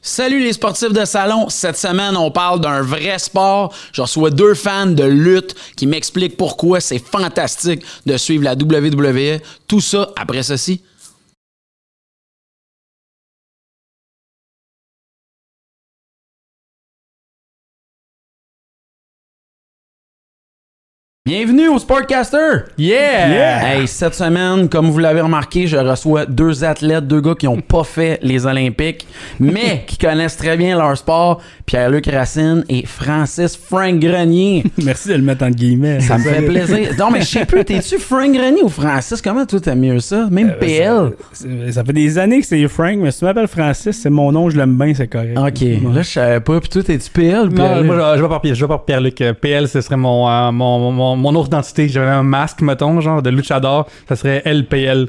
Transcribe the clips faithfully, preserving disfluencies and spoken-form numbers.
Salut les sportifs de salon, cette semaine on parle d'un vrai sport. Je reçois deux fans de lutte qui m'expliquent pourquoi c'est fantastique de suivre la W W E. Tout ça après ceci. Bienvenue au Sportcaster! Yeah! yeah! Hey, cette semaine, comme vous l'avez remarqué, je reçois deux athlètes, deux gars qui n'ont pas fait les Olympiques, mais qui connaissent très bien leur sport. Pierre-Luc Racine et Francis Frank Grenier. Merci de le mettre entre guillemets. Ça me fait plaisir. Non, mais je sais plus, t'es-tu Frank Grenier ou Francis? Comment toi t'aimes mieux ça? Même euh, P L? Ça, ça fait des années que c'est Frank, mais si tu m'appelles Francis, c'est mon nom, je l'aime bien, c'est correct. OK. Ouais. Là, je savais pas. Puis toi, t'es-tu P L? Non, moi, je vais par Pierre, je vais par Pierre-Luc. P L, ce serait mon, euh, mon, mon, mon autre identité. J'avais un masque, mettons, genre de luchador. Ça serait L P L.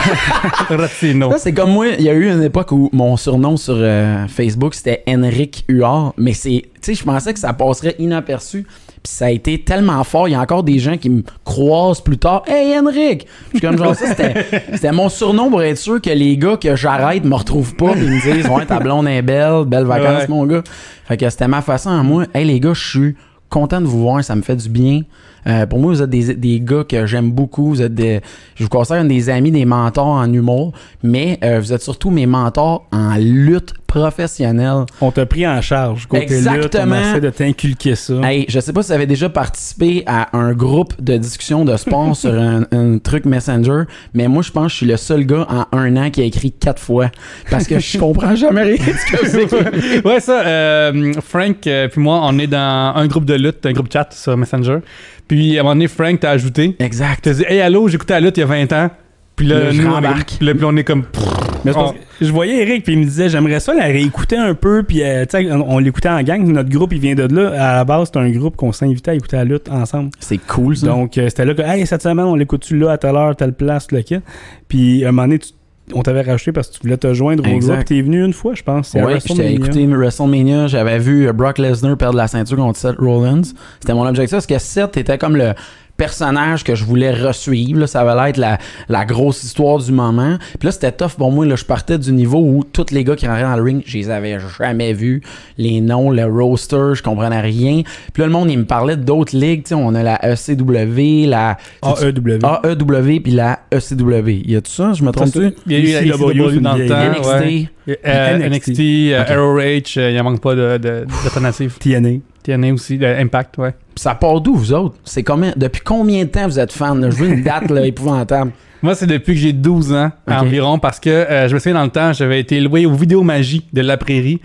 Ratino. Ça, c'est comme moi. Il y a eu une époque où mon surnom sur euh, Facebook, c'était Henrik Huard. Mais c'est... Tu sais, je pensais que ça passerait inaperçu. Puis ça a été tellement fort. Il y a encore des gens qui me croisent plus tard. « Hey, Henrik! » Puis comme genre ça, c'était, c'était mon surnom pour être sûr que les gars que j'arrête me retrouvent pas. Puis ils me disent « Ouais, ta blonde est belle. Belles vacances, ouais. mon gars. » Fait que c'était ma façon à moi. « Hey, les gars, je suis content de vous voir. Ça me fait du bien. » Euh, pour moi, vous êtes des, des gars que j'aime beaucoup. Vous êtes des, je vous considère des amis, des mentors en humour, mais euh, vous êtes surtout mes mentors en lutte professionnelle. On t'a pris en charge côté Exactement. lutte, on essaie de t'inculquer ça. Hey, je sais pas si vous avez déjà participé à un groupe de discussion de sport sur un, un truc Messenger, mais moi, je pense que je suis le seul gars en un an qui a écrit quatre fois parce que je comprends jamais rien de ce que vous écrivez. Ouais, ça, euh, Frank euh, puis moi, on est dans un groupe de lutte, un groupe chat sur Messenger. Puis à un moment donné, Frank t'a ajouté. Exact. T'as dit « Hey, allô, j'écoutais la lutte il y a vingt ans. » Puis là, là nous, je on, rembarque. Puis là, puis on est comme... Mais c'est parce que je voyais Eric, puis il me disait « J'aimerais ça la réécouter un peu. » Puis euh, tu sais, on, on l'écoutait en gang. Notre groupe, il vient de là. À la base, c'est un groupe qu'on s'invitait à écouter la lutte ensemble. C'est cool, ça. Donc, euh, c'était là que « Hey, cette semaine, on l'écoute-tu là, à telle heure, telle place, le kit. » Puis à un moment donné, tu on t'avait rajouté parce que tu voulais te joindre au groupe. T'es venu une fois, je pense. Oui, j'étais écouté WrestleMania. J'avais vu Brock Lesnar perdre la ceinture contre Seth Rollins. C'était mon objectif parce que Seth était comme le personnage que je voulais resuivre. Là, ça allait être la, la grosse histoire du moment. Puis là, c'était tough pour moi. Là, je partais du niveau où tous les gars qui rentraient dans le ring, je les avais jamais vus. Les noms, le roster, je comprenais rien. Puis là, le monde, il me parlait d'autres ligues. T'sais, on a la E C W, la A E W. A E W puis la E C W. Il y a tout ça? Je me trompe-tu? Il y a eu la E C W dans le temps. N X T. Ouais. Euh, N X T, euh, okay. R O H, il n'y en manque pas de, de, d'alternatives. T N A. T N A aussi, de Impact, ouais. Ça part d'où, vous autres? C'est combien, depuis combien de temps vous êtes fan? Là? Je veux une date là, épouvantable. Moi, c'est depuis que j'ai douze ans okay. environ, parce que euh, je me souviens dans le temps, j'avais été loué au Vidéomagie de La Prairie,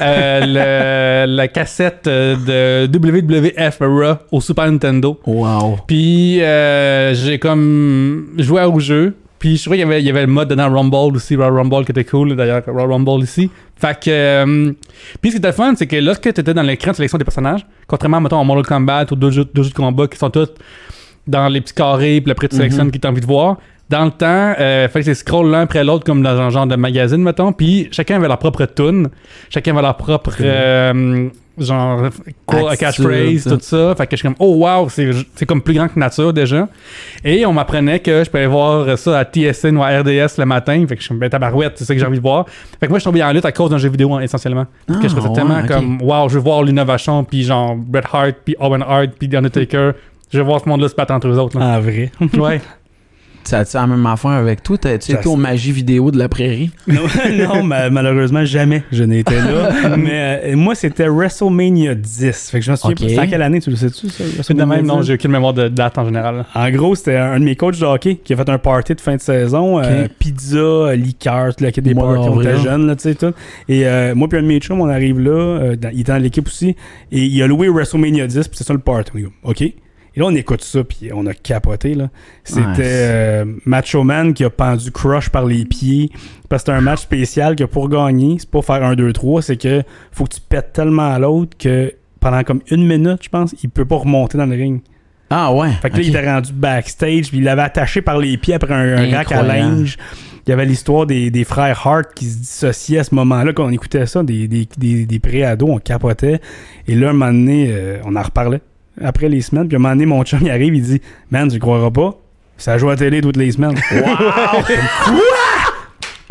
euh, le, la cassette de W W F Raw au Super Nintendo. Wow. Puis euh, j'ai comme joué au jeu. Puis je trouvais qu'il y avait, il y avait le mode dedans Rumble aussi, Raw Rumble qui était cool, d'ailleurs, Raw Rumble ici. Fait que... Euh, puis ce qui était le fun, c'est que lorsque tu étais dans l'écran de sélection des personnages, contrairement, mettons, à Mortal Kombat ou d'autres jeux, d'autres jeux de combat qui sont tous dans les petits carrés, puis après tu sélectionnes mm-hmm. qui t'as envie de voir, dans le temps, euh, fallait que tu scrolls l'un après l'autre comme dans un genre de magazine, mettons, puis chacun avait leur propre tune, chacun avait leur propre... Euh, genre quoi, catchphrase, tout ça. Fait que je suis comme oh wow, c'est, c'est comme plus grand que nature déjà. Et on m'apprenait que je pouvais voir ça à T S N ou à R D S le matin. Fait que je suis comme ben tabarouette, c'est ça que j'ai envie de voir. Fait que moi je suis tombé en lutte à cause d'un jeu vidéo essentiellement. Fait que je faisais ouais, tellement okay. comme wow, je veux voir l'innovation, puis genre Bret Hart, puis Owen Hart, puis The Undertaker. Je veux voir ce monde-là se battre entre eux autres. Là. Ah vrai. Ouais. Ça a-tu la même affaire avec toi? T'as-tu été aux Magie Vidéo de la Prairie? Non, non ma- malheureusement, jamais je n'ai été là. Mais euh, moi, c'était WrestleMania dix. Fait que je me souviens, okay. C'était en quelle année, tu le sais-tu? Ça, c'est de même, non, j'ai aucune mémoire de date en général. En gros, c'était un de mes coachs de hockey qui a fait un party de fin de saison. Okay. Euh, pizza, liqueur, tout le kit des moi, parties, on était jeunes, là, tu sais, tout. Et euh, moi, puis un de mes chums, on arrive là, euh, dans, il était dans l'équipe aussi, et il a loué WrestleMania dix, puis c'est ça le party. OK. Et là, on écoute ça, puis on a capoté, là. C'était nice. euh, Macho Man qui a pendu Crush par les pieds. Parce que c'est un match spécial que pour gagner, c'est pas faire un, deux, trois, c'est que faut que tu pètes tellement à l'autre que pendant comme une minute, je pense, il peut pas remonter dans le ring. Ah ouais? Fait que okay. là, il était rendu backstage, puis il l'avait attaché par les pieds après un, un rack à linge. Il y avait l'histoire des, des frères Hart qui se dissociaient à ce moment-là, quand on écoutait ça, des, des, des, des pré-ados, on capotait. Et là, un moment donné, euh, on en reparlait. Après les semaines, puis à un moment donné, mon chum il arrive, il dit « Man, tu croiras pas, ça joue à la télé toutes les semaines. » Wow! Quoi?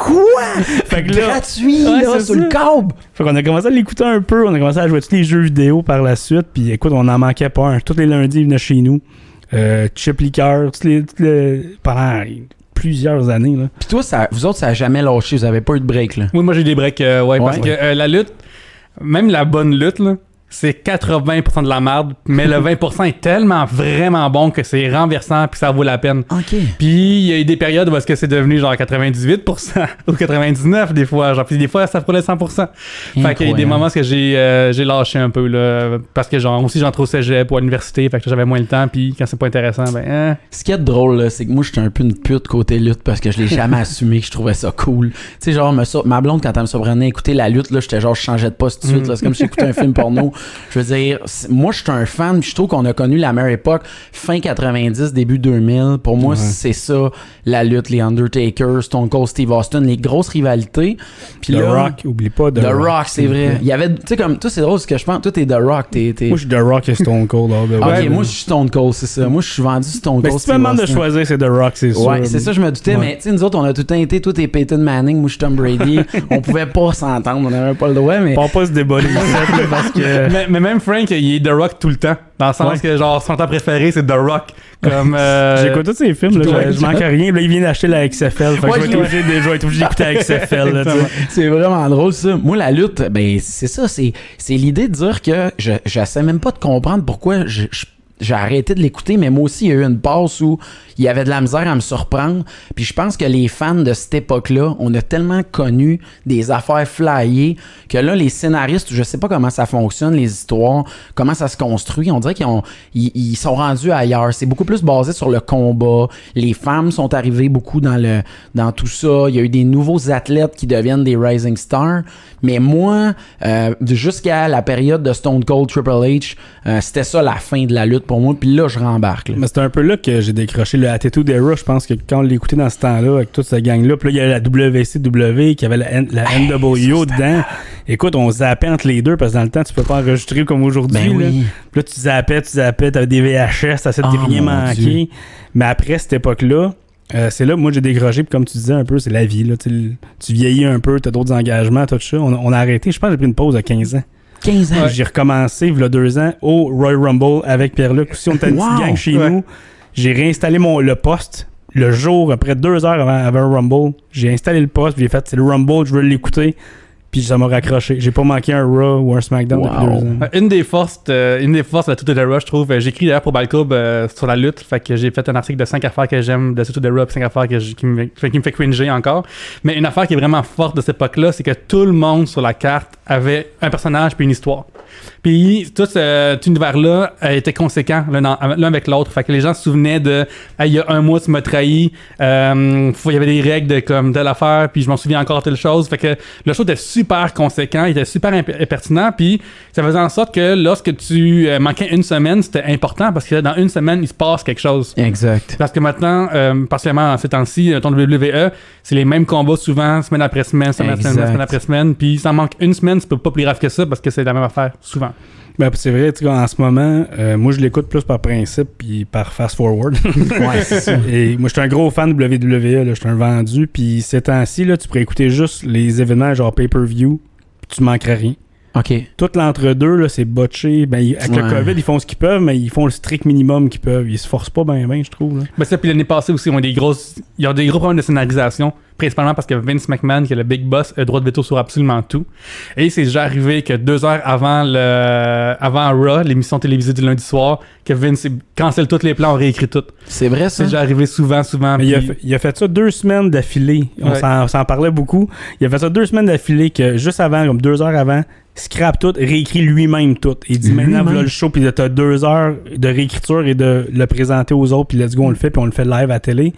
Quoi? Fait que là, gratuit, ouais, là, c'est sur ça. le câble. Fait qu'on a commencé à l'écouter un peu, on a commencé à jouer tous les jeux vidéo par la suite, puis écoute, on n'en manquait pas un. Tous les lundis, il venait chez nous. Euh, Chip Liqueur, tous les, tous les, pendant plusieurs années. Là. Puis toi, ça, vous autres, ça a jamais lâché, vous avez pas eu de break, là. Oui, moi j'ai des breaks, euh, ouais, Ouais. parce que euh, la lutte, même la bonne lutte, là, c'est quatre-vingts pour cent de la merde, mais le vingt pour cent est tellement vraiment bon que c'est renversant puis ça vaut la peine. OK. Puis il y a eu des périodes où est-ce que c'est devenu genre quatre-vingt-dix-huit pour cent ou quatre-vingt-dix-neuf pour cent des fois, genre puis des fois ça frôlait cent pour cent. Fait qu'il y a eu des moments où que j'ai euh, j'ai lâché un peu là parce que genre aussi j'entre au cégep ou à l'université, fait que j'avais moins le temps puis quand c'est pas intéressant ben hein. Ce qui est drôle, là, c'est que moi, j'étais un peu une pute côté lutte parce que je l'ai jamais assumé que je trouvais ça cool. Tu sais, genre, me sur- ma blonde, quand elle me surprenait écouter la lutte, là, j'étais genre, je changeais de poste tout de suite. là. C'est comme si j'écoutais un film porno. Je veux dire, c'est- moi, j'étais un fan, puis je trouve qu'on a connu la meilleure époque, fin quatre-vingt-dix, début deux mille. Pour moi, Ouais. c'est ça, la lutte, les Undertaker, Stone Cold Steve Austin, les grosses rivalités. Puis The là, Rock, oublie pas The, The Rock, c'est vrai. Ouais. Il y avait, tu sais, comme, toi, c'est drôle, ce que je pense. Toi, t'es The Rock, t'es. t'es... Moi, je suis The Rock et Stone Cold. all the Ok, way. moi, je suis Stone Cold, c'est ça. Moi, je suis vendu Stone Mais Cold. si tu me demandes de Austin. choisir, c'est The Rock, c'est sûr. Ouais, c'est ça, je me doutais, Ouais. mais tu sais, nous autres, on a tout le temps été, toi, t'es Peyton Manning, moi, je suis Tom Brady. On pouvait pas s'entendre, on n'avait pas le droit, mais. On va pas se déballer ici, là, parce que... mais, mais même Frank, il est The Rock tout le temps. Dans le sens Ouais. que genre son temps préféré c'est The Rock. Comme euh, J'écoute tous ces films, là, Ouais, je, je manque à rien. Là, il vient d'acheter la X F L. Fait que Ouais, je vais je être obligé, de- je vais être obligé d'écouter la X F L. Là, tu sais. C'est vraiment drôle, ça. Moi, la lutte, ben, c'est ça, c'est, c'est l'idée de dire que je, j'essaie même pas de comprendre pourquoi je, je- j'ai arrêté de l'écouter, mais moi aussi, il y a eu une passe où il y avait de la misère à me surprendre. Puis je pense que les fans de cette époque-là, on a tellement connu des affaires flyées que là, les scénaristes, je sais pas comment ça fonctionne, les histoires, comment ça se construit, on dirait qu'ils ont, ils, ils sont rendus ailleurs. C'est beaucoup plus basé sur le combat. Les femmes sont arrivées beaucoup dans le, dans tout ça. Il y a eu des nouveaux athlètes qui deviennent des rising stars. Mais moi, euh, jusqu'à la période de Stone Cold Triple H, euh, c'était ça la fin de la lutte pour moi. Puis là, je rembarque. Là. Mais c'est un peu là que j'ai décroché le Attitude Era. Je pense que quand on l'écoutait dans ce temps-là, avec toute cette gang-là, puis là, il y avait la W C W, qui avait la, N- la Hey, N W O ça, dedans. Écoute, on zappait entre les deux, parce que dans le temps, tu peux pas enregistrer comme aujourd'hui. Ben là. oui. Puis là, tu zappais, tu zappais, t'avais des V H S, t'essayais de Oh, rien mon manquer. Dieu. Mais après cette époque-là, euh, c'est là, moi, j'ai décroché, puis comme tu disais un peu, c'est la vie. Là, tu, tu vieillis un peu, t'as d'autres engagements, tout ça. On, on a arrêté, je pense que j'ai pris une pause à quinze ans. quinze ans. J'ai recommencé, il y a deux ans, au Royal Rumble avec Pierre-Luc. Aussi, on était une Wow. petite gang chez Ouais. nous. J'ai réinstallé mon, le poste le jour, après deux heures avant, avant le Rumble. J'ai installé le poste, puis j'ai fait, c'est le Rumble, je veux l'écouter. Puis ça m'a raccroché. J'ai pas manqué un Raw ou un SmackDown Wow. depuis deux ans. Euh, Une des forces, de, une des forces de Tout de Raw, je trouve. euh, J'écris d'ailleurs pour Balcube euh, sur la lutte, fait que j'ai fait un article de cinq affaires que j'aime de Tout de Raw, cinq affaires que je- qui, me, qui me fait cringer encore. Mais une affaire qui est vraiment forte de cette époque-là, c'est que tout le monde sur la carte avait un personnage puis une histoire. Puis tout ce- cet univers-là euh, était conséquent l'un, dans- l'un avec l'autre. Fait que les gens se souvenaient de hey, il y a un mois tu m'as trahi, euh, faut- il y avait des règles de comme telle affaire, puis je m'en souviens encore telle chose. Fait que le show était super conséquent, il était super imp- pertinent, puis ça faisait en sorte que lorsque tu euh, manquais une semaine, c'était important parce que dans une semaine, il se passe quelque chose. Exact. Parce que maintenant, euh, particulièrement en ces temps-ci, euh, ton W W E, c'est les mêmes combats souvent, semaine après semaine, semaine, après semaine, Exact. semaine après semaine. Puis ça manque une semaine, c'est pas plus grave que ça parce que c'est la même affaire, souvent. Ben, c'est vrai, tu sais, en ce moment, euh, moi je l'écoute plus par principe puis par fast-forward. Ouais, c'est ça. Et moi, je suis un gros fan de W W E, là, je suis un vendu. Puis ces temps-ci, là, tu pourrais écouter juste les événements genre pay-per-view, puis tu manquerais rien. OK. Tout l'entre-deux, là, c'est botché. Ben, ils- avec Ouais. le COVID, ils font ce qu'ils peuvent, mais ils font le strict minimum qu'ils peuvent. Ils se forcent pas bien, bien, je trouve. Là. Ben ça, puis l'année passée aussi, on a des grosses, il y a des gros problèmes de scénarisation, principalement parce que Vince McMahon, qui est le big boss, a le droit de veto sur absolument tout. Et c'est déjà arrivé que deux heures avant le, avant Raw, l'émission télévisée du lundi soir, que Vince cancelle tous les plans, on réécrit tout. C'est vrai, C'est ça? déjà arrivé souvent, souvent. Mais il, a puis- fait, il a fait ça deux semaines d'affilée. On Ouais. s'en, s'en parlait beaucoup. Il a fait ça deux semaines d'affilée que juste avant, comme deux heures avant, scrape tout, réécrit lui-même tout. Il dit Lui-même? maintenant, voilà le show, puis t'as deux heures de réécriture et de le présenter aux autres, puis let's go, on le fait, puis on le fait live à télé.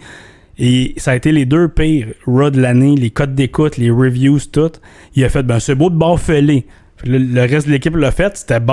Et ça a été les deux pires Raw de l'année, les codes d'écoute, les reviews, tout. Il a fait, ben c'est beau de baffeler. Le, le reste de l'équipe l'a fait, c'était bon,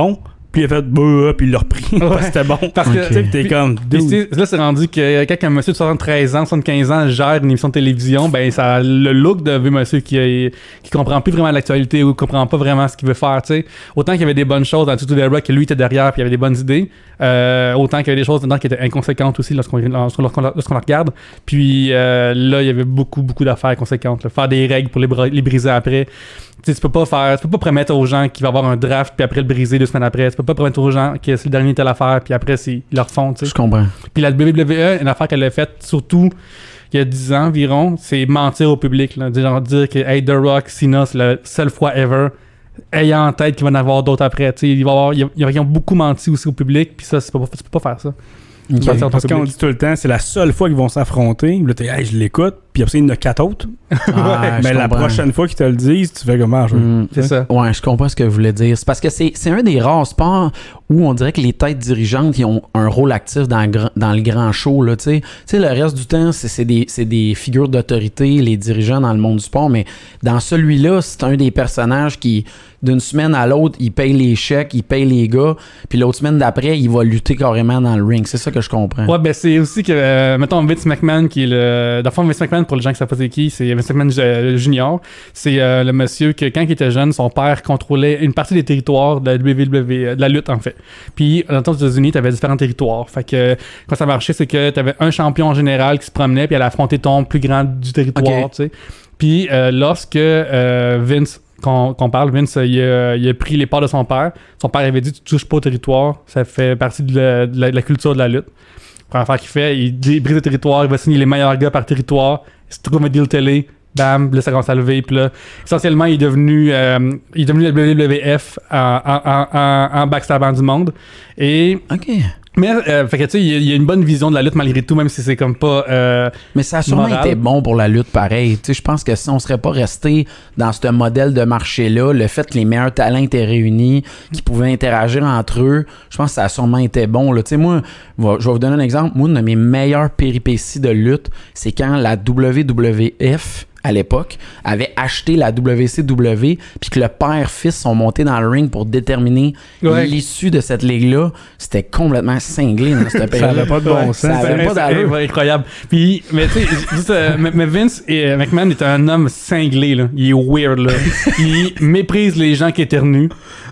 Puis il a fait bah, puis il l'a repris. Ouais. Parce que c'était bon. Parce que Tu sais, t'es comme. Puis c'est- là, c'est rendu que quand un monsieur de soixante-treize ans, soixante-quinze ans gère une émission de télévision, ben ça a le look de vieux monsieur qui, qui comprend plus vraiment l'actualité ou qui comprend pas vraiment ce qu'il veut faire, tu sais. Autant qu'il y avait des bonnes choses dans Tutu Debra que lui était derrière puis il y avait des bonnes idées, euh, autant qu'il y avait des choses dedans qui étaient inconséquentes aussi lorsqu'on, lorsqu'on, lorsqu'on, lorsqu'on la regarde. Puis euh, là, il y avait beaucoup, beaucoup d'affaires conséquentes. Là. Faire des règles pour les, bra- les briser après. Tu sais, tu peux pas faire, tu peux pas promettre aux gens qu'il va y avoir un draft puis après le briser deux semaines après. Tu peux pas promettre aux gens que c'est le dernier telle affaire puis après c'est, ils le refont, tu sais. Je comprends. Puis la W W E, une affaire qu'elle a faite surtout il y a dix ans environ, c'est mentir au public. Là. Genre dire que hey, The Rock, Cena, c'est la seule fois ever. Ayant en tête qu'il va y en avoir d'autres après. T'sais, il va y avoir, il y a, ils ont beaucoup menti aussi au public, puis ça, c'est pas, tu peux pas faire ça. Okay. Mentir au Parce qu'on public. dit tout le temps, c'est la seule fois qu'ils vont s'affronter. Puis là, t'es, hey, je l'écoute. Puis après, il y en a quatre autres. Ah, je Mais la comprends. prochaine fois qu'ils te le disent, tu fais comment? Je... Mm. C'est ça. Ouais, je comprends ce que vous voulez dire. C'est parce que c'est, c'est un des rares sports où on dirait que les têtes dirigeantes ils ont un rôle actif dans le, gra- dans le grand show. Là, tu sais, le reste du temps, c'est, c'est, des, c'est des figures d'autorité, les dirigeants dans le monde du sport. Mais dans celui-là, c'est un des personnages qui, d'une semaine à l'autre, il paye les chèques, il paye les gars. Puis l'autre semaine d'après, il va lutter carrément dans le ring. C'est ça que je comprends. Ouais, ben c'est aussi que, euh, mettons, Vince McMahon, qui est le. Dans le fond, Vince McMahon, pour les gens qui savent pas c'est qui, c'est Vince McMahon euh, Junior. C'est euh, le monsieur que, quand il était jeune, son père contrôlait une partie des territoires de la W W E, de la lutte, en fait. Puis, dans les États-Unis, t'avais différents territoires. Fait que, quand ça marchait, c'est que t'avais un champion en général qui se promenait, puis elle affrontait ton plus grand du territoire, Ok. tu sais. Puis, euh, lorsque euh, Vince. Qu'on, qu'on parle, Vince, il a, il a pris les parts de son père. Son père avait dit tu touches pas au territoire, ça fait partie de la, de la, de la culture de la lutte. Première affaire qu'il fait, il dit- brise le territoire, il va signer les meilleurs gars par territoire, il se trouve un deal télé, bam, là ça commence à lever, puis là, essentiellement, il est devenu, euh, il est devenu le W W F en, en, en, en, en backstabant du monde. Et. OK. Mais, euh, fait que tu sais, il y, a- il y a une bonne vision de la lutte malgré tout, même si c'est comme pas. Euh, Mais ça a sûrement Moral. été bon pour la lutte pareil. Tu sais, je pense que si on serait pas resté dans ce modèle de marché-là, le fait que les meilleurs talents étaient réunis, qu'ils pouvaient interagir entre eux, je pense que ça a sûrement été bon. Là. Tu sais, moi, va- je vais vous donner un exemple. Moi, une de mes meilleures péripéties de lutte, c'est quand la W W F, à l'époque, avait acheté la W C W, puis que le père-fils sont montés dans le ring pour déterminer Ouais. l'issue de cette ligue-là. C'était complètement cinglé dans cette Ça période. avait pas de bon sens. Ça avait pas d'allure. Ouais, incroyable. Puis, mais tu sais, juste, euh, mais mais Vince et euh, McMahon est un homme cinglé, là. Il est weird, là. Il méprise les gens qui éternuent.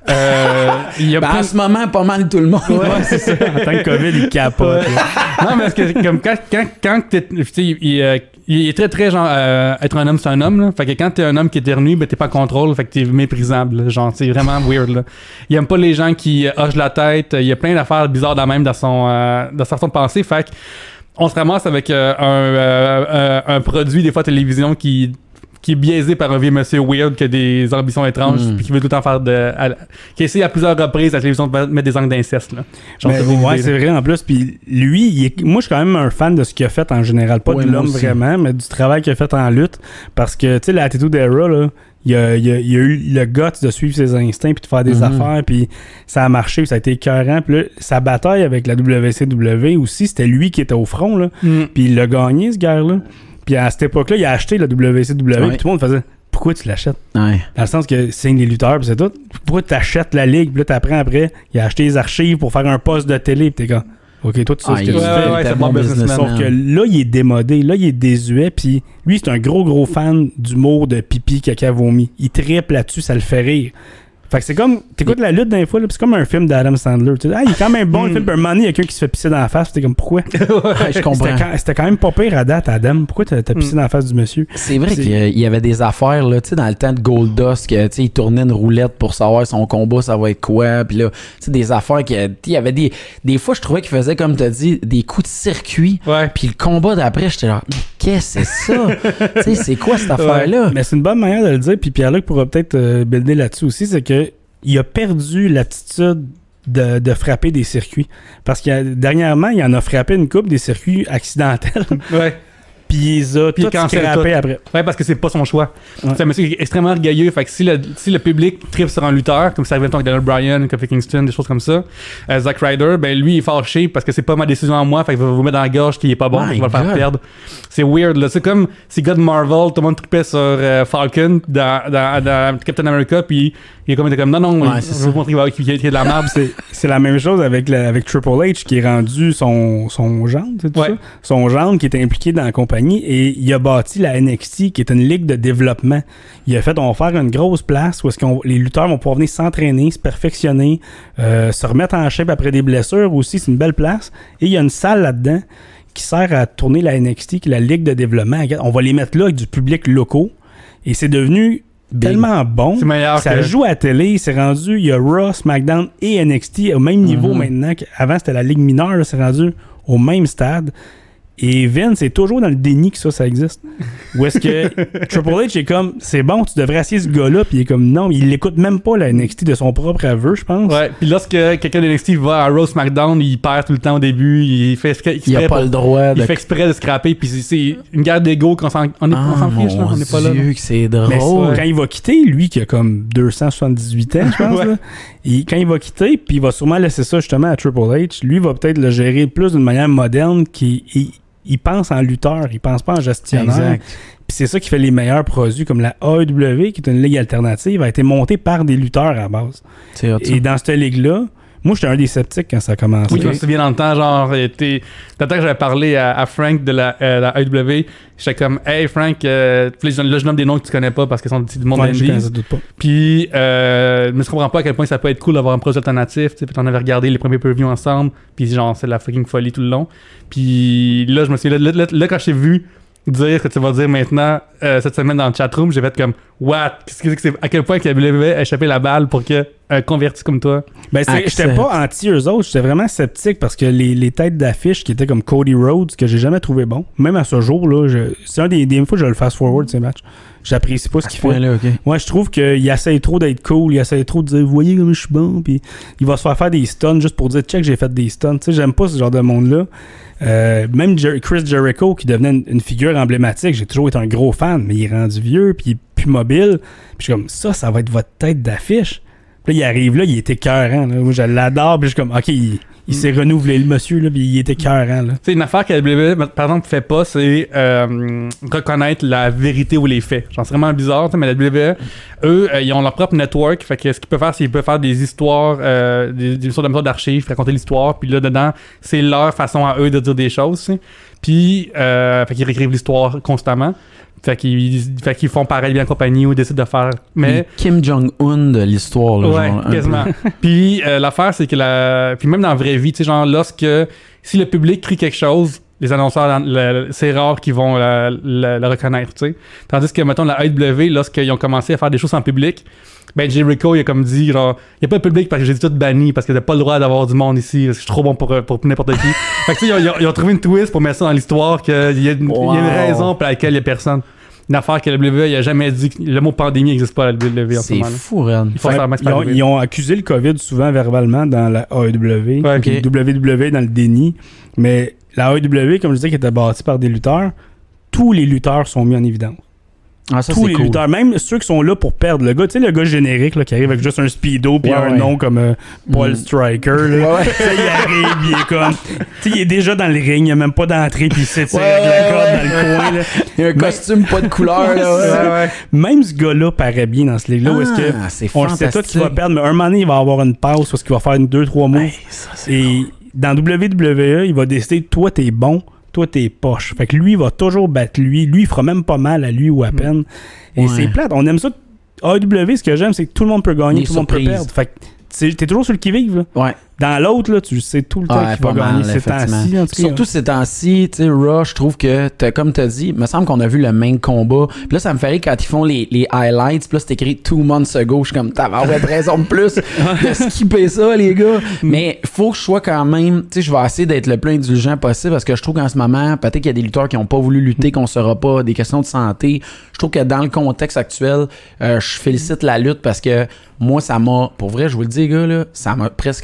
Euh, il y a Ben, plein en de- ce moment, pas mal tout le monde. Ouais, c'est ça. En tant que COVID, il capote. là. Non, mais parce que comme quand, quand, quand t'es, tu sais, il, il, euh, il est très très genre euh, être un homme c'est un homme là. Fait que quand t'es un homme qui éternue, ben t'es pas en contrôle, fait que t'es méprisable, là. Genre c'est vraiment weird là. Il aime pas les gens qui euh, hochent la tête, il y a plein d'affaires bizarres dans même dans son euh, dans sa façon de penser, fait que on se ramasse avec euh, un, euh, euh, un produit des fois télévision qui qui est biaisé par un vieux monsieur weird qui a des ambitions étranges Mm. puis qui veut tout le temps faire de à- qui essaie à plusieurs reprises à la télévision de mettre des angles d'inceste là. Genre, Mais, c'est des ouais, idées, c'est là. vrai en plus. Puis lui, il est- moi, je suis quand même un fan de ce qu'il a fait en général. Pas Ouais, de moi l'homme aussi. vraiment, mais du travail qu'il a fait en lutte. Parce que, tu sais, l'attitude d'Era, là, il a, il, a, il a eu le guts de suivre ses instincts puis de faire des Mhm. affaires. Puis ça a marché, puis ça a été écœurant. Puis là, sa bataille avec la W C W aussi, c'était lui qui était au front. Là. Mm. Puis il l'a gagné, ce gars-là. Puis à cette époque-là, il a acheté la W C W. Ouais. Puis tout le monde faisait pourquoi tu l'achètes? Ouais. Dans le sens que c'est les lutteurs, puis c'est tout. Pourquoi tu achètes la ligue? Puis là, t'apprends après, il a acheté les archives pour faire un poste de télé. Puis t'es comme, OK, toi, tu sais Ah, ce que il- tu ouais, fais. ouais, il était c'est bon bon businessman. businessman. Sauf que là, il est démodé. Là, il est désuet. Puis lui, c'est un gros, gros fan d'humour, de pipi, caca, vomi. Il triple là-dessus, ça le fait rire. Fait que c'est comme, t'écoutes la lutte d'un fois, là, puis c'est comme un film d'Adam Sandler. Tu sais, ah, il est quand même bon le film. Puis un moment donné, il y a quelqu'un qui se fait pisser dans la face. Puis t'es comme, pourquoi? Ouais, je comprends. C'était quand, c'était quand même pas pire à date, Adam. Pourquoi t'as, t'as pissé Mm. dans la face du monsieur? C'est vrai C'est- qu'il y a- il y avait des affaires, là, tu sais, dans le temps de Goldust, que, tu sais, il tournait une roulette pour savoir son combat, ça va être quoi, puis là, tu sais, des affaires qui, tu sais, il y avait des, des fois, je trouvais qu'il faisait, comme tu as dit, des coups de circuit, Ouais. puis le combat d'après, j'étais genre, mais qu'est-ce que c'est ça? Tu sais, c'est quoi cette affaire-là? Mais c'est une bonne manière de le dire. Puis Pierre-Luc pourra peut-être euh, builder là-dessus aussi. C'est que il a perdu l'attitude de, de frapper des circuits. Parce que dernièrement, il en a frappé une coupe des circuits accidentels. Ouais. puis il les a Puis il tout cancelle scrappés tout. après. Ouais, parce que c'est pas son choix. Ouais. C'est un monsieur qui est extrêmement orgueilleux. Fait que si le, si le public tripe sur un lutteur, comme ça arrive avec Daniel Bryan, Kofi Kingston, des choses comme ça, euh, Zack Ryder, ben lui, il est fâché parce que c'est pas ma décision à moi. Fait qu'il va vous mettre dans la gorge qu'il est pas bon, My qu'il va le faire God. perdre. C'est weird, là. C'est comme ces gars de Marvel, tout le monde tripait sur euh, Falcon dans, dans, dans Captain America, puis il est comme, il était comme non, non, Ouais, il- c'est je vais vous montrer qu'il va- qu'il y a qu'il y a de la merde. C'est, c'est la même chose avec, la- avec Triple H qui est rendu son, son gendre, c'est tout Ouais. ça? Son gendre qui est impliqué dans la compagnie et il a bâti la N X T qui est une ligue de développement. Il a fait, on va faire une grosse place où est-ce qu'on, les lutteurs vont pouvoir venir s'entraîner, se perfectionner, euh, se remettre en shape après des blessures aussi, c'est une belle place. Et il y a une salle là-dedans qui sert à tourner la N X T, qui est la ligue de développement. Regarde, on va les mettre là avec du public locaux et c'est devenu Big. tellement bon. C'est meilleur Ça que... joue à la télé, c'est rendu, il y a Raw, SmackDown et N X T au même niveau Mhm. maintenant qu'avant c'était la ligue mineure, là, c'est rendu au même stade. Et Vince est toujours dans le déni que ça, ça existe. Ou est-ce que Triple H est comme, c'est bon, tu devrais essayer ce gars-là, puis il est comme, non, il l'écoute même pas la N X T de son propre aveu, je pense. Ouais, puis lorsque quelqu'un de N X T va à Raw SmackDown, il perd tout le temps au début, il fait exprès, Il a pas pour- le droit de... il fait exprès de scraper, puis c'est- c'est une guerre d'ego qu'on s'en on est- on s'en Ah, fiche, là, mon on n'est pas là. Dieu, que c'est Mais drôle. quand il va quitter, lui qui a comme deux cent soixante-dix-huit ans, je pense, Ouais. là, il- quand il va quitter, puis il va sûrement laisser ça justement à Triple H, lui va peut-être le gérer plus d'une manière moderne, qui il, il pense en lutteur, il pense pas en gestionnaire. Exact. Puis c'est ça qui fait les meilleurs produits, comme la A E W, qui est une ligue alternative, a été montée par des lutteurs à la base. C'est hot, ça. Et dans cette ligue-là, moi j'étais un des sceptiques quand ça a commencé. Oui, je me souviens dans le temps, genre, t'es- dans le temps que j'avais parlé à, à Frank de la, euh, la A E W, j'étais comme, hey Frank, euh, puis là, je nomme des noms que tu connais pas parce qu'ils sont du monde Ouais, je indie. connaissais doute pas. Puis, euh, mais je comprends pas à quel point ça peut être cool d'avoir un projet alternatif. Tu sais, puis on avait regardé les premiers pay-per-views ensemble, puis genre, c'est de la fucking folie tout le long. Puis là, je me suis là, là, là, quand j'ai vu dire que tu vas dire maintenant, euh, cette semaine dans le chatroom, j'ai fait comme, what? Qu'est-ce que c'est? À quel point que la W W E a échappé la balle pour que un converti comme toi. Ben, c'est- Accept. j'étais pas anti eux autres, j'étais vraiment sceptique parce que les, les têtes d'affiche qui étaient comme Cody Rhodes, que j'ai jamais trouvé bon, même à ce jour, là, je- c'est un des, des fois que je le fast forward ces matchs. J'apprécie pas ce À ce qu'il fait. point-là, ok. Ouais, je trouve qu'il essaie trop d'être cool, il essaie trop de dire, vous voyez comme je suis bon, puis il va se faire faire des stuns juste pour dire, check, j'ai fait des stuns. Tu sais, j'aime pas ce genre de monde-là. Euh, même Jer- Chris Jericho, qui devenait une, une figure emblématique, j'ai toujours été un gros fan, mais il est rendu vieux, puis il est plus mobile. Puis je suis comme, ça, ça va être votre tête d'affiche. Puis là, il arrive là, il était écœurant. Là. Moi, je l'adore, puis je suis comme, ok, il, il s'est renouvelé, le monsieur, là, puis il était écœurant. Là. Tu sais, une affaire que la W W E, par exemple, fait pas, c'est euh, reconnaître la vérité ou les faits. Genre, c'est vraiment bizarre, tu sais, mais la W W E, eux, euh, ils ont leur propre network. Fait que ce qu'ils peuvent faire, c'est qu'ils peuvent faire des histoires, euh, des, des histoires de d'archives, raconter l'histoire. Puis là, dedans, c'est leur façon à eux de dire des choses, tu sais. Puis, euh, fait qu'ils réécrivent l'histoire constamment. Fait qu'ils, fait qu'ils font pareil bien compagnie ou décident de faire. Mais. Kim Jong-un de l'histoire, là, Ouais, genre, un quasiment. Puis euh, l'affaire, c'est que la. Puis même dans la vraie vie, tu sais, genre, lorsque. Si le public crie quelque chose, les annonceurs, dans- le- le- c'est rare qu'ils vont la- la- le reconnaître, tu sais. Tandis que, mettons, la A E W, lorsqu'ils ont commencé à faire des choses en public, ben Jericho, il a comme dit, genre, il n'y a pas de public parce que j'ai dit tout banni, parce que t'as pas le droit d'avoir du monde ici, parce que je suis trop bon pour, pour n'importe qui. Fait que, tu sais, ils, ont- ils ont- ils ont trouvé une twist pour mettre ça dans l'histoire, qu'il y a une, il y a une Wow. raison pour laquelle il y a personne. Une affaire que la W W E, il a jamais dit que le mot pandémie n'existe pas à la W W E en ce C'est moment. là. fou, Ren. Il faut Ouais, faire max ils, ont, ils ont accusé le COVID souvent verbalement dans la A E W, Ouais, puis ok. W W E dans le déni. Mais la A E W, comme je disais, qui était bâtie par des lutteurs, tous les lutteurs sont mis en évidence. Ah, ça, tous c'est les cool. lutteurs, même ceux qui sont là pour perdre. Le gars, tu sais, le gars générique là, qui arrive avec juste un speedo puis Ouais, un ouais. nom comme euh, Paul Mm. Striker. Là. Ouais, ouais. Tu sais, il arrive, il est comme. Tu sais, il est déjà dans le ring, il a même pas d'entrée puis il s'étire Ouais, avec la ouais, corde ouais. dans le coin. Là. Il y a un costume pas de couleur, là. ouais. Ouais, ouais. Même ce gars-là paraît bien dans ce ligue-là où est-ce que. Ah, c'est On le sait tout fantastique. qu'il va perdre, mais un moment donné, il va avoir une pause parce qu'il va faire une deux trois moves. Hey, ça, c'est Et dans W W E, il va décider, toi, t'es bon, toi, t'es poche. Fait que lui, il va toujours battre lui. Lui, il fera même pas mal à lui ou à peine. Et Ouais. c'est plate. On aime ça. A E W, ce que j'aime, c'est que tout le monde peut gagner, Des tout le monde peut surprises. perdre. Fait que t'sais, t'es toujours sur le qui-vive. Là. Ouais. Dans l'autre, là, tu sais tout le temps Ouais, qui va pas mal, gagner ces effectivement. temps-ci. En tout cas. Surtout ces temps-ci, tu sais, Raw, je trouve que, t'as- comme t'as dit, il me semble qu'on a vu le même combat. Puis là, ça me fait rire quand ils font les, les highlights. Puis là, c'est écrit two months ago. Je suis comme, t'as avoir raison de plus de skipper ça, les gars. Mais faut que je sois quand même, tu sais, je vais essayer d'être le plus indulgent possible parce que je trouve qu'en ce moment, peut-être qu'il y a des lutteurs qui n'ont pas voulu lutter, qu'on saura pas, des questions de santé. Je trouve que dans le contexte actuel, euh, je félicite la lutte parce que moi, ça m'a, pour vrai, je vous le dis, les gars, là, ça m'a presque sauvé la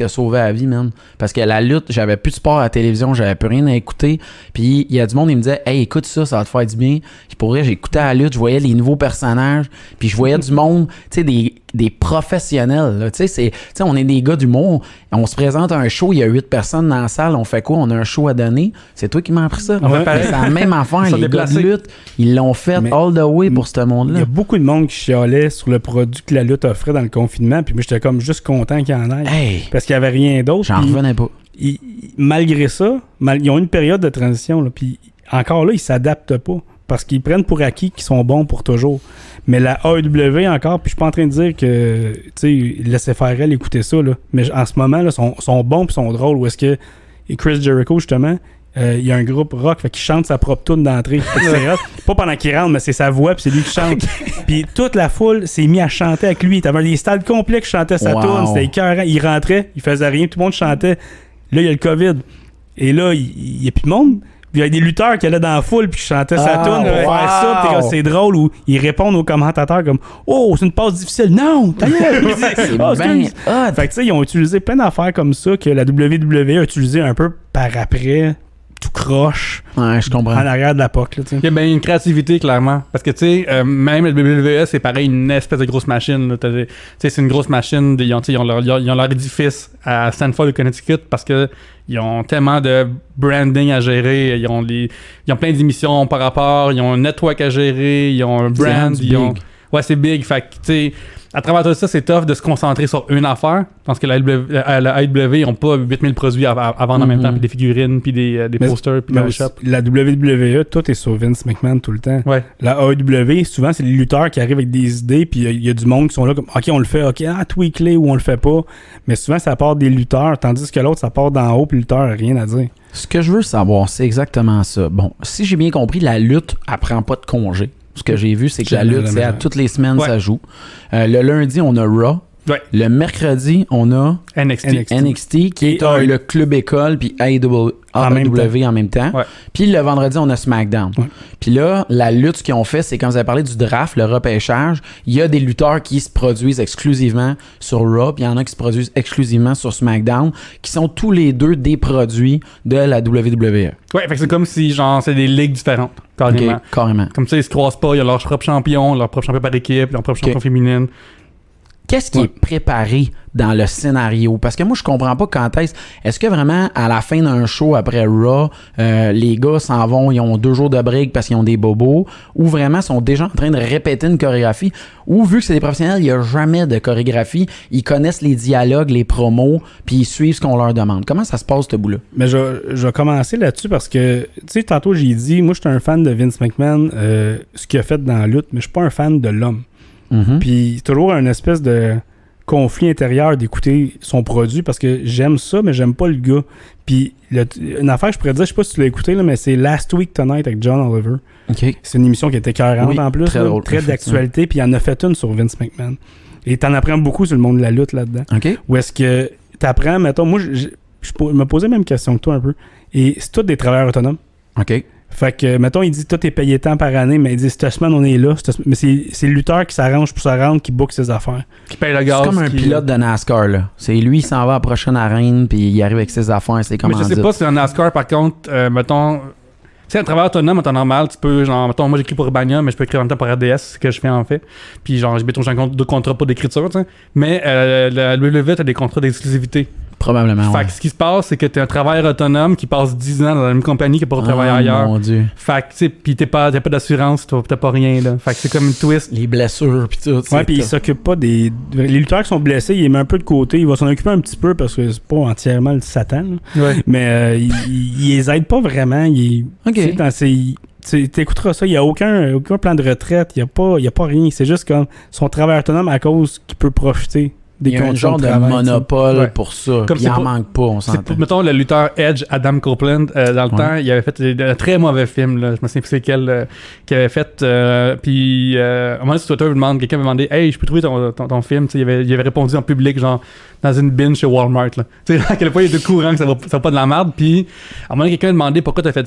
à la vie, man. Parce que la lutte, j'avais plus de sport à la télévision, j'avais plus rien à écouter. Puis il y a du monde, il me disait, hey, écoute ça, ça va te faire du bien. Puis pour vrai, j'écoutais la lutte, je voyais les nouveaux personnages. Puis je voyais du monde, tu sais, des, des professionnels. Tu sais, on est des gars d'humour. On se présente à un show, il y a huit personnes dans la salle. On fait quoi? On a un show à donner. C'est toi qui m'as appris ça. Ouais. C'est la même affaire. Les gars déplacés. de lutte, ils l'ont fait Mais all the way pour ce monde-là. Il y a beaucoup de monde qui chialait sur le produit que la lutte offrait dans le confinement. Puis moi, j'étais comme juste content qu'il y en ait. Hey, Parce qu'il n'y avait rien d'autre. j'en puis revenais pas. ils- malgré ça, mal- ils ont une période de transition. Là, puis encore là, ils s'adaptent pas. Parce qu'ils prennent pour acquis qu'ils sont bons pour toujours. Mais la A E W encore, puis je suis pas en train de dire que, tu sais, laissez faire elle écouter ça, là. Mais en ce moment, là, sont, sont bons puis sont drôles. Où est-ce que et Chris Jericho, justement, euh, il y a un groupe rock, fait qu'il chante sa propre tune d'entrée. Fait que c'est hot. Pas pendant qu'il rentre, mais c'est sa voix puis c'est lui qui chante. Puis toute la foule s'est mis à chanter avec lui. T'avais des stades complets qui chantaient sa Wow. tune. C'était écœurant. Il rentrait, il faisait rien, tout le monde chantait. Là, il y a le COVID. Et là, il n'y a plus de monde. Puis il y a des lutteurs qui allaient dans la foule puis qui chantaient sa Ah, tune pour wow. faire ça. Puis t'es comme, c'est drôle où ils répondent aux commentateurs comme « Oh, c'est une passe difficile. Non, ta gueule! » C'est Ah, bien excuse. hot. Fait que tu sais, ils ont utilisé plein d'affaires comme ça que la W W E a utilisé un peu par après, tout croche, Ouais, je comprends. en arrière de la P O C. Là, tu sais. Il y a bien une créativité, clairement. Parce que, tu sais, euh, même la W W E, c'est pareil, une espèce de grosse machine. là. T'as des- Tu sais, c'est une grosse machine. Ils ont, tu sais, ils ont leur, ils ont- ils ont leur édifice à Stanford, au Connecticut, parce que ils ont tellement de branding à gérer. Ils ont, les, ils ont plein d'émissions par rapport. Ils ont un network à gérer. Ils ont un C'est brand. rendu Ils ont... big. Ouais, c'est big. Fait que, tu sais, à travers tout ça, c'est tough de se concentrer sur une affaire. Parce que la, W- euh, la A E W, ils n'ont pas huit mille produits à, à- à vendre en même Mhm. temps. Puis des figurines, puis des, euh, des Mais- posters, puis Mais des aussi, shops. la W W E, tout est sur Vince McMahon tout le temps. Ouais. La A E W, souvent, c'est les lutteurs qui arrivent avec des idées, puis il y a- il y, a du monde qui sont là comme « Ok, on le fait, ok, ah, tweak-les ou on le fait pas. » Mais souvent, ça part des lutteurs, tandis que l'autre, ça part d'en haut, puis le lutteur n'a rien à dire. Ce que je veux savoir, c'est exactement ça. Bon, si j'ai bien compris, la lutte, elle prend pas de congé. Ce que j'ai vu, c'est que la Jamais, lutte, c'est à jamais. toutes les semaines, Ouais. ça joue. Euh, le lundi, on a Raw. Ouais. Le mercredi, on a N X T. N X T. N X T, qui est Et A E W. le club école, puis A E W En même en même temps. Ouais. Puis le vendredi, on a SmackDown. Ouais. Puis là, la lutte, ce qu'ils ont fait, c'est quand vous avez parlé du draft, le repêchage, il y a des lutteurs qui se produisent exclusivement sur Raw, puis il y en a qui se produisent exclusivement sur SmackDown, qui sont tous les deux des produits de la W W E. Ouais, fait que c'est comme si, genre, c'est des ligues différentes, carrément. Ok, carrément. Comme ça, ils se croisent pas, ils ont leur propre champion, leur propre champion par équipe, leur propre Ok. champion féminine. Qu'est-ce qui Ouais. est préparé dans le scénario? Parce que moi, je comprends pas quand est-ce... Est-ce que vraiment, à la fin d'un show après Raw, euh, les gars s'en vont, ils ont deux jours de break parce qu'ils ont des bobos, ou vraiment sont déjà en train de répéter une chorégraphie, ou vu que c'est des professionnels, il n'y a jamais de chorégraphie, ils connaissent les dialogues, les promos, puis ils suivent ce qu'on leur demande. Comment ça se passe, ce bout-là? Mais je, je vais commencer là-dessus parce que, tu sais, tantôt, j'ai dit, moi, je suis un fan de Vince McMahon, euh, ce qu'il a fait dans la lutte, mais je suis pas un fan de l'homme. Mhm. Puis c'est toujours un espèce de conflit intérieur d'écouter son produit parce que j'aime ça, mais j'aime pas le gars. Puis le- une affaire que je pourrais dire, je sais pas si tu l'as écouté, là, mais c'est Last Week Tonight avec John Oliver. OK. C'est une émission qui était écœurante Oui, en plus, très là, drôle, très effectivement. d'actualité, puis il en a fait une sur Vince McMahon. Et t'en apprends beaucoup sur le monde de la lutte là-dedans. OK? Où est-ce que t'apprends, mettons, moi, je, je, je po- me posais la même question que toi un peu. Et c'est tous des travailleurs autonomes. OK. Fait que, mettons, il dit tout est payé tant par année, mais il dit cette semaine on est là. cette semaine- Mais c'est, c'est le lutteur qui s'arrange pour se rendre, qui book ses affaires. Qui paye le gaz. C'est comme un qui- pilote de NASCAR, là. C'est lui, il s'en va à la prochaine arène, puis il arrive avec ses affaires, c'est Mais comment je sais pas si en NASCAR, par contre, euh, mettons. Tu sais, un travail autonome en temps normal, tu peux, genre, mettons, moi j'écris pour Urbania, mais je peux écrire en même temps pour R D S, c'est ce que je fais en fait. Puis, genre, j'ai j'ai un compte- deux contrats pour d'écriture, tu sais. Mais euh, la W W E, t'as des contrats d'exclusivité. Probablement, Fait ouais. que ce qui se passe, c'est que t'es un travailleur autonome qui passe dix ans dans la même compagnie qui n'a pas Oh, travaillé ailleurs. mon Dieu. Fait que, tu sais, pis t'es pas, t'as pas d'assurance, t'as t'as pas rien, là. Fait que c'est comme une twist. Les blessures, puis tout. c'est Ouais, puis il tough. s'occupe pas des. Les lutteurs qui sont blessés, il les met un peu de côté. Il va s'en occuper un petit peu parce que c'est pas entièrement le Satan. là. Ouais. Mais euh, il, il, il les aide pas vraiment. Il, OK. tu sais, dans ses- tu t'écouteras ça, il n'y a aucun, aucun plan de retraite, il n'y a, pas- il y a pas rien. C'est juste comme son travail autonome à cause qu'il peut profiter des Il y a un conditions genre de, travail, tu sais. monopole Ouais. pour ça. Comme Puis il c'est en pas- manque pas, on C'est s'entend. pour- mettons, le lutteur Edge, Adam Copeland, euh, dans le Ouais. temps, il avait fait euh, un très mauvais film, là, je me souviens plus c'est quel, euh, qu'il avait fait, euh, puis euh, à un moment donné, sur Twitter, il demande, quelqu'un m'a demandé « Hey, je peux trouver ton, ton, ton film? » Tu sais, il avait, il avait répondu en public, genre, dans une bin chez Walmart, là. Tu sais, à quel point il était courant que ça va, ça va pas de la merde, puis à un moment donné, quelqu'un a demandé « Pourquoi t'as fait ça? »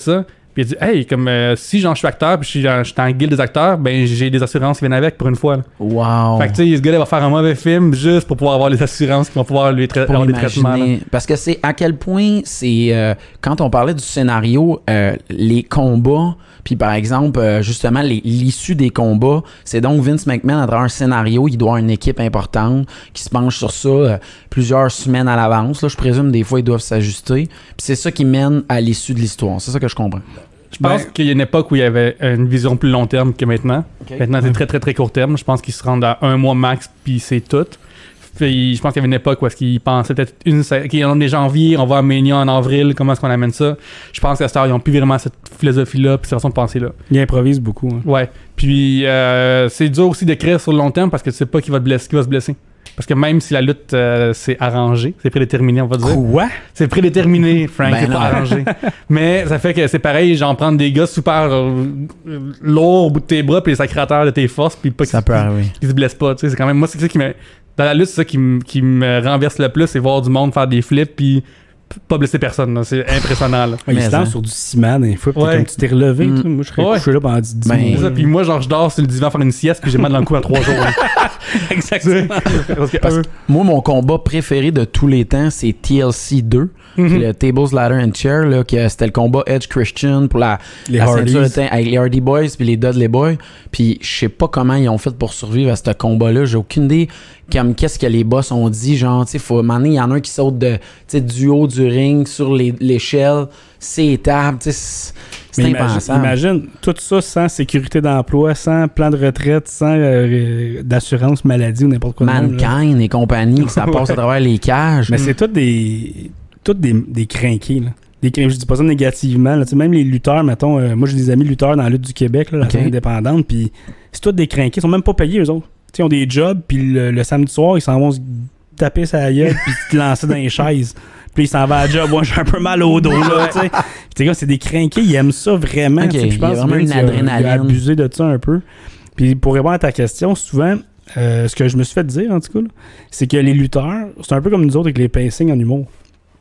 Puis il dit, hey, comme euh, si genre, je suis acteur, puis je suis, je suis en guilde des acteurs, ben j'ai des assurances qui viennent avec pour une fois. Là. Wow. Fait que tu sais, ce gars-là va faire un mauvais film juste pour pouvoir avoir les assurances qui vont pouvoir lui tra- avoir des traitements. Là. Parce que c'est à quel point c'est. Euh, quand on parlait du scénario, euh, les combats, puis par exemple, euh, justement, les, l'issue des combats, c'est donc Vince McMahon, à travers un scénario, il doit avoir une équipe importante qui se penche sur ça euh, plusieurs semaines à l'avance. Là, je présume des fois, ils doivent s'ajuster. Puis c'est ça qui mène à l'issue de l'histoire. C'est ça que je comprends. Je pense ben, qu'il y a une époque où il y avait une vision plus long terme que maintenant. Okay. Maintenant, c'est ouais. très, très, très court terme. Je pense qu'ils se rendent à un mois max, puis c'est tout. Puis, je pense qu'il y avait une époque où est-ce qu'ils pensaient peut-être une... OK, on est janvier, on va à Mania en avril, comment est-ce qu'on amène ça? Je pense qu'à cette heure, ils n'ont plus vraiment cette philosophie-là, puis cette façon de penser-là. Ils improvisent beaucoup. Hein. Ouais. Puis, euh, c'est dur aussi d'écrire sur le long terme parce que tu sais pas qui va, te blesser, qui va se blesser. Parce que même si la lutte euh, c'est arrangé, c'est prédéterminé, on va dire. Quoi? C'est prédéterminé, Frank, ben c'est pas arrangé. Mais ça fait que c'est pareil, genre prendre des gars super euh, lourds au bout de tes bras, puis les sacrateurs de tes forces, puis pas ça qu'ils, peut arriver. qu'ils se blessent pas. Tu sais, c'est quand même moi, c'est ça qui me dans la lutte, c'est ça qui me qui me renverse le plus, c'est voir du monde faire des flips, puis pas blesser personne, là. C'est impressionnant. Là. Ouais, il se lance sur du ciment des fois, puis ouais. comme tu t'es relevé, mm. moi je serais ouais. couché là pendant dix ben, minutes. Ben, puis moi, genre, je dors sur le divan faire une sieste, puis j'ai mal dans le cou à trois jours. Exactement. Parce que, Parce que moi, mon combat préféré de tous les temps, c'est T L C deux, mm-hmm. le Tables, Ladder and Chair, là, que c'était le combat Edge Christian pour la, les la ceinture avec les Hardy Boys puis les Dudley Boys. Puis je sais pas comment ils ont fait pour survivre à ce combat-là. J'ai aucune idée comme qu'est-ce que les boss ont dit. Genre, tu sais, faut il y en a un qui saute de, du haut du ring sur les, l'échelle, c'est étable, tu sais. C'est mais impensable. Imagine, imagine tout ça sans sécurité d'emploi, sans plan de retraite, sans euh, d'assurance maladie ou n'importe quoi. Mankind même, et compagnie, que ça passe à travers les cages. Mais mm. c'est tout des tout des, des crinqués, là. Des, je dis pas ça négativement. Là, même les lutteurs, mettons, euh, moi j'ai des amis lutteurs dans la lutte du Québec, là, la okay. scène indépendante, puis c'est tous des crinqués, ils sont même pas payés eux autres. T'sais, ils ont des jobs, puis le, le samedi soir, ils s'en vont se taper sa gueule, puis se lancer dans les chaises. Puis il s'en va à la job, moi j'ai un peu mal au dos, là, tu sais. Puis gars, c'est des crinqués, ils aiment ça vraiment. Okay, je pense vraiment une adrénaline. Il a abusé de ça un peu. Puis pour répondre à ta question, souvent, euh, ce que je me suis fait dire, en tout cas, là, c'est que les lutteurs, c'est un peu comme nous autres avec les pacings en humour.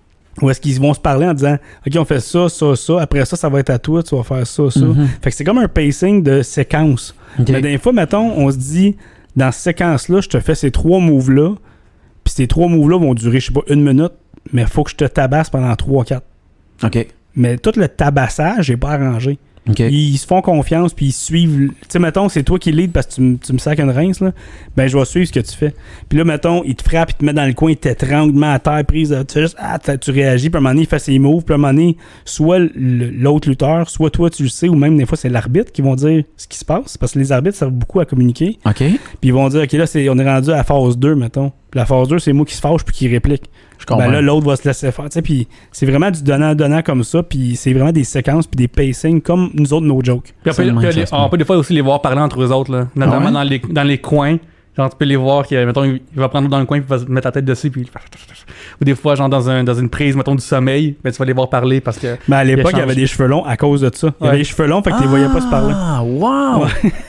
Où est-ce qu'ils vont se parler en disant OK, on fait ça, ça, ça, après ça, ça va être à toi, tu vas faire ça, ça. Mm-hmm. Fait que c'est comme un pacing de séquence. Okay. Mais des fois, mettons, on se dit dans cette séquence-là, je te fais ces trois moves-là, puis ces trois moves-là vont durer, je sais pas, une minute, mais il faut que je te tabasse pendant trois quatre. OK. Mais tout le tabassage n'est pas arrangé. Okay. Ils, ils se font confiance, puis ils suivent. Tu sais, mettons, c'est toi qui lead parce que tu, m- tu me sacs une rince, là. Ben, je vais suivre ce que tu fais. Puis là, mettons, il te frappe, il te met dans le coin, il t'étrangle, il te met à terre, prise. Tu fais juste, ah, tu réagis, puis à un moment donné, il fait ses moves, puis à un moment donné, soit l'autre lutteur, soit toi, tu le sais, ou même des fois, c'est l'arbitre qui vont dire ce qui se passe, parce que les arbitres servent beaucoup à communiquer. OK. Puis ils vont dire, OK, là, c'est, on est rendu à la phase deux, mettons. Puis la phase deux, c'est moi qui se fâche, puis qui réplique. Je comprends. Ben là, l'autre va se laisser faire. Tu sais, puis c'est vraiment du donnant-donnant comme ça, puis c'est vraiment des séquences, puis des pacings comme nous autres, nos jokes. Puis on peut, puis les, on peut des fois aussi les voir parler entre eux autres, là. Notamment ah ouais? dans, les, dans les coins. Genre, tu peux les voir, qui, mettons, il va prendre dans le coin, puis il va mettre la tête dessus, puis ou des fois, genre, dans, un, dans une prise, mettons, du sommeil, ben, tu vas les voir parler parce que. Mais à l'époque, il y avait des cheveux longs à cause de ça. Il y avait des cheveux longs, fait que tu les voyais pas se parler. Ah, wow!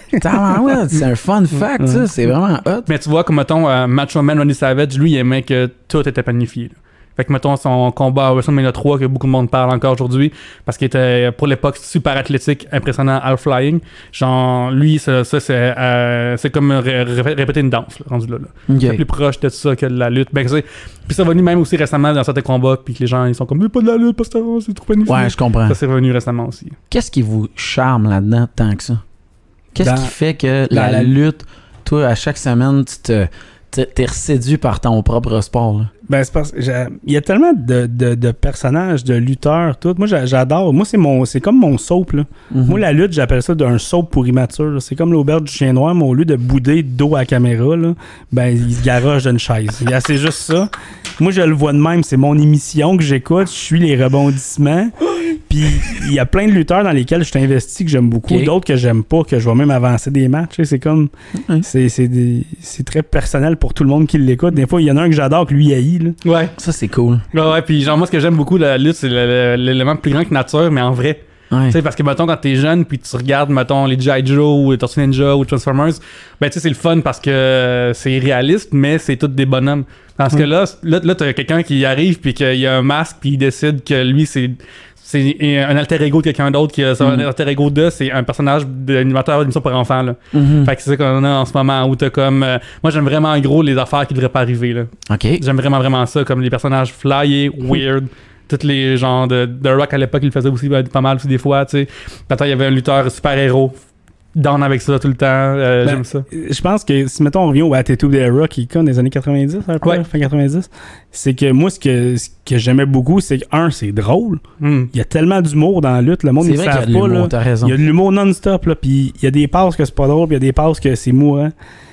Ouais. C'est un fun fact, ça. C'est vraiment hot. Mais tu vois, comme, mettons, euh, Macho Man Randy Savage, lui, il aimait que tout était planifié, là. Fait que, mettons, son combat à WrestleMania trois, que beaucoup de monde parle encore aujourd'hui, parce qu'il était, pour l'époque, super athlétique, impressionnant, half-flying. Genre, lui, ça, ça c'est, euh, c'est comme ré- ré- répéter une danse, là, rendu là. là. Okay. C'est plus proche de ça que de la lutte. Ben, c'est, puis ça va venir même aussi récemment dans certains combats, puis que les gens, ils sont comme, mais pas de la lutte, parce que c'est trop planifié. Ouais, je comprends. Ça, c'est revenu récemment aussi. Qu'est-ce qui vous charme là-dedans tant que ça? Qu'est-ce dans, qui fait que la, la lutte, toi, à chaque semaine, tu te... T'es séduit par ton propre sport, là. Ben, c'est parce qu'il y a tellement de, de, de personnages, de lutteurs, tout. Moi, j'adore. Moi, c'est mon c'est comme mon soap, là. Mm-hmm. Moi, la lutte, j'appelle ça un soap pour immature, là. C'est comme l'auberge du chien noir, mais au lieu de bouder dos à la caméra, là, ben, il se garoche d'une chaise. C'est juste ça. Moi, je le vois de même. C'est mon émission que j'écoute. Je suis les rebondissements. Puis, il y a plein de lutteurs dans lesquels je suis investi que j'aime beaucoup. Okay. D'autres que j'aime pas, que je vais même avancer des matchs. C'est comme... Mm-hmm. C'est, c'est, des, c'est très personnel pour tout le monde qui l'écoute. Des fois, il y en a un que j'adore que lui haït, là. Ouais. Ça, c'est cool. Ouais, ouais. Puis, genre, moi, ce que j'aime beaucoup de la lutte, c'est le, le, l'élément plus grand que nature, mais en vrai. Ouais. Tu sais, parce que, mettons, quand t'es jeune, puis tu regardes, mettons, les G I. Joe, ou les Tortues Ninja, ou Transformers, ben, tu sais, c'est le fun parce que c'est réaliste, mais c'est tous des bonhommes. Parce mm. que là, là, là, t'as quelqu'un qui arrive, puis qu'il y a un masque, puis il décide que lui, c'est... c'est un alter ego de quelqu'un d'autre qui a mm. un alter ego de c'est un personnage d'animateur d'émission pour enfants là. Mm-hmm. Fait que c'est ça qu'on a en ce moment où t'as comme euh, moi j'aime vraiment en gros les affaires qui devraient pas arriver là. OK. J'aime vraiment vraiment ça comme les personnages flyés, weird. Tous les genres de, de Rock à l'époque, il le faisait aussi pas mal aussi des fois, tu sais. Peut-être il y avait un lutteur super-héros down avec ça tout le temps, euh, ben, j'aime ça. Je pense que si mettons on revient au Attitude Era qui est comme des années quatre-vingt-dix, un peu, ouais. fin quatre-vingt-dix, c'est que moi ce que, ce que j'aimais beaucoup, c'est que un, c'est drôle. Mm. Il y a tellement d'humour dans la lutte, le monde ne savent pas. Là. T'as raison. Il y a de l'humour non-stop, là, puis il y a des passes que c'est pas drôle, puis il y a des passes que c'est mourant.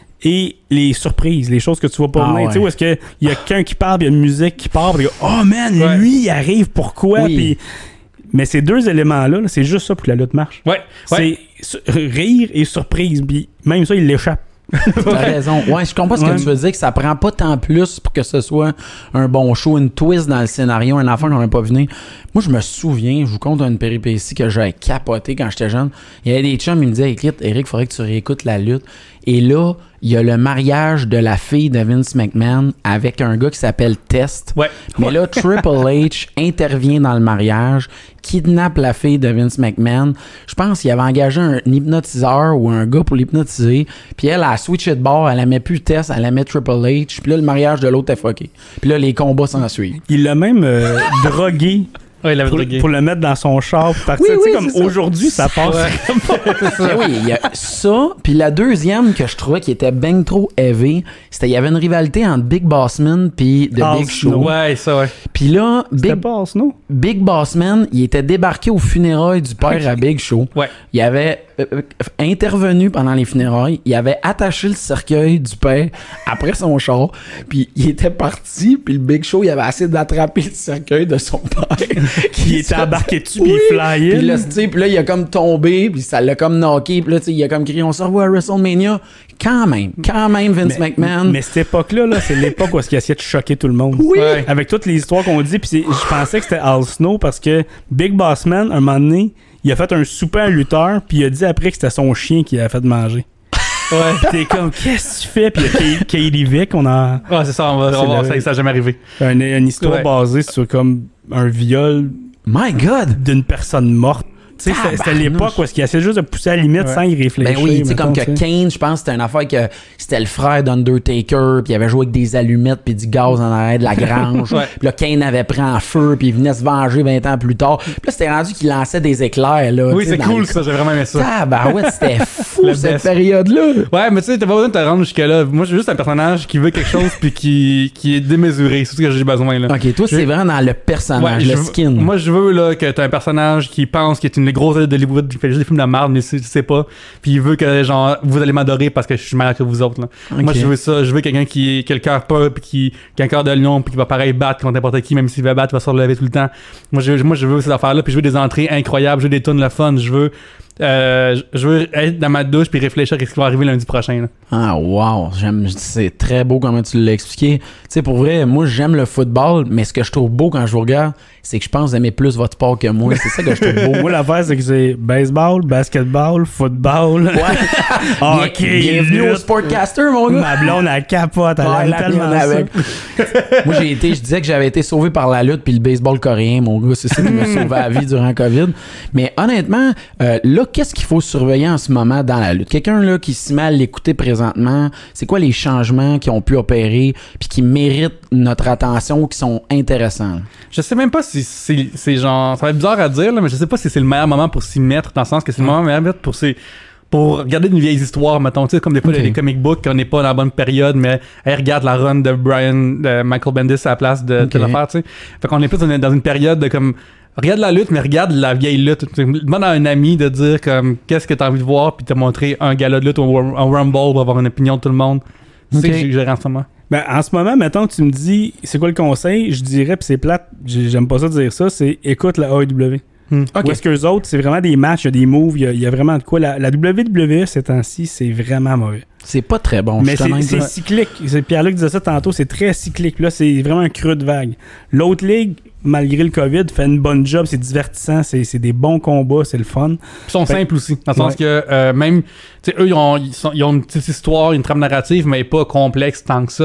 Et les surprises, les choses que tu vois pas venir. Ah ouais. Tu sais, où est-ce qu'il y a quelqu'un qui parle, il y a une musique qui part, puis oh man, ouais. lui, il arrive, pourquoi? Oui. Puis, mais ces deux éléments-là, là, c'est juste ça pour que la lutte marche. Ouais. ouais. C'est rire et surprise, puis même ça, il l'échappe. T'as raison. Ouais, je comprends ce ouais. que tu veux dire, que ça prend pas tant plus pour que ce soit un bon show, une twist dans le scénario, un enfant qu'on n'a pas venu. Moi, je me souviens, je vous compte une péripétie que j'avais capoté quand j'étais jeune. Il y avait des chums, ils me disaient, écoute, Eric, il faudrait que tu réécoutes la lutte. Et là, il y a le mariage de la fille de Vince McMahon avec un gars qui s'appelle Test. Ouais. Mais là, Triple H intervient dans le mariage, kidnappe la fille de Vince McMahon. Je pense qu'il avait engagé un hypnotiseur ou un gars pour l'hypnotiser. Puis elle a switché de bord, elle la met plus Test, elle la met Triple H. Puis là, le mariage de l'autre est fucké. Puis là, les combats s'en suivent. Il l'a même euh, drogué. Ouais, il pour, pour le mettre dans son char pour partir. Oui, tu sais, oui, comme aujourd'hui, ça, ça passe. Ouais. Oui, il y a ça. Puis la deuxième que je trouvais qui était ben trop heavy, c'était il y avait une rivalité entre Big Boss Man puis The Al Big Snow. Show. Ouais, ça, ouais. Puis là, Big, Big, Snow. Big Boss Man, il était débarqué aux funérailles du père okay. à Big Show. Ouais. Il avait euh, intervenu pendant les funérailles. Il avait attaché le cercueil du père après son char. Puis il était parti. Puis le Big Show, il avait essayé d'attraper le cercueil de son père. qui était embarqué dessus, puis oui. il flyait. Puis là, puis là, il a comme tombé, puis ça l'a comme knocké. Puis là, il a comme crié, on se revoit à WrestleMania. Quand même, quand même, Vince mais, McMahon. Mais cette époque-là, là, c'est l'époque où il essayait de choquer tout le monde. Oui. Ouais. Avec toutes les histoires qu'on dit, puis je pensais que c'était Al Snow parce que Big Boss Man, un moment donné, il a fait un souper à lutteur, puis il a dit après que c'était son chien qui l'a fait manger. Ouais. T'es comme, qu'est-ce que tu fais? Puis il y a Katie Vick, on a. Ouais, c'est ça, on va, on va le... ça, ça n'a jamais arrivé. Une, une histoire ouais. basée sur comme un viol. My God! D'une personne morte. Tu sais, c'était, c'était l'époque où il essayait juste de pousser à la limite ouais. sans y réfléchir. Ben oui, tu sais, comme que Kane, je pense que c'était une affaire que c'était le frère d'Undertaker, puis il avait joué avec des allumettes puis du gaz en arrière de la grange. ouais. Puis là, Kane avait pris en feu, puis il venait se venger vingt ans plus tard. Puis là, c'était rendu qu'il lançait des éclairs, là. Oui, c'est cool, ça, j'ai vraiment aimé ça. Ah, ben ouais, c'était fou, cette best. période-là. Ouais, mais tu sais, t'as pas besoin de te rendre jusque-là. Moi, je suis juste un personnage qui veut quelque chose, puis qui, qui est démesuré. C'est tout ce que j'ai besoin, là. Ok, toi, je... c'est vraiment dans le personnage, ouais, le skin. Veux, moi, je veux, là, que t'as un personnage qui pense qu'il est une grosse de Hollywood, qui fait juste des films de merde, mais je sais pas. Puis il veut que, genre, vous allez m'adorer parce que je suis meilleur que vous autres, là. Okay. Moi, je veux ça. Je veux quelqu'un qui, qui a le cœur pas, puis qui, qui a un cœur de lion, puis qui va pareil battre contre n'importe qui, même s'il va battre, il va se relever tout le temps. Moi, je, moi, je veux ces affaires-là, puis je veux des entrées incroyables, je veux des tunes le fun, je veux. Euh, je veux être dans ma douche puis réfléchir à ce qui va arriver lundi prochain. Là. Ah, wow! J'aime, c'est très beau comment tu l'as expliqué. Tu sais, pour vrai, moi, j'aime le football, mais ce que je trouve beau quand je vous regarde, c'est que je pense que vous aimez plus votre sport que moi. C'est ça que je trouve beau. Moi, l'affaire, c'est que c'est baseball, basketball, football. Ouais. OK. Bienvenue au Sportcaster, mon gars. Ma blonde, elle capote. Elle ouais, aime tellement avec. Moi, j'ai été, je disais que j'avais été sauvé par la lutte puis le baseball coréen, mon gars. C'est ça qui m'a sauvé la vie durant COVID. Mais honnêtement, euh, là, qu'est-ce qu'il faut surveiller en ce moment dans la lutte? Quelqu'un là qui se met à l'écouter présentement, c'est quoi les changements qui ont pu opérer puis qui méritent notre attention ou qui sont intéressants? Je sais même pas si c'est, c'est genre... Ça va être bizarre à dire, là, mais je sais pas si c'est le meilleur moment pour s'y mettre, dans le sens que c'est le moment meilleur pour s'y... pour regarder une vieille histoire, mettons, tu sais, comme des fois okay. les comic books, qu'on n'est pas dans la bonne période, mais elle regarde la run de Brian, de Michael Bendis à la place de, okay. de l'affaire, tu sais. Fait qu'on est plus dans une période de comme... Regarde la lutte, mais regarde la vieille lutte. Demande à un ami de dire comme qu'est-ce que t'as envie de voir, puis te montrer un gala de lutte ou un Rumble pour avoir une opinion de tout le monde. C'est okay. ce que j'ai en ce moment. Ben, en ce moment, mettons, tu me dis, c'est quoi le conseil? Je dirais, puis c'est plate, j'aime pas ça dire ça, c'est écoute la A E W. Hmm. Okay. Ou est-ce qu'eux autres, c'est vraiment des matchs, il y a des moves, il y, y a vraiment de quoi. La, la W W E, ces temps-ci, c'est vraiment mauvais. C'est pas très bon. Mais c'est, c'est cyclique. C'est, Pierre-Luc disait ça tantôt, c'est très cyclique. Là, c'est vraiment un creux de vague. L'autre ligue, malgré le COVID, fait une bonne job, c'est divertissant, c'est, c'est des bons combats, c'est le fun. Ils sont fait, simples aussi, dans le sens ouais. que euh, même, tu sais, eux, ils ont, ils, sont, ils ont une petite histoire, une trame narrative, mais pas complexe tant que ça.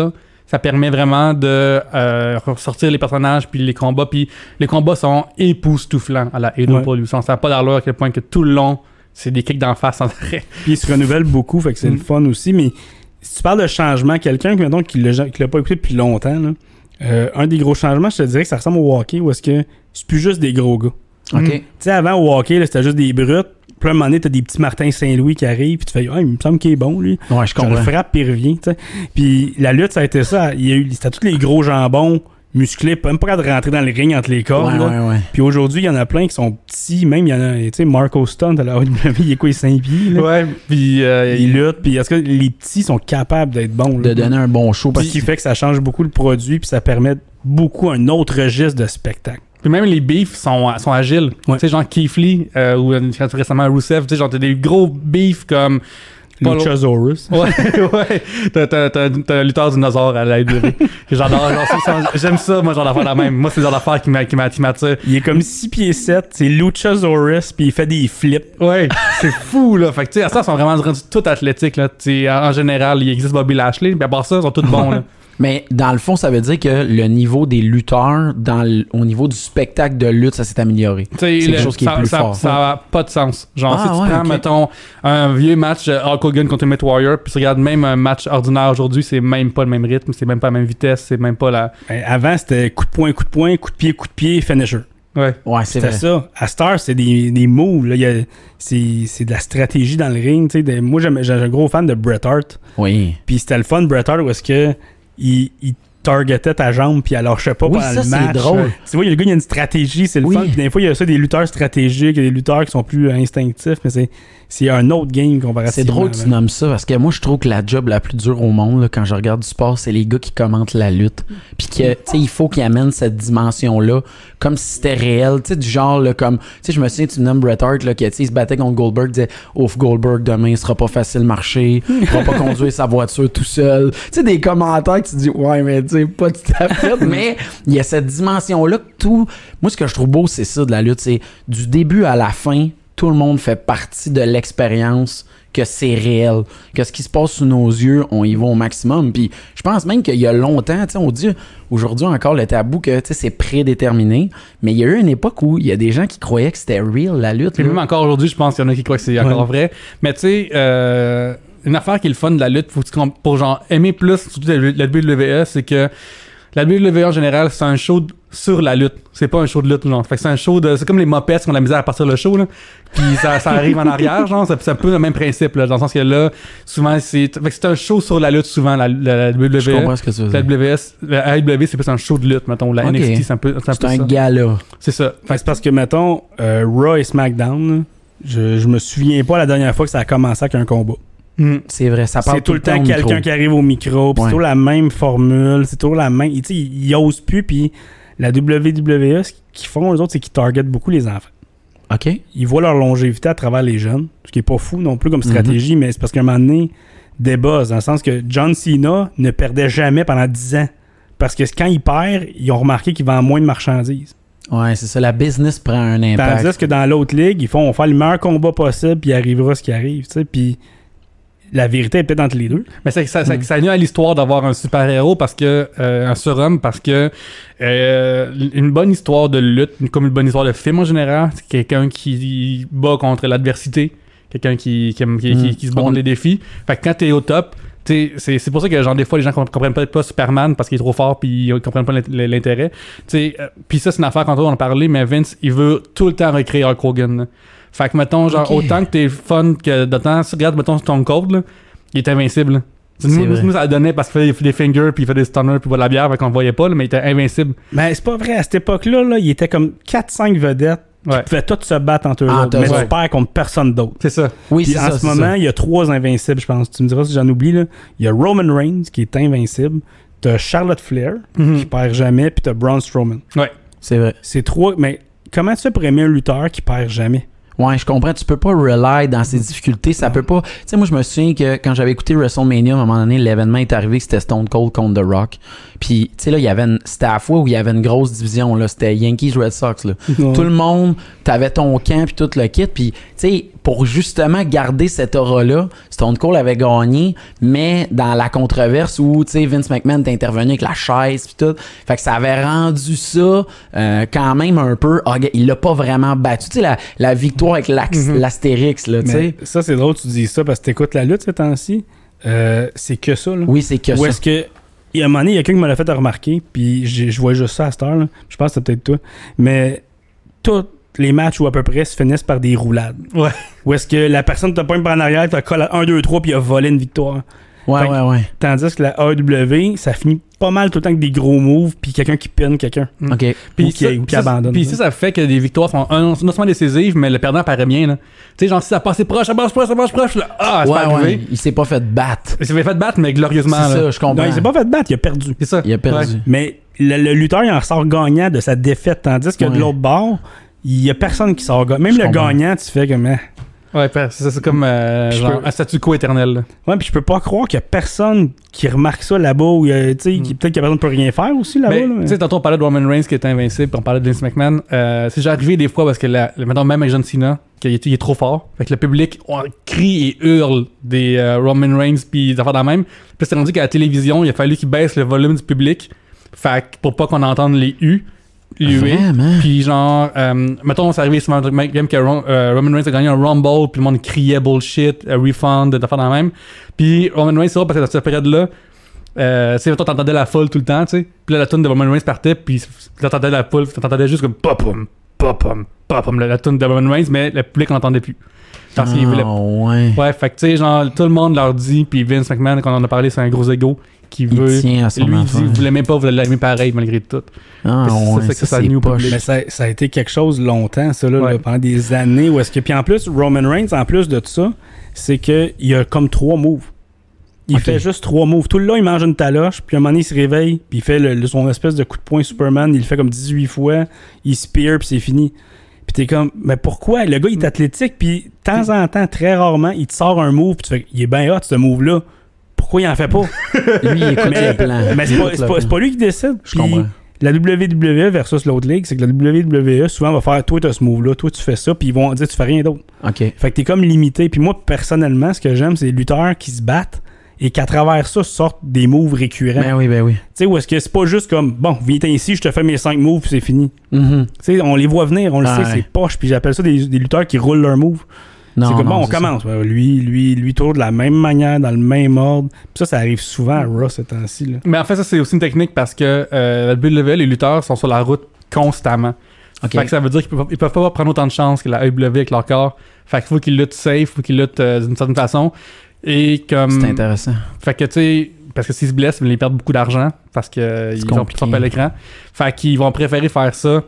Ça permet vraiment de euh, ressortir les personnages puis les combats. Puis les combats sont époustouflants à la Halo ouais. Pollution. Ça n'a pas d'allure à quel point que tout le long, c'est des kicks d'en face sans arrêt. Puis ils se renouvellent beaucoup, fait que c'est mm. le fun aussi. Mais si tu parles de changement, quelqu'un qui, mettons, qui l'a, qui l'a pas écouté depuis longtemps, là, euh, un des gros changements, je te dirais que ça ressemble au hockey, où est-ce que c'est plus juste des gros gars. OK. Tu sais, avant, au hockey, là, c'était juste des brutes. Puis à un moment donné, t'as des petits Martin Saint-Louis qui arrivent, puis tu fais, ah, il me semble qu'il est bon, lui. Ouais, je comprends. Je le frappe, puis il revient, tu sais. Puis la lutte, ça a été ça. Il y a eu, c'était tous les gros jambons musclés, même pas capable de rentrer dans le ring entre les corps. Ouais, là. ouais, ouais. Puis aujourd'hui, il y en a plein qui sont petits. Même, il y en a, tu sais, Marco Stunt à la O W, il est quoi, il est cinq pieds, là. Ouais, puis euh, il lutte, puis est-ce que les petits sont capables d'être bons, là? De donner un bon show. Parce qu'il fait que ça change beaucoup le produit, puis ça permet beaucoup un autre registre de spectacle. Puis même les beefs sont, sont agiles. Ouais. Tu sais, genre Keith Lee, euh, ou euh, récemment Rusev, tu sais, genre t'as des gros beefs comme... Luchasaurus. Ouais, ouais. T'as, t'as, t'as, t'as un lutteur dinosaure à la A E W. J'adore, genre, c'est, c'est, j'aime ça, moi, genre d'affaire la même. Moi, c'est le genre d'affaire qui, m'a, qui, m'a, qui m'attire. Il est comme six pieds sept, c'est Luchasaurus, puis il fait des flips. Ouais, c'est fou, là. Fait que, tu sais, à ça, ils sont vraiment rendus tout athlétiques, là. Tu sais, en général, il existe Bobby Lashley, mais à part ça, ils sont tous bons, là. Mais dans le fond, ça veut dire que le niveau des lutteurs, dans le, au niveau du spectacle de lutte, ça s'est amélioré. C'est quelque chose qui ça, est plus ça, fort. Ça n'a pas de sens. Genre, ah, si tu ouais, prends, okay. mettons, un vieux match euh, Hulk Hogan contre Ultimate Warrior, puis tu regardes même un match ordinaire aujourd'hui, c'est même pas le même rythme, c'est même pas la même vitesse, c'est même pas la... Ben, avant, c'était coup de poing, coup de poing, coup de pied, coup de pied, finisher. Ouais, ouais c'est c'était vrai. ça. À Star, c'est des, des moves. Là. Il y a, c'est, c'est de la stratégie dans le ring. De, moi, j'ai, j'ai un gros fan de Bret Hart. Oui. Puis c'était le fun, Bret Hart, où est-ce que il, il targetait ta jambe puis elle lâchait pas oui, pendant ça, le match. c'est drôle. Tu vois, le gars, il y a une stratégie, c'est le oui. fun. Puis des fois, il y a ça, des lutteurs stratégiques, il y a des lutteurs qui sont plus instinctifs, mais c'est, c'est un autre game comparativement. C'est drôle que tu nommes ça, parce que moi, je trouve que la job la plus dure au monde, là, quand je regarde du sport, c'est les gars qui commentent la lutte. Puis que, tu sais, il faut qu'ils amènent cette dimension-là, comme si c'était réel, tu sais, du genre, là, comme, tu sais, je me souviens, tu nommes Bret Hart, là, qui, tu sais, il se battait contre Goldberg, disait, ouf, Goldberg, demain, il sera pas facile marcher, il pourra pas conduire sa voiture tout seul. Tu sais, des commentaires que tu dis, ouais, mais tu sais, pas tout à fait, mais il y a cette dimension-là que tout. Moi, ce que je trouve beau, c'est ça de la lutte, c'est du début à la fin, tout le monde fait partie de l'expérience, que c'est réel, que ce qui se passe sous nos yeux, on y va au maximum. Puis je pense même qu'il y a longtemps, tu sais, on dit aujourd'hui encore le tabou que tu sais c'est prédéterminé, mais il y a eu une époque où il y a des gens qui croyaient que c'était real la lutte. Et même encore aujourd'hui, je pense qu'il y en a qui croient que c'est encore ouais. vrai. Mais tu sais, euh, une affaire qui est le fun de la lutte, faut que tu, pour genre aimer plus surtout la W W E, c'est que la W W E en général, c'est un show sur la lutte. C'est pas un show de lutte, genre. Fait que c'est un show de. C'est comme les mopettes qui ont la misère à partir le show, là. Puis ça, ça arrive en arrière, genre. C'est, c'est un peu le même principe, là. Dans le sens que là, souvent, c'est. Fait que c'est un show sur la lutte, souvent, la, la, la W W E. Je comprends ce que tu veux dire. La W S, la A E W, c'est plus un show de lutte, mettons. La okay. N X T, c'est un peu. C'est un, c'est peu un ça. gala. C'est ça. Fait que c'est parce que, mettons, euh, Raw et SmackDown, là, je, je me souviens pas la dernière fois que ça a commencé avec un combat. Mm. C'est vrai, ça parle c'est tout, tout le temps, temps quelqu'un micro. qui arrive au micro, puis ouais. c'est toujours la même formule, c'est toujours la même. Tu sais, ils osent plus, puis la W W E, ce qu'ils font, eux autres, c'est qu'ils targetent beaucoup les enfants. OK. Ils voient leur longévité à travers les jeunes, ce qui est pas fou non plus comme stratégie, mm-hmm. mais c'est parce qu'à un moment donné, des buzz, dans le sens que John Cena ne perdait jamais pendant dix ans. Parce que quand il perd, ils ont remarqué qu'il vend moins de marchandises. Ouais, c'est ça, la business prend un impact. Tandis que dans l'autre ligue, ils font on va faire le meilleur combat possible, puis il arrivera ce qui arrive, tu sais, puis la vérité est peut-être entre les deux. Mais c'est, ça, ça, mm. ça nuit à l'histoire d'avoir un super-héros parce que euh, un surhomme parce que euh, une bonne histoire de lutte, comme une bonne histoire de film en général, c'est quelqu'un qui bat contre l'adversité, quelqu'un qui, qui, qui, mm. qui, qui se bat contre les défis. Fait que quand t'es au top, t'sais, c'est, c'est pour ça que genre des fois les gens comprennent peut-être pas Superman parce qu'il est trop fort puis ils comprennent pas l'intérêt. T'sais, euh, puis ça c'est une affaire quand on en a parlé, mais Vince il veut tout le temps recréer Hulk Hogan. Là. Fait que, mettons, genre, okay. autant que t'es fun que de temps, regarde, mettons, Stone Cold, là, il était invincible. Là. Nous, nous, ça donnait parce qu'il fait des fingers, puis il fait des stunners, puis il boit de la bière, fait qu'on le voyait pas, là, mais il était invincible. Mais c'est pas vrai, à cette époque-là, là, il était comme quatre cinq vedettes qui ouais. pouvaient tous se battre entre eux ah, autres, mais ouais. tu perds contre personne d'autre. C'est ça. Oui, puis c'est en ça, ce moment, ça. Il y a trois invincibles, je pense. Tu me diras si j'en oublie, là. Il y a Roman Reigns, qui est invincible. T'as Charlotte Flair, mm-hmm. qui perd jamais, puis t'as Braun Strowman. Ouais. C'est vrai. C'est trois, mais comment tu fais pour aimer un lutteur qui perd jamais? Ouais, je comprends. Tu peux pas rely dans ces difficultés. Ça peut pas. Tu sais, moi, je me souviens que quand j'avais écouté WrestleMania, à un moment donné, l'événement est arrivé que c'était Stone Cold contre The Rock. Puis, tu sais, là, il y avait une. C'était à la fois où il y avait une grosse division, là. C'était Yankees Red Sox, là. Ouais. Tout le monde, t'avais ton camp, puis tout le kit. Puis, tu sais, pour justement garder cette aura-là, Stone Cold avait gagné, mais dans la controverse où, tu sais, Vince McMahon était intervenu avec la chaise, puis tout. Fait que ça avait rendu ça euh, quand même un peu. Oh, il l'a pas vraiment battu. Tu sais, la, la victoire avec mm-hmm. l'astérix, là, tu sais. Ça, c'est drôle que tu dis ça parce que t'écoutes la lutte ces temps-ci. Euh, c'est que ça, là. Oui, c'est que Où ça. Où est-ce que. Il y a un moment donné, il y a quelqu'un qui me l'a fait remarquer, puis je vois juste ça à cette heure, là. Je pense que c'est peut-être toi. Mais tous les matchs où à peu près se finissent par des roulades. Ouais. Où est-ce que la personne te pointe par en arrière, te colle à un, deux, trois, puis il a volé une victoire. Ouais, ouais, ouais. Tandis que la A E W, ça finit pas mal tout le temps avec des gros moves, puis quelqu'un qui pine quelqu'un. OK. Puis ou qui, ça, ou qui ça, abandonne. Puis ça, ça fait que les victoires sont non seulement décisives, mais le perdant paraît bien. Tu sais, genre, si ça passe proche, ça passe proche, ça passe proche, là, ah, c'est ouais, pas ouais. arrivé. Il s'est pas fait battre. Il s'est fait battre, mais glorieusement. C'est là. ça, je comprends. Non, il s'est pas fait battre, il a perdu. C'est ça. Il a perdu. Ouais. Mais le, le lutteur, il en sort gagnant de sa défaite, tandis que ouais. de l'autre bord, il y a personne qui sort gagnant. Même je le comprends. Gagnant, tu fais comme... Ouais, c'est, c'est comme euh, genre, peux... un statu quo éternel. Là. Ouais, puis je peux pas croire qu'il y a personne qui remarque ça là-bas, ou tu sais, mm. peut-être que personne ne peut rien faire aussi là-bas. Mais, là, mais... Tu sais, tantôt on parlait de Roman Reigns qui était invincible, puis on parlait de Vince McMahon. Euh, c'est déjà arrivé des fois parce que, la, maintenant, même avec John Cena, qu'il est, il est trop fort. Fait que le public on crie et hurle des euh, Roman Reigns, puis des affaires de la même. Puis c'est rendu qu'à la télévision, il a fallu qu'il baisse le volume du public, fait pour pas qu'on entende les U. Lui, puis genre, euh, mettons, c'est arrivé souvent même que Ron, euh, Roman Reigns a gagné un Rumble, puis le monde criait bullshit, a refund, d'affaires dans la même. Puis Roman Reigns, c'est vrai, parce que dans cette période-là, euh, tu sais, mettons, t'entendais la foule tout le temps, tu sais. Puis là, la tune de Roman Reigns partait, puis t'entendais la foule, t'entendais juste comme pop-pum, pop-pum, pop-pum, la, la tune de Roman Reigns, mais le public n'entendait plus. Parce oh, qu'il voulait. Ouais. Ouais, fait que tu sais, genre, tout le monde leur dit, puis Vince McMahon, quand on en a parlé, c'est un gros ego. Qui veut, il tient à son lui enfant. dit vous l'aimez pas, vous allez l'aimer pareil malgré tout. Ah, ouais, ça, ça, ça, c'est ça, poche. Mais ça, ça a été quelque chose longtemps, ça, là, ouais. là, pendant des années. Où est-ce que... Puis en plus, Roman Reigns, en plus de tout ça, c'est qu'il y a comme trois moves. Il okay. fait juste trois moves. Tout le long, il mange une taloche, puis à un moment donné, il se réveille, puis il fait le, le, son espèce de coup de poing Superman, il le fait comme dix-huit fois, il spear, puis c'est fini. Puis t'es comme, mais pourquoi? Le gars, il est athlétique, puis de temps en temps, très rarement, il te sort un move, puis tu fais, il est bien hot, ce move-là. Pourquoi il en fait pas? Lui, il écoute mais, le plan. Mais c'est pas, c'est, pas, c'est pas lui qui décide. Je comprends. La W W E versus l'autre ligue, c'est que la W W E souvent va faire toi t'as ce move-là, toi tu fais ça, puis ils vont dire tu fais rien d'autre. OK. Fait que t'es comme limité. Puis moi, personnellement, ce que j'aime, c'est les lutteurs qui se battent et qu'à travers ça sortent des moves récurrents. Ben oui, ben oui. Tu sais, où est-ce que c'est pas juste comme bon, viens ici, je te fais mes cinq moves, puis c'est fini. Mm-hmm. Tu sais, on les voit venir, on le ah, sait, ouais. c'est poche, puis j'appelle ça des, des lutteurs qui roulent leur move. Non, c'est comme non, bon, on commence. Ouais, lui, lui, lui, toujours de la même manière, dans le même ordre. Puis ça, ça arrive souvent à Raw ces temps-ci. Là. Mais en fait, ça, c'est aussi une technique parce que euh, la W W E, les lutteurs sont sur la route constamment. Okay. Fait que ça veut dire qu'ils peuvent, ils peuvent pas prendre autant de chance que la A E W avec leur corps. Fait qu'il faut qu'ils luttent safe, il faut qu'ils luttent euh, d'une certaine façon. Et comme. C'est intéressant. Fait que tu sais. Parce que s'ils se blessent, ils perdent beaucoup d'argent parce qu'ils euh, ont plus de temps à l'écran. Fait qu'ils vont préférer faire ça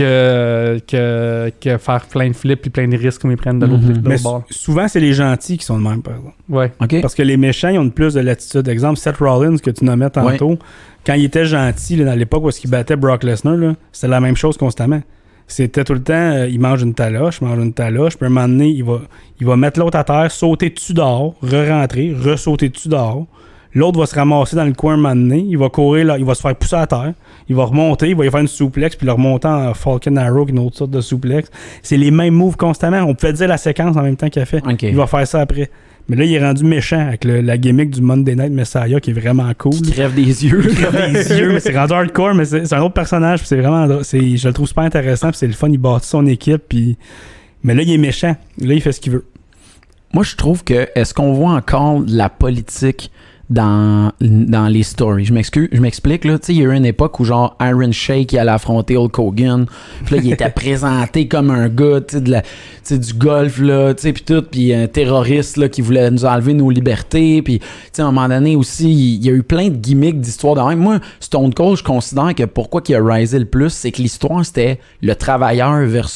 que, que, que faire plein de flips et plein de risques comme ils prennent de l'autre, mm-hmm. de l'autre bord. Souvent, c'est les gentils qui sont de même, par exemple. Ouais. Okay. Parce que les méchants, ils ont plus de latitude. Exemple, Seth Rollins, que tu nommais tantôt, ouais. quand il était gentil, là, dans l'époque où il battait Brock Lesnar, là, c'était la même chose constamment. C'était tout le temps, euh, il mange une taloche, il mange une taloche, puis à un moment donné, il va, il va mettre l'autre à terre, sauter dessus dehors, re-rentrer, re-sauter dessus dehors. L'autre va se ramasser dans le coin un moment donné, il va courir, là, il va se faire pousser à terre, il va remonter, il va y faire une souplex, puis le remonter en Falcon Arrow, qui est une autre sorte de souplex. C'est les mêmes moves constamment. On pouvait dire la séquence en même temps qu'il a fait. Okay. Il va faire ça après. Mais là, il est rendu méchant avec le, la gimmick du Monday Night Messiah qui est vraiment cool. Qui crève des yeux. Il crève des yeux, mais c'est rendu hardcore, mais c'est, c'est un autre personnage, puis c'est vraiment... C'est, je le trouve super intéressant, puis c'est le fun, il bâtit son équipe, puis... Mais là, il est méchant. Là, il fait ce qu'il veut. Moi, je trouve que... Est-ce qu'on voit encore de la politique dans, dans les stories? Je m'excuse, je m'explique, là. Tu sais, il y a eu une époque où, genre, Iron Sheik allait affronter Hulk Hogan. Puis là, il était présenté comme un gars, tu sais, de la... Tu sais, du golf, là, tu sais, puis tout, puis un terroriste, là, qui voulait nous enlever nos libertés, puis, tu sais, à un moment donné aussi, il y a eu plein de gimmicks d'histoires de même. Moi, Stone Cold, je considère que pourquoi il a risé le plus, c'est que l'histoire, c'était le travailleur versus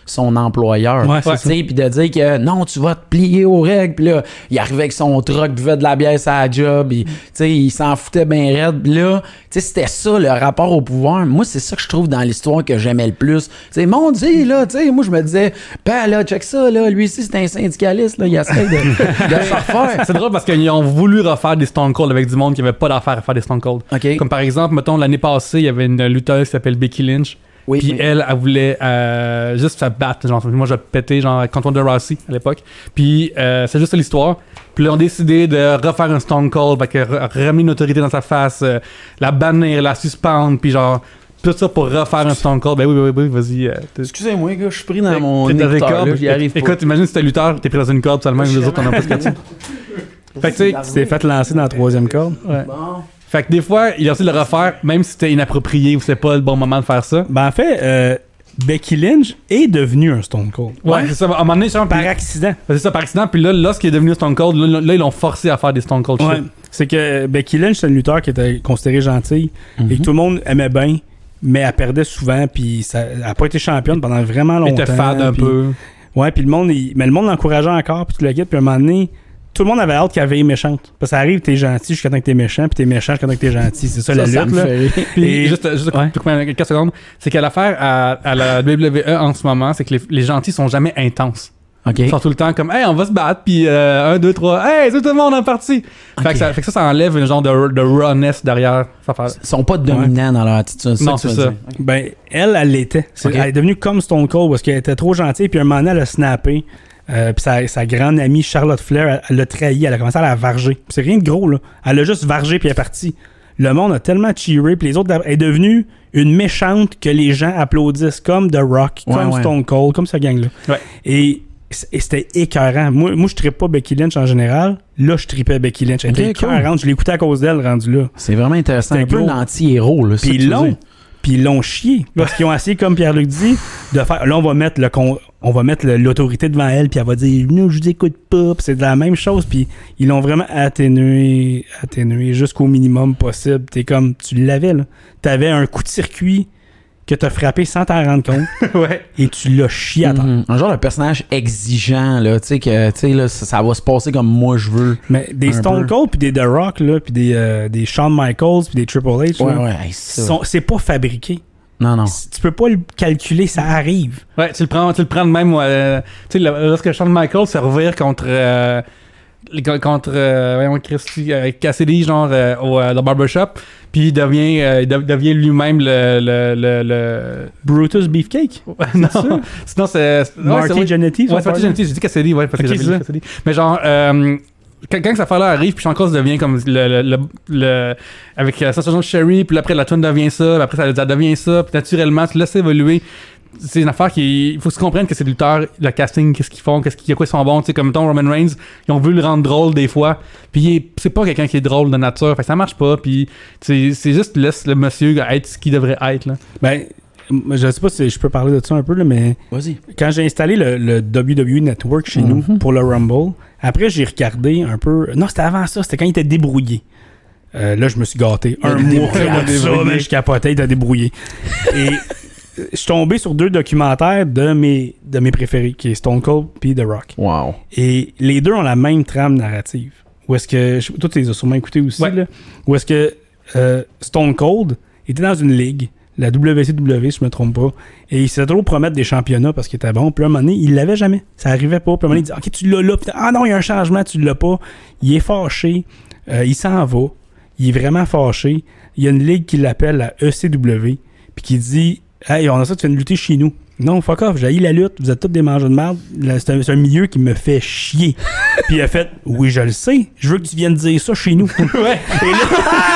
son employeur. Ouais, c'est ça. Puis de dire que non, tu vas te plier aux règles. Puis là, il arrivait avec son truck, buvait de la bière sur la job. Il, il s'en foutait bien raide. Puis là, c'était ça le rapport au pouvoir. Moi, c'est ça que je trouve dans l'histoire que j'aimais le plus. T'sais, mon Dieu, là, t'sais, moi, je me disais, ben là, check ça, là, lui ici, c'est un syndicaliste, là, il essaie de, de se refaire. C'est drôle parce qu'ils ont voulu refaire des Stone Cold avec du monde qui n'avait pas d'affaire à faire des Stone Cold. Okay. Comme par exemple, mettons, l'année passée, il y avait une lutteuse qui s'appelle Becky Lynch. Oui, puis oui. elle, elle voulait euh, juste se battre. Genre, moi, je pétais genre contre Ronda Rousey à l'époque. Puis euh, c'est juste ça l'histoire. Puis là, ils ont décidé de refaire un Stone Cold, fait que re- ramener une autorité dans sa face, euh, la bannir, la suspendre, puis genre tout ça pour refaire un Stone Cold. Ben oui, oui, oui, oui vas-y. Euh, Excusez-moi, gars, je suis pris dans mon t'es dans les écouteur, cordes. là, j'y arrive pas. Écoute, imagine si t'es lutteur, t'es pris dans une corde, tu as le même, les autres, on a pas ce qu'il y a. Fait que tu sais, Tu t'es fait lancer dans la troisième corde. ouais. Bon. Fait que des fois, il a essayé de le refaire, même si c'était inapproprié ou c'est pas le bon moment de faire ça. Ben en fait, euh, Becky Lynch est devenue un Stone Cold. Ouais, c'est ça. À un moment donné, genre, Par puis- accident. c'est ça, par accident. Puis là, lorsqu'il est devenu Stone Cold, là, là, ils l'ont forcé à faire des Stone Cold Ouais. shit. C'est que Becky Lynch, c'est une lutteur qui était considérée gentille Mhm. et que tout le monde aimait bien, mais elle perdait souvent, puis ça, elle n'a pas été championne pendant vraiment Il longtemps. était fade un puis- peu. Ouais, puis le monde, il- mais le monde l'encourageait encore, puis tout le kit, puis à un moment donné, tout le monde avait hâte qu'elle veille méchante. Parce que ça arrive, t'es gentil jusqu'à temps que t'es méchant, puis t'es méchant jusqu'à temps que t'es gentil. C'est ça, la Ça, ça lutte, me là. fait rire. Puis Et- juste, juste ouais. te couper quelques secondes, c'est que l'affaire à, à la W W E en ce moment, c'est que les, les gentils sont jamais intenses. OK. Ils sont tout le temps comme, hey, on va se battre, puis euh, un, deux, trois, hey, tout le monde est parti. Fait, Ok. que ça, fait que ça, ça enlève un genre de, de rawness derrière cette affaire. Ils sont pas dominants dans leur attitude. Non, que tu c'est veux ça. dire. Ben, elle, elle l'était. C'est- Ok. Elle est devenue comme Stone Cold parce qu'elle était trop gentille, puis un moment donné, elle a snappé. Euh, puis sa, sa grande amie Charlotte Flair, elle, elle l'a trahi, elle a commencé à la varger. Puis c'est rien de gros, là. Elle a juste vargé, puis elle est partie. Le monde a tellement cheeré, puis les autres, elle est devenue une méchante que les gens applaudissent, comme The Rock, Ouais, comme ouais. Stone Cold, comme cette gang-là. Ouais. Et, et c'était écœurant. Moi, moi je trippe pas Becky Lynch en général. Là, je trippais Becky Lynch. Elle était Ok, cool. écœurante. Je l'écoutais à cause d'elle, rendu là. C'est vraiment intéressant. C'est Un peu gros. l'anti-héros, là. ça Puis que ils tu veux l'ont. dire. Puis ils l'ont chié. Parce qu'ils ont essayé, comme Pierre-Luc dit, de faire. Là, on va mettre le con- on va mettre le- l'autorité devant elle, puis elle va dire non, je vous écoute pas. Puis c'est de la même chose. Puis ils l'ont vraiment atténué, atténué jusqu'au minimum possible. T'es comme, tu l'avais, là. T'avais un coup de circuit que t'as frappé sans t'en rendre compte, Ouais. et tu l'as chié à terre. Mhm. Un genre de personnage exigeant, là. Tu sais, que tu sais, là, ça, ça va se passer comme moi je veux. Mais des Un Stone peu. Cold, puis des The Rock, là, puis des, euh, des Shawn Michaels, puis des Triple H, Ouais, là, ouais. Hey, ça. sont- c'est pas fabriqué. Non, non. Tu peux pas le calculer, ça arrive. Ouais, tu le prends, tu le prends de même. Euh, tu sais, le- lorsque Shawn Michaels se revire contre. Euh, les- contre. Euh, voyons, Christy. Euh, Cassidy, genre, euh, au euh, le barbershop. Puis il devient, euh, il de- devient lui-même le. le, le, le... Brutus Beefcake. non, ça? sinon c'est. c'est- Marty ouais, c'est- Jannetty, son Ouais, c'est Marty partner. Jannetty, j'ai dit Cassidy, ouais, parce Ok, que j'avais c'est dit Cassidy. Mais genre, euh, quand, quand cette affaire-là arrive, puis Shawn Michaels devient comme le. le, le, le- avec la sensation de Sherry, puis après la tune devient ça, puis après ça, ça devient ça, puis naturellement, tu laisses évoluer. C'est une affaire qui. Il faut se comprendre que c'est des lutteurs, le casting, qu'est-ce qu'ils font, qu'est-ce qu'ils, à quoi ils sont bons. Tu sais, comme ton Roman Reigns, ils ont voulu le rendre drôle des fois. Puis il est- c'est pas quelqu'un qui est drôle de nature. Fait que ça marche pas. Puis c'est, c'est juste laisse le monsieur être ce qu'il devrait être. Là. Ben, je sais pas si je peux parler de ça un peu, là, mais Vas-y. quand j'ai installé le, le W W E Network chez Mhm. nous pour le Rumble, après j'ai regardé un peu. Non, c'était avant ça, c'était quand il était débrouillé. Euh, là, je me suis gâté. Un Il était mois débrouillé. après ça, mais je capotais, il était débrouillé. Et euh, je suis tombé sur deux documentaires de mes, de mes préférés, qui est Stone Cold puis The Rock. Wow. Et les deux ont la même trame narrative. Où est-ce que. je- Toi, tu les as sûrement écoutés aussi, Ouais. là. Où est-ce que euh, Stone Cold était dans une ligue, la W C W, si je me trompe pas, et il s'est trop promettre des championnats parce qu'il était bon. Puis à un moment donné, il l'avait jamais. Ça arrivait pas. Puis à un moment donné, il dit ok, tu l'as là. Puis, ah non, il y a un changement, tu l'as pas. Il est fâché. Euh, il s'en va. Il est vraiment fâché. Il y a une ligue qui l'appelle la E C W, puis qui dit hey, on a ça, tu viens de lutter chez nous. Non, fuck off, j'ai haï la lutte, vous êtes tous des mangeurs de merde. Là, C'est un, c'est un milieu qui me fait chier. Puis il a fait oui, je le sais, je veux que tu viennes dire ça chez nous. Ouais. Et là,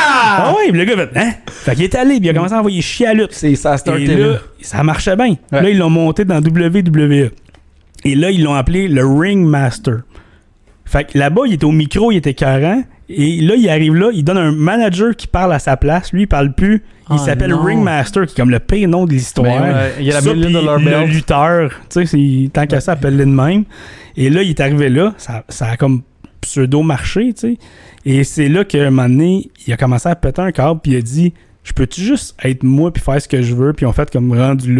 ah ouais, puis le gars a fait hein? Fait qu'il est allé, puis il a commencé à envoyer chier à la lutte. C'est ça, a starté Et là. là, ça marchait bien. Ouais. Là, ils l'ont monté dans W W E. Et là, ils l'ont appelé le Ring Master. Fait que là-bas, il était au micro, il était carré. Et là, il arrive là, il donne un manager qui parle à sa place. Lui, il parle plus. Il Ah, s'appelle non. Ringmaster, qui est comme le pire nom de l'histoire. Ben ouais, il y a la Ça, Million puis Dollar le Belt. lutteur. Tu sais, c'est- tant qu'à ça, appelle-le de même. Et là, il est arrivé là. Ça, ça a comme pseudo-marché, tu sais. Et c'est là qu'à un moment donné, il a commencé à péter un câble, puis il a dit « Je peux-tu juste être moi, puis faire ce que je veux? » Puis on fait comme rendu là.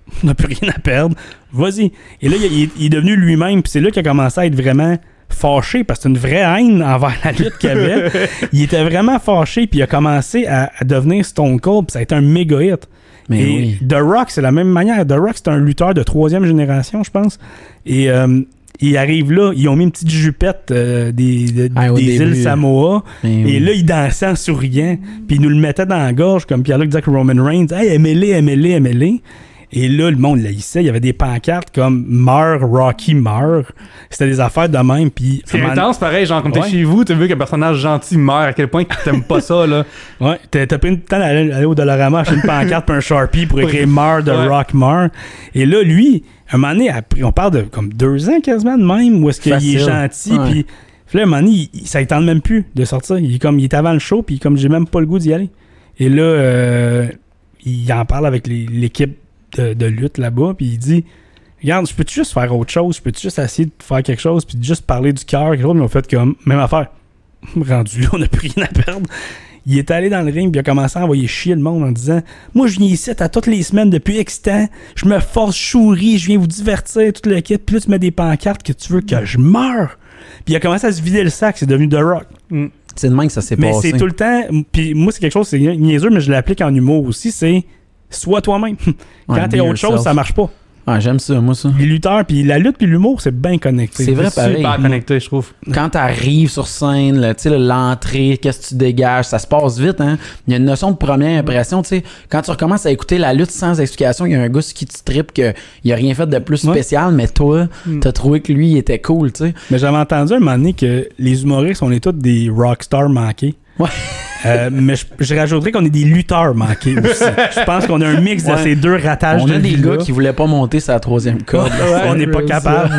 on n'a plus rien à perdre, vas-y. Et là, il, il est devenu lui-même, puis c'est là qu'il a commencé à être vraiment fâché, parce que c'est une vraie haine envers la lutte qu'il avait. Il était vraiment fâché, puis il a commencé à, à devenir Stone Cold, puis ça a été un méga hit. Mais et oui. The Rock, c'est la même manière. The Rock, c'est un lutteur de troisième génération, je pense. Et euh, il arrive là, ils ont mis une petite jupette euh, des, de, ah, des îles Samoa. Mais et oui. là, il dansait en souriant. Puis il nous le mettait dans la gorge, comme Pierre-Luc disait que Roman Reigns. Hey, aimez-les, aimez-les, aimez-les. Et là, le monde l'haïssait. Il y avait des pancartes comme Meurs, Rocky meurt. C'était des affaires de même. Puis, c'est man... intense, pareil. Genre, comme ouais. t'es chez vous, t'as vu qu'un personnage gentil meurt. À quel point t'aimes pas ça, là. Ouais, t'as, t'as pris le temps d'aller, d'aller au Dollarama acheter une pancarte puis un Sharpie pour écrire Meurs de ouais. Rock meurt. Et là, lui, un moment donné, après, on parle de comme deux ans quasiment de même, où est-ce qu'il est gentil. Ouais. Puis là, un moment donné, il, il, ça ne tente même plus de sortir. Il est comme, il est avant le show, puis comme j'ai même pas le goût d'y aller. Et là, euh, il en parle avec les, l'équipe De, de lutte là-bas, puis il dit regarde, je peux-tu juste faire autre chose, je peux-tu juste essayer de faire quelque chose, puis juste parler du cœur, quelque chose, mais on fait comme même affaire. Rendu là, on n'a plus rien à perdre. Il est allé dans le ring, puis il a commencé à envoyer chier le monde en disant moi, je viens ici à toutes les semaines depuis X temps, je me force chouris, je viens vous divertir, toute le kit, puis là, tu mets des pancartes que tu veux que je meure. Puis il a commencé à se vider le sac, c'est devenu The Rock. Mm. C'est de même que ça s'est mais passé. Mais c'est tout le temps, puis moi, c'est quelque chose, c'est niaiseux, mais je l'applique en humour aussi, c'est sois toi-même. Quand ouais, t'es autre chose, self. Ça marche pas. Ah, j'aime ça, moi, ça. Les lutteurs, puis la lutte, puis l'humour, c'est bien connecté. C'est vrai, c'est pareil. super connecté, je trouve. Quand t'arrives sur scène, là, là, l'entrée, qu'est-ce que tu dégages, ça se passe vite, hein. Il y a une notion de première impression, tu sais. Quand tu recommences à écouter la lutte sans explication, il y a un gars qui te trippe qu'il a rien fait de plus spécial, ouais. mais toi, mm. t'as trouvé que lui, il était cool, tu sais. Mais j'avais entendu un moment donné que les humoristes, on est tous des rockstars manqués. Ouais. Euh, mais je, je rajouterais qu'on est des lutteurs manqués aussi. Je pense qu'on a un mix ouais. de ces deux ratages. On de a des gars qui voulaient pas monter sa troisième corde. Ouais, on n'est pas capable.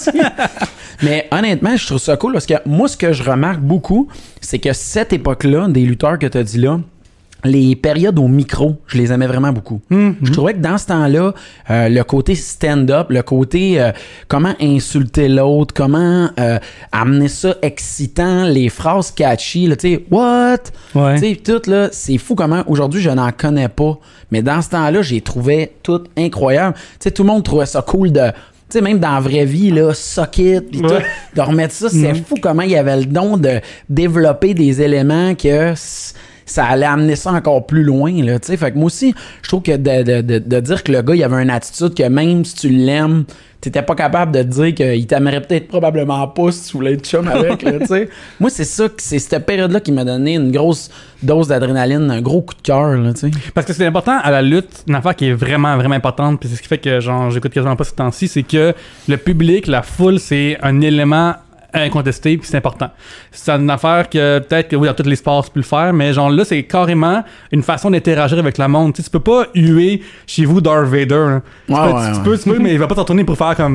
Mais honnêtement, je trouve ça cool parce que moi, ce que je remarque beaucoup, c'est que cette époque-là, des lutteurs que tu as dit là, les périodes au micro, je les aimais vraiment beaucoup. Mm-hmm. Je trouvais que dans ce temps-là, euh, le côté stand-up, le côté euh, comment insulter l'autre, comment euh, amener ça excitant, les phrases catchy, tu sais, what? Ouais. Tu sais, tout là, c'est fou comment aujourd'hui je n'en connais pas. Mais dans ce temps-là, j'ai trouvé tout incroyable. Tu sais, tout le monde trouvait ça cool de. Tu sais, même dans la vraie vie, là, suck it, pis ouais. tout, de remettre ça, c'est mm-hmm. fou comment il y avait le don de développer des éléments que. Ça allait amener ça encore plus loin, là, tu sais. Fait que moi aussi, je trouve que de, de, de, de dire que le gars, il avait une attitude que même si tu l'aimes, t'étais pas capable de te dire qu'il t'aimerait peut-être probablement pas si tu voulais être chum avec, là, tu sais. Moi, c'est ça, c'est cette période-là qui m'a donné une grosse dose d'adrénaline, un gros coup de cœur, là, tu sais. Parce que c'est important à la lutte, une affaire qui est vraiment, vraiment importante, puis c'est ce qui fait que, genre, j'écoute quasiment pas ce temps-ci, c'est que le public, la foule, c'est un élément incontesté, puis c'est important. C'est une affaire que peut-être que oui, dans tous les sports tu peux le faire, mais genre là c'est carrément une façon d'interagir avec le monde. Tu sais, tu peux pas huer chez vous Darth Vader. Hein. Tu, ouais, peux, ouais, tu, ouais. tu peux, tu peux, mais il va pas t'en tourner pour faire comme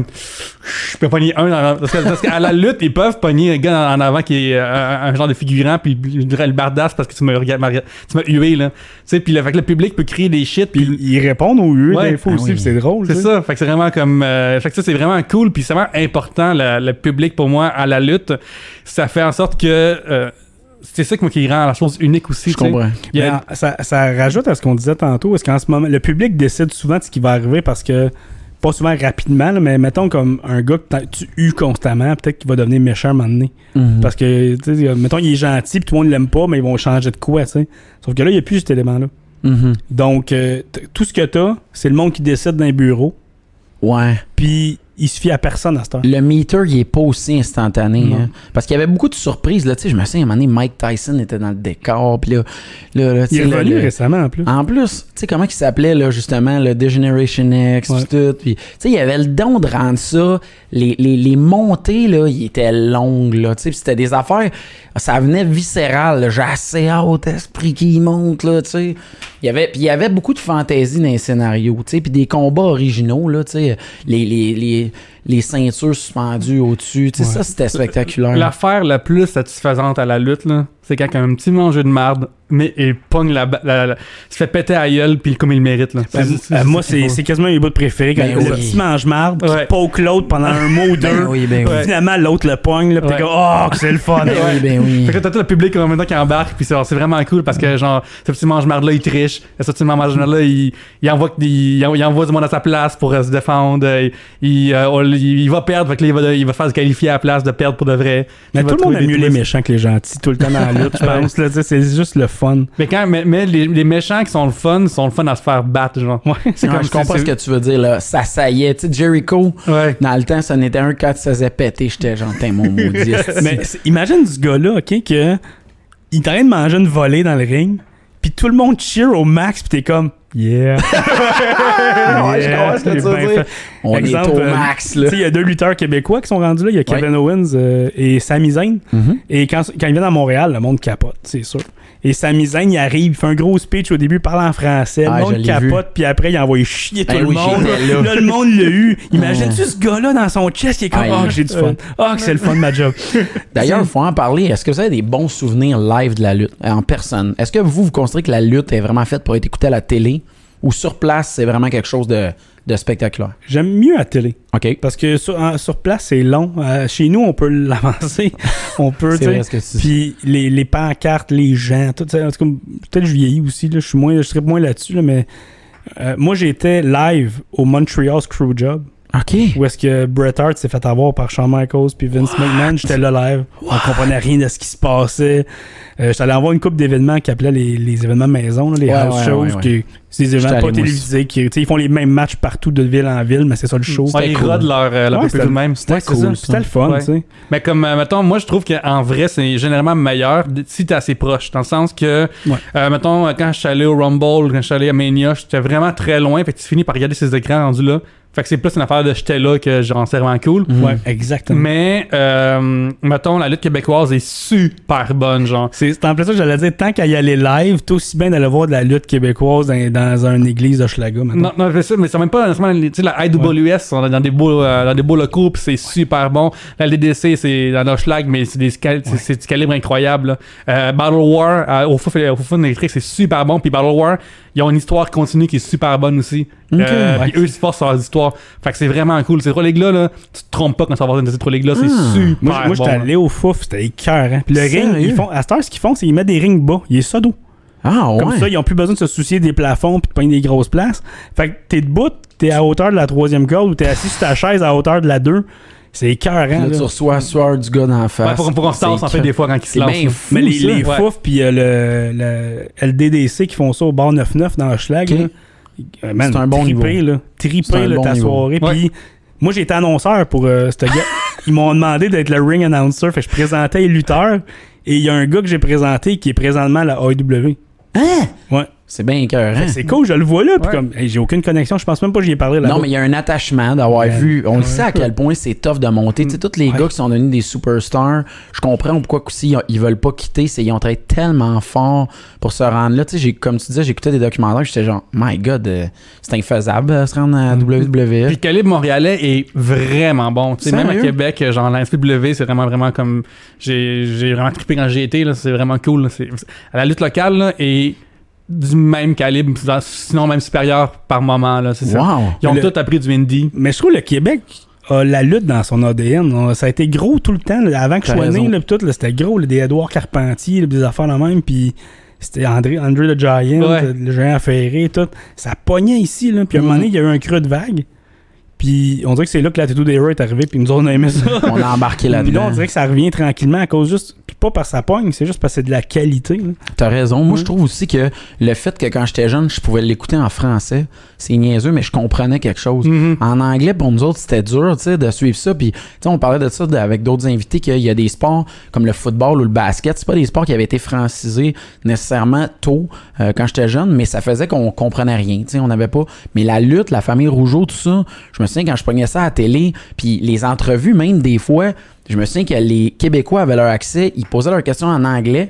je peux pogner un dans, parce, que, parce qu'à la lutte ils peuvent pogner un gars en avant qui est un, un genre de figurant puis il dirait le bardasse parce que tu m'as tu m'as hué là. Tu sais, puis le, fait que le public peut crier des shit puis ils répondent aux huées ouais, d'infos ah aussi, oui. c'est drôle. C'est ça. Fait que c'est vraiment comme euh, fait que ça c'est vraiment cool puis c'est vraiment important le, le public pour moi à la lutte. Ça fait en sorte que euh, c'est ça qui rend la chose unique aussi. Je comprends. A... Ça, ça rajoute à ce qu'on disait tantôt, est-ce qu'en ce moment, le public décide souvent de ce qui va arriver parce que, pas souvent rapidement, là, mais mettons comme un gars que tu hues constamment, peut-être qu'il va devenir méchant à un moment donné. Mm-hmm. Parce que, tu sais, mettons, il est gentil, puis tout le monde l'aime pas, mais ils vont changer de quoi, tu sais. Sauf que là, il n'y a plus cet élément-là. Mm-hmm. Donc, euh, t- tout ce que t'as, c'est le monde qui décide dans les bureaux. Ouais. Puis, il suffit à personne à cette heure. Le meter, il est pas aussi instantané. Hein? Parce qu'il y avait beaucoup de surprises. Là, je me souviens, à un moment donné, Mike Tyson était dans le décor. Puis là, là, là, il est là, revenu le, récemment, en plus. En plus, tu sais, comment il s'appelait, là, justement, le Degeneration X, ouais. puis tout. Puis, tu sais, il y avait le don de rendre ça. Les, les, les montées, là, ils étaient longues, là. Tu sais, c'était des affaires. Ça venait viscéral. Là, j'ai assez hâte, esprit qui monte, là, tu sais. Il y avait, puis il y avait beaucoup de fantaisie dans les scénarios, tu sais, puis des combats originaux, là, tu sais. Les, les, les, les ceintures suspendues au-dessus, tu sais, ouais. ça, c'était spectaculaire. L'affaire la plus satisfaisante à la lutte, là, c'est quand il y a un petit mangeur de marde, mais il pogne la, la, la se fait péter à la gueule, puis comme il le mérite. Là. Ben, C'est, c'est, euh, c'est, moi, c'est, c'est, c'est quasiment mes bouts préférés quand Ben le oui. petit mange-marde qui Ouais. poke l'autre pendant un mot ou deux. Ben oui, ben oui. Ouais. Finalement, l'autre le pogne, là, pis t'es Ouais. comme, oh, que c'est le fun. Ben oui, ben oui. Fait que t'as tout le public en même temps qui embarque, puis c'est, c'est vraiment cool parce que, genre, ce petit mange-marde-là, il triche. Ce petit mange-marde-là, il, il, envoie, il, il envoie du monde à sa place pour euh, se défendre. Il, il, euh, il, il va perdre, fait que là, il va, il va faire se qualifier à la place de perdre pour de vrai. Mais Il va tout le monde trouver aime des mieux les twists. méchants que les gentils, tout le temps dans la lutte, je pense. Là, tu sais, c'est juste le fun. Mais, quand, mais, mais les, les méchants qui sont le fun, sont le fun à se faire battre, genre. Ouais. C'est Ouais, comme je comprends c'est- ce que tu veux dire, là. Ça saillait. Tu sais, Jericho, Ouais. dans le temps, ça n'était un quand il se faisait péter. J'étais genre, t'es mon maudit. Mais c'est- imagine ce gars-là, OK, que il est en train de manger une volée dans le ring, puis tout le monde cheer au max, puis t'es comme, yeah. Ouais, je comprends ce que il est tu veux bien dire. fait. On Exemple, est au euh, max, Tu là. sais, il y a deux lutteurs québécois qui sont rendus là. Il y a Kevin Owens euh, et Sami Zayn. Mhm. Et quand, quand ils viennent à Montréal, le monde capote, c'est sûr. Et Sami Zayn, il arrive, il fait un gros speech au début, parle en français. Ah, le je monde l'ai capote, puis après, il envoie chier tout Ben le oui, monde. j'étais là. Là, le monde l'a eu. Imagine-tu ce gars-là dans son chest qui est comme, Aïe. oh, que j'ai du fun. Oh, que c'est le fun de ma job. D'ailleurs, il faut en parler. Est-ce que vous avez des bons souvenirs live de la lutte, en personne? Est-ce que vous, vous considérez que la lutte est vraiment faite pour être écoutée à la télé ou sur place, c'est vraiment quelque chose de, de spectaculaire? J'aime mieux à la télé. OK. Parce que sur, en- sur place, c'est long. Euh, chez nous, on peut l'avancer. On peut, C'est tu sais. vrai ce que tu dis. Puis les, les pancartes, les gens, tout ça. En tout cas, peut-être que je vieillis aussi. Là, je suis moins, je serais moins là-dessus. Là, mais euh, moi, j'étais live au Montreal Screwjob. OK. Où est-ce que Bret Hart s'est fait avoir par Shawn Michaels puis Vince McMahon. J'étais là live. On comprenait rien de ce qui se passait. Euh, J'étais allé en voir une couple d'événements qui appelaient les, les événements maison, là, les Ouais, house ouais, shows. ouais, ouais. Qui, c'est des J'étais événements pas allé moi télévisés. Qui, tu sais, ils font les mêmes matchs partout de ville en ville, mais c'est ça le show. Ouais, ils cool. rodent leur, euh, leur Ouais, pay-per-view c'était- de même. c'était Ouais, c'est cool, ça. ça. C'était le fun, Ouais. tu sais. Mais comme, euh, mettons, moi, je trouve qu'en vrai, c'est généralement meilleur d- si t'es assez proche. Dans le sens que, Ouais. euh, mettons, quand je suis allé au Rumble, quand je suis allé à Mania, j'étais vraiment très loin. Fait que tu finis par regarder ces écrans rendus là. Fait que c'est plus une affaire de j'étais là que genre, c'est vraiment cool. Mhm. Ouais, exactement. Mais, euh, mettons, la lutte québécoise est super bonne, genre. C'est c'est en plus ça que j'allais dire, tant qu'à y aller live, t'es aussi bien d'aller voir de la lutte québécoise dans, dans une église de Schlaga maintenant. Non, non, mais ça, mais c'est même pas nécessairement, tu sais, la I W S, on est dans des beaux, euh, dans des beaux locaux, puis c'est super bon. La L D C, c'est dans leur schlag, mais c'est des cal- c'est- c'est du calibre incroyable. là. Euh, Battle War, euh, au Fou au Fou électrique, c'est super bon. Puis Battle War, ils ont une histoire continue qui est super bonne aussi. Ok. Euh, Ouais. puis eux, ils se forcent sur leurs histoires. Fait que c'est vraiment cool. Ces trois ligues-là, là, tu te trompes pas quand tu vas voir une de ces trois ligues-là, c'est Ah. super Moi, j- moi j'étais bon. allé au Fouf, c'était écœurant. Puis le Sérieux? ring, ils font, à cette heure, ce qu'ils font, c'est qu'ils mettent des rings bas. Il est ça d'eau. Ah, ouais. Comme ça, ils ont plus besoin de se soucier des plafonds puis de pogner des grosses places. Fait que t'es debout, t'es à hauteur de la troisième corde ou t'es assis sur ta chaise à hauteur de la deux. C'est écœurant. Là, là. tu reçois la sueur du gars dans la face. Ouais, pour, pour qu'on se tasse, en fait, des fois, quand ils se C'est lancent. bien là. fou, Mais les, ça. les Ouais. Fouf puis euh, le, le L D D C qui font ça au bar neuf neuf dans le Schlag, Ok. là, euh, man, C'est un bon trippé, niveau. là. C'est Trippé, un là, bon ta niveau. soirée. Ouais. Puis moi, j'ai été annonceur pour euh, ce gars. Ils m'ont demandé d'être le ring announcer. Fait que je présentais les lutteurs. Et il y a un gars que j'ai présenté qui est présentement à la A E W. Hein? Ouais. C'est bien Fait écœurant. que c'est cool, je le vois là. Puis Ouais. comme, hey, j'ai aucune connexion. Je pense même pas que j'y ai parlé là. Non, mais il y a un attachement d'avoir Ouais. vu. On le Ouais. sait à quel point c'est tough de monter. Tu sais, tous les Ouais. gars qui sont devenus des superstars, je comprends pourquoi aussi ils, ils veulent pas quitter. C'est ils ont travaillé tellement fort pour se rendre là. Tu sais, j'ai- comme tu disais, j'écoutais des documentaires, j'étais genre, my God, euh, c'est infaisable de se rendre à W W E. Puis le calibre montréalais est vraiment bon. Tu sais, même à Sérieux? Québec, genre la S P W, c'est vraiment, vraiment comme. J'ai j'ai vraiment trippé quand j'ai été, là. C'est vraiment cool. Là. C'est- à la lutte locale, là, est du même calibre, sinon même supérieur par moment. Là. C'est ça. Wow! Ils ont Le- tous appris du indie. Mais je trouve le Québec a la lutte dans son A D N. On- Ça a été gros tout le temps. là. Avant que je T'as sois né, raison. là, pis tout, là, c'était gros. là, des Édouard Carpentier, là, des affaires de même. Puis c'était André, André le Giant, Ouais. le géant ferré, tout. Ça pognait ici. Là. Puis à un moment Mhm. donné, il y a eu un creux de vague. Puis on dirait que c'est là que l'attitude des Raw est arrivé. Puis nous autres, on a aimé ça. On a embarqué Puis là, là-dedans. on dirait que ça revient tranquillement à cause juste. Puis pas parce que ça pogne, c'est juste parce que c'est de la qualité. Là. T'as raison. Moi, Ouais. je trouve aussi que le fait que quand j'étais jeune, je pouvais l'écouter en français, c'est niaiseux, mais je comprenais quelque chose. Mhm. En anglais, pour nous autres, c'était dur, tu sais, de suivre ça. Puis, tu sais, on parlait de ça de- avec d'autres invités, qu'il y a des sports comme le football ou le basket. C'est pas des sports qui avaient été francisés nécessairement tôt, euh, quand j'étais jeune, mais ça faisait qu'on comprenait rien, tu sais, on n'avait pas... Mais la lutte, la famille Rougeau, tout ça, je me souviens quand je pognais ça à la télé, puis les entrevues, même des fois, je me souviens que les Québécois avaient leur accès, ils posaient leurs questions en anglais,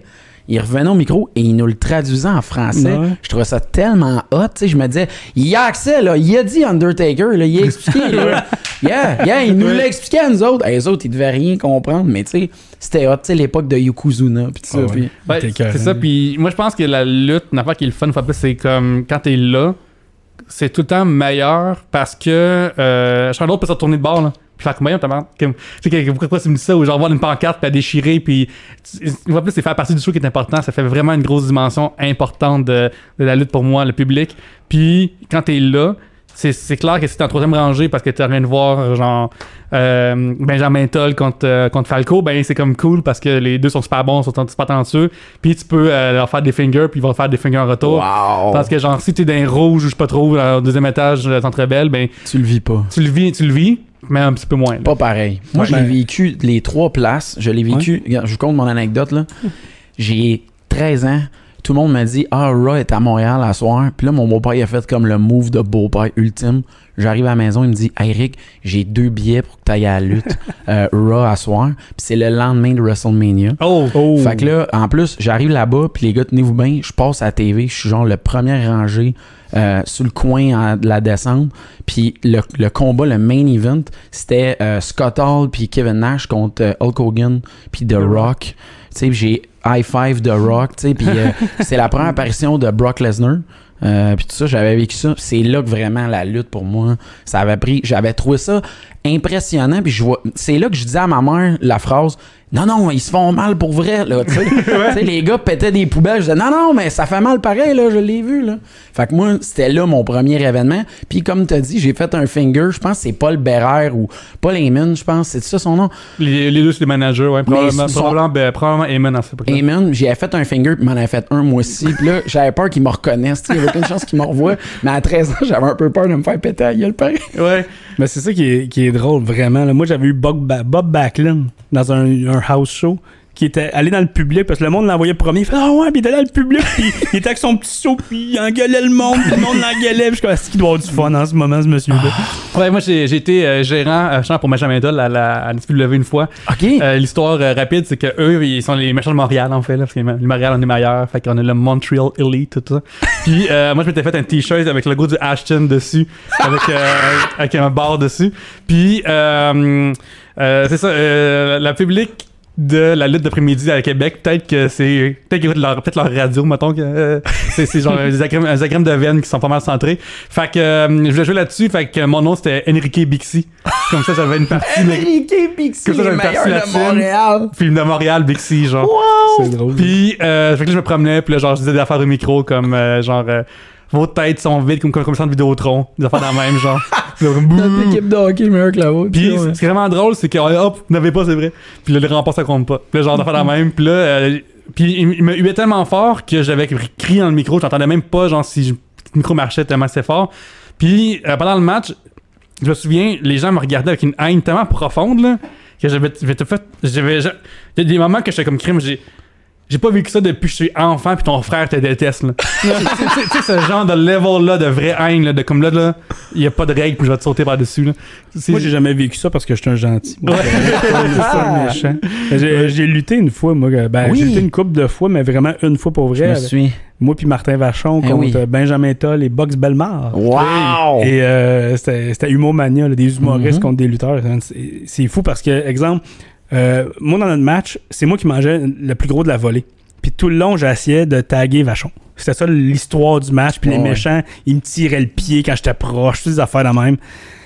il revenait au micro et il nous le traduisait en français. Ouais. Je trouvais ça tellement hot, tu sais, je me disais, il y a accès, là, il a dit Undertaker, là, il a expliqué, là. Yeah, yeah, il nous l'a expliqué à nous autres. Les autres, ils devaient rien comprendre, mais tu sais, c'était hot, tu sais, l'époque de Yokozuna, pis tout ça. Oh, pis... ouais, c'est ça, puis moi, je pense que la lutte, une affaire qui est le fun, c'est comme, quand t'es là, c'est tout le temps meilleur parce que euh, chacun d'autre peut se retourner de bord, là. Puis faire comme, t'as comme, tu sais, pourquoi tu me dis ça, ou genre voir une pancarte, puis à déchirer, puis une fois plus, c'est faire partie du show qui est important. Ça fait vraiment une grosse dimension importante de, de la lutte pour moi, le public. Puis quand t'es là, c'est, c'est clair que si t'es en troisième rangée parce que tu viens de voir genre euh, Benjamin Toll contre, euh, contre Falco, ben c'est comme cool parce que les deux sont super bons, sont super talentueux, puis tu peux euh, leur faire des fingers, puis ils vont faire des fingers en retour. Wow. Parce que genre si t'es dans rouge ou je sais pas trop, au deuxième étage de la Centre Bell, ben tu le vis pas. Tu le vis, tu le vis, mais un petit peu moins. Là. Pas pareil. Moi, ouais, je l'ai ben... vécu les trois places. Je l'ai vécu. Ouais. Je vous compte mon anecdote là. J'ai treize ans. Tout le monde m'a dit « Ah, Raw est à Montréal à soir. » Puis là, mon beau-père, il a fait comme le move de beau-père ultime. J'arrive à la maison, il me dit hey, « Eric, j'ai deux billets pour que tu ailles à la lutte euh, Raw à soir. » Puis c'est le lendemain de WrestleMania. Oh! oh. Fait que là, en plus, j'arrive là-bas, puis les gars, tenez-vous bien, je passe à la T V, je suis genre le premier rangé euh, sur le coin de la descente. Puis le, le combat, le main event, c'était euh, Scott Hall puis Kevin Nash contre euh, Hulk Hogan puis The Rock. Tu sais, j'ai high five de Rock, tu sais, puis euh, c'est la première apparition de Brock Lesnar. Euh, puis tout ça, j'avais vécu ça. C'est là que vraiment la lutte pour moi, ça avait pris. J'avais trouvé ça impressionnant. Puis je vois, c'est là que je disais à ma mère la phrase non, non, ils se font mal pour vrai, là, tu sais. Les gars pétaient des poubelles. Je disais non, non, mais ça fait mal pareil, là, je l'ai vu, là. Fait que moi, c'était là mon premier événement. Puis comme tu as dit, j'ai fait un finger. Je pense que c'est Paul Bérère ou Paul Heyman, je pense. C'est ça son nom? Les, les deux, c'est des managers, ouais. Probablement, son... probablement, ben, probablement Heyman à cette époque-là. Heyman, j'ai fait un finger, puis m'en avait fait un, moi aussi. Puis là, j'avais peur qu'ils me reconnaissent. Il n'y avait aucune chance qu'ils me revoient. Mais à treize ans, j'avais un peu peur de me faire péter à gueule, pareil. Ouais. Mais c'est ça qui est, qui est drôle, vraiment. Là. Moi, j'avais eu Bob, ba- Bob Backlund dans un, un house show qui était allé dans le public parce que le monde l'envoyait premier. Il fait ah ouais, puis il était dans le public, puis il était avec son petit saut, puis il engueulait le monde, puis le monde l'engueulait. Puis je suis comme, est-ce qu'il doit avoir du fun en ce moment, ce monsieur-là? Ah. Ouais, moi, j'ai, j'ai été euh, gérant euh, pour Benjamin Toll à la à N S P W une fois. OK. Euh, l'histoire euh, rapide, c'est que eux, ils sont les méchants de Montréal, en fait, là, parce que le Montréal, on est meilleur. Fait qu'on a le Montreal Elite, tout ça. Puis euh, moi, je m'étais fait un t-shirt avec le logo du Ashton dessus, avec, euh, avec un bar dessus. Puis, euh, euh, c'est ça, euh, la public de la lutte d'après-midi à Québec, peut-être que c'est peut-être qu'ils écoutent leur, peut-être leur radio, mettons que euh, c'est, c'est genre des agrammes, des agrammes de veine qui sont pas mal centrés. Fait que euh, je voulais jouer là-dessus, fait que mon nom c'était Enrique Bixi. Comme ça j'avais une partie Enrique Bixi, le meilleur de Montréal. Film de Montréal, Bixi, genre. Wow! C'est drôle. Puis euh, fait que là je me promenais, puis là genre je disais des affaires au micro comme euh, genre euh, vos têtes sont vides comme comme ça de Vidéotron, des affaires dans le même genre. Notre équipe de hockey est meilleure que la vôtre. Puis ouais. Ce qui est vraiment drôle, c'est que hop, vous n'avez pas, c'est vrai. Puis là, le rempart, ça compte pas. Puis là, genre, d'affaires dans le même. Puis là, euh, puis il, il me huait tellement fort que j'avais crié dans le micro. J'entendais même pas, genre, si je, le micro marchait tellement c'était fort. Puis euh, pendant le match, je me souviens, les gens me regardaient avec une haine tellement profonde, là, que j'avais, j'avais tout fait. J'avais, il y a des moments que j'étais comme crime, j'ai. J'ai pas vécu ça depuis que je suis enfant puis ton frère te déteste là. Tu sais ce genre de level là de vraie haine là, de comme là là, il y a pas de règle puis je vais te sauter par-dessus là. C'est... Moi j'ai jamais vécu ça parce que je suis un gentil. Moi, ouais. C'est un méchant. J'ai, j'ai lutté une fois moi, ben oui. J'ai lutté une couple de fois mais vraiment une fois pour vrai. Je me suis. Moi puis Martin Vachon eh contre oui. Benjamin Toll et Box Bellemare. Wow! Et euh, c'était c'était Humomania là, des humoristes mm-hmm. contre des lutteurs. C'est, c'est fou parce que exemple Euh, moi, dans notre match, c'est moi qui mangeais le plus gros de la volée. Puis tout le long, j'essayais de taguer Vachon. C'était ça l'histoire du match. Puis oh, les méchants, ouais. ils me tiraient le pied quand j'étais proche. Toutes ces affaires de même.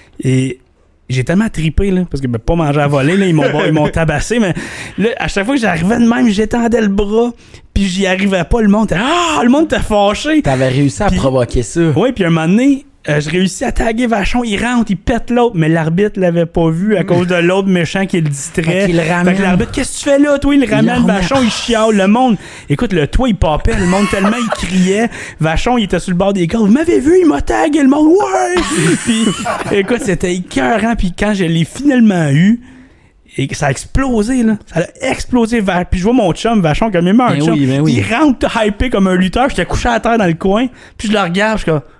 Et j'ai tellement trippé, là, parce que ben, pas manger à voler, là, ils m'ont, ils m'ont tabassé. Mais là, à chaque fois que j'arrivais de même, j'étendais le bras. Puis j'y arrivais pas. Le monde était ah, le monde était fâché. T'avais réussi à puis, provoquer ça. Oui, puis un moment donné, Euh, je réussis à taguer Vachon, il rentre, il pète l'autre, mais l'arbitre l'avait pas vu à cause de l'autre méchant qui le distrait. Fait, fait que l'arbitre, qu'est-ce que tu fais là, toi? Il ramène il Vachon, il chiale le monde. Écoute, le toit, il popait, le monde tellement il criait. Vachon, il était sur le bord des gars. Vous m'avez vu, il m'a tagué, le monde, ouais! Puis, écoute, c'était écœurant, puis quand je l'ai finalement eu, et ça a explosé, là. Ça a explosé. Puis je vois mon chum, Vachon, comme il meurt, ben chum. Oui, ben oui. Il rentre hypé comme un lutteur. J'étais couché à terre dans le coin. Puis je le regarde, je suis comme,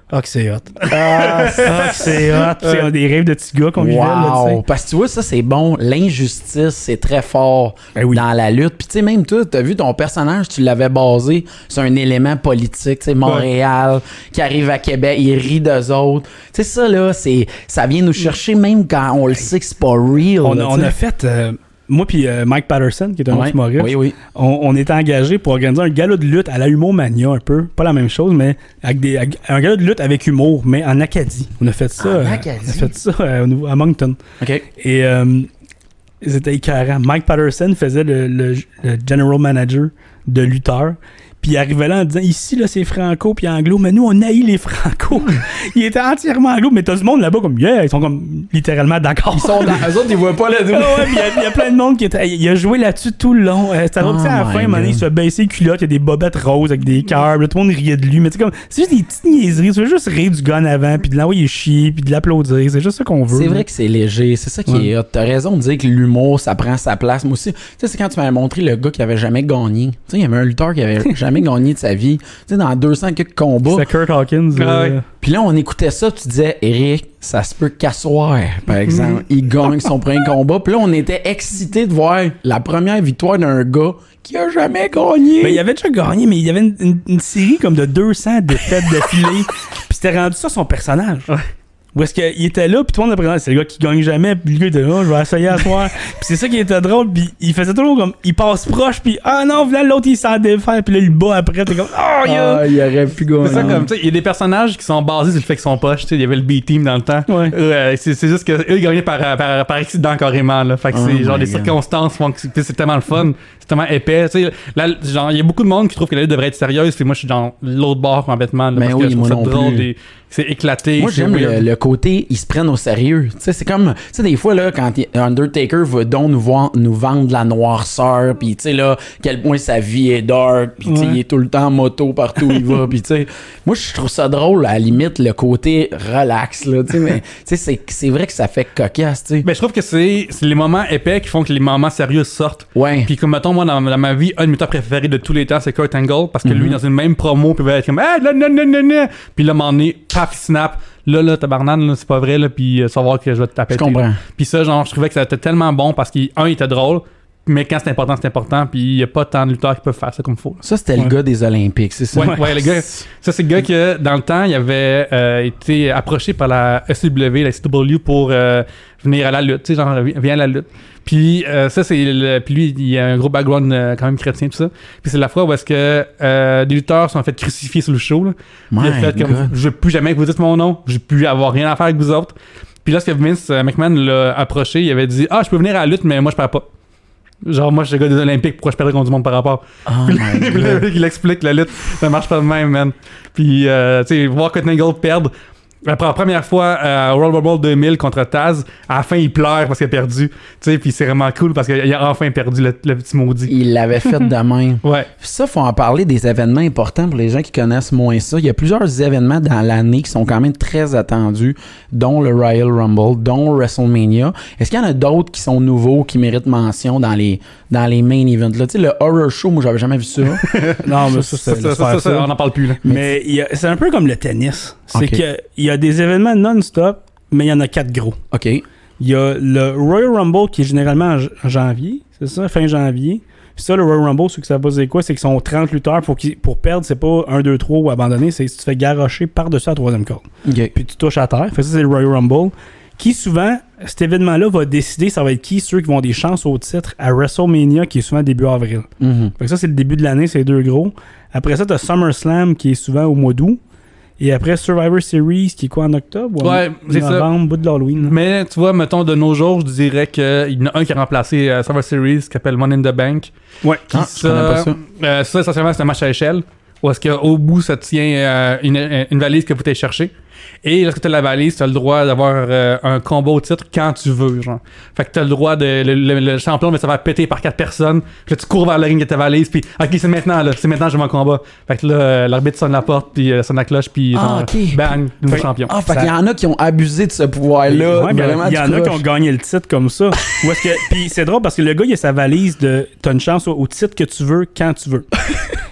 Ah, que c'est hot. Ah, que c'est hot. C'est un des rêves de petits gars qu'on vivait, là, tu sais. Parce que tu vois, ça, c'est bon. L'injustice, c'est très fort ben oui. dans la lutte. Puis, tu sais, même toi, t'as vu ton personnage, tu l'avais basé sur un élément politique. Tu sais, Montréal, ouais. qui arrive à Québec, il rit d'eux autres. Tu sais, ça, là, c'est, ça vient nous chercher même quand on le sait que c'est pas real. On, là, on a fait... Euh, moi puis euh, Mike Patterson, qui est un ouais. autre humoriste, oui, oui. on, on était engagés pour organiser un gala de lutte à la Humomania un peu. Pas la même chose, mais avec des, avec, un gala de lutte avec humour, mais en Acadie. On a fait ça, euh, on a fait ça euh, à Moncton. Okay. Et euh, c'était écœurant. Mike Patterson faisait le, le, le general manager de lutteur. Puis il arrivait là en disant ici là c'est franco puis anglo, mais nous on haït les franco. Il était entièrement anglo, mais t'as du monde là-bas comme yeah, ils sont comme littéralement d'accord. Ils sont dans eux autres, ils voient pas le dos. Ah ouais, il y, y a plein de monde qui était, il a joué là-dessus tout le long. Euh, c'était oh à la fin, man, il se fait baisser les culottes, il y a des bobettes roses avec des cœurs, tout le monde riait de lui, mais c'est comme c'est juste des petites niaiseries, tu veux juste rire du gun avant puis de l'envoyer chier puis de l'applaudir, c'est juste ça qu'on veut. C'est vrai que c'est léger, c'est ça qui ouais. est hot. T'as raison de dire que l'humour ça prend sa place. Moi aussi, tu sais c'est quand tu m'avais montré le gars qui avait jamais gagné. Tu sais il y avait un lutteur qui avait jamais gagné de sa vie. Tu sais, dans deux cents quelques combats. C'est Kurt Hawkins. Euh... Ouais. Puis là, on écoutait ça, tu disais, Eric, ça se peut qu'asseoir, par exemple, il gagne son premier combat. Puis là, on était excités de voir la première victoire d'un gars qui a jamais gagné. Mais il avait déjà gagné, mais il y avait une, une, une série comme de deux cents défaites d'affilée. Puis c'était rendu ça son personnage. Ouais. Où est-ce qu'il était là, puis tout le monde apprenait, c'est le gars qui gagne jamais, puis le gars était là, je vais essayer à soir. Puis c'est ça qui était drôle, puis il faisait toujours comme, il passe proche, puis ah non, finalement l'autre il s'en défait, puis là il bat après, t'es comme, oh yeah! Ah, il aurait pu gagner. C'est ça comme, tu sais, il y a des personnages qui sont basés sur le fait qu'ils sont poches, tu sais, il y avait le B-Team dans le temps. Ouais. Euh, c'est, c'est juste qu'eux ils gagnaient par, par, par accident carrément, là. Fait que oh c'est genre des God. circonstances, font que c'est, c'est tellement le fun, c'est tellement épais, tu sais. Là, genre, il y a beaucoup de monde qui trouve que la lutte devrait être sérieuse, puis moi je suis dans l'autre bord complètement, là, mais parce oui, que je trouve moi ça drôle, des, c'est éclaté. Moi, j'aime le, le côté, ils se prennent au sérieux. Tu sais, c'est comme, tu sais, des fois, là, quand Undertaker va donc nous, voir, nous vendre de la noirceur, pis tu sais, là, quel point sa vie est dark, pis tu sais, ouais. il est tout le temps en moto partout où il va, pis tu sais, moi, je trouve ça drôle, à la limite, le côté relax, là, tu sais, mais, tu sais, c'est, c'est vrai que ça fait cocasse, tu sais. Mais je trouve que c'est, c'est les moments épais qui font que les moments sérieux sortent. Ouais. Pis comme, mettons, moi, dans, dans ma vie, un de mes temps préférés de tous les temps, c'est Kurt Angle, parce que mm-hmm. lui, dans une même promo, il va être comme, ah, là, non, non, non, non, pis là, m'en est, paf, snap. Là, là, tabarnane, là, c'est pas vrai, là, pis euh, savoir que je vais te taper. Je comprends. Pis ça, genre, je trouvais que ça était tellement bon parce qu'un, il était drôle, mais quand c'est important, c'est important, pis il y a pas tant de lutteurs qui peuvent faire ça comme il faut. Là. Ça, c'était ouais. le gars des Olympiques, c'est ça? Ouais, ouais, le gars. Ça, c'est le gars que, dans le temps, il avait euh, été approché par la E C W, la C W, pour euh, venir à la lutte, tu sais, genre, viens à la lutte. Puis euh, ça, c'est le. Puis lui, il a un gros background euh, quand même chrétien, tout ça. Puis c'est la fois où est-ce que euh, des lutteurs sont fait crucifier sur le show, là. Puis il a fait comme, je veux plus jamais que vous dites mon nom, je veux plus avoir rien à faire avec vous autres. Puis lorsque Vince McMahon l'a approché, il avait dit, ah, je peux venir à la lutte, mais moi, je perds pas. Genre, moi, je suis le gars des Olympiques, pourquoi je perdrais contre du monde par rapport? Oh puis là, il explique que la lutte, ça marche pas de même, man. Puis, euh, tu sais, voir Kurt Angle perdre. Après la première fois à euh, World War deux mille contre Taz, à la fin il pleure parce qu'il a perdu. Tu sais, puis c'est vraiment cool parce qu'il a enfin perdu le, le petit maudit. Il l'avait fait de même. Ouais. Ça, faut en parler des événements importants pour les gens qui connaissent moins ça. Il y a plusieurs événements dans l'année qui sont quand même très attendus, dont le Royal Rumble, dont WrestleMania. Est-ce qu'il y en a d'autres qui sont nouveaux, qui méritent mention dans les, dans les main events? Là, tu sais, le Horror Show, moi j'avais jamais vu ça. Non, mais ça, ça, ça, ça, ça, on n'en parle plus. Là. Mais il y a, c'est un peu comme le tennis. C'est okay. que il y a des événements non-stop, mais il y en a quatre gros. OK. Il y a le Royal Rumble qui est généralement en j- janvier, c'est ça, fin janvier. Puis ça, le Royal Rumble, ceux qui savent pas c'est quoi, c'est qu'ils sont trente lutteurs. Pour, pour perdre, c'est pas un, deux, trois ou abandonner, c'est si tu te fais garrocher par-dessus la troisième corde. OK. Puis tu touches à terre. Fait que ça, c'est le Royal Rumble. Qui souvent, cet événement-là va décider, ça va être qui, ceux qui vont avoir des chances au titre à WrestleMania, qui est souvent début avril. Mm-hmm. Fait que ça, c'est le début de l'année, c'est les deux gros. Après ça, t'as SummerSlam qui est souvent au mois d'août. Et après, Survivor Series, qui est quoi, en octobre? Ou ouais, en c'est novembre, ça. bout de l'Halloween. Mais tu vois, mettons, de nos jours, je dirais qu'il y en a un qui a remplacé euh, Survivor Series, qui s'appelle Money in the Bank. Ouais. Ah, ça, je connais pas ça. Euh, ça, essentiellement, c'est un match à échelle, où est-ce qu'au bout, ça tient euh, une, une valise que vous t'allez chercher. Et lorsque tu as la valise, tu as le droit d'avoir euh, un combat au titre quand tu veux, genre. Fait que tu as le droit de. Le, le, le champion va se faire péter par quatre personnes. Puis là, tu cours vers le ring de ta valise. Puis, ok, c'est maintenant, là. C'est maintenant, j'ai mon combat. Fait que là, euh, l'arbitre sonne la porte, puis euh, sonne la cloche, puis ah, okay. bang, nouveau fait, champion. Ah, fait ça... qu'il y en a qui ont abusé de ce pouvoir-là. Ouais, il y en a qui ont gagné le titre comme ça. Où est-ce que... Puis c'est drôle parce que le gars, il a sa valise de. T'as une chance au, au titre que tu veux quand tu veux.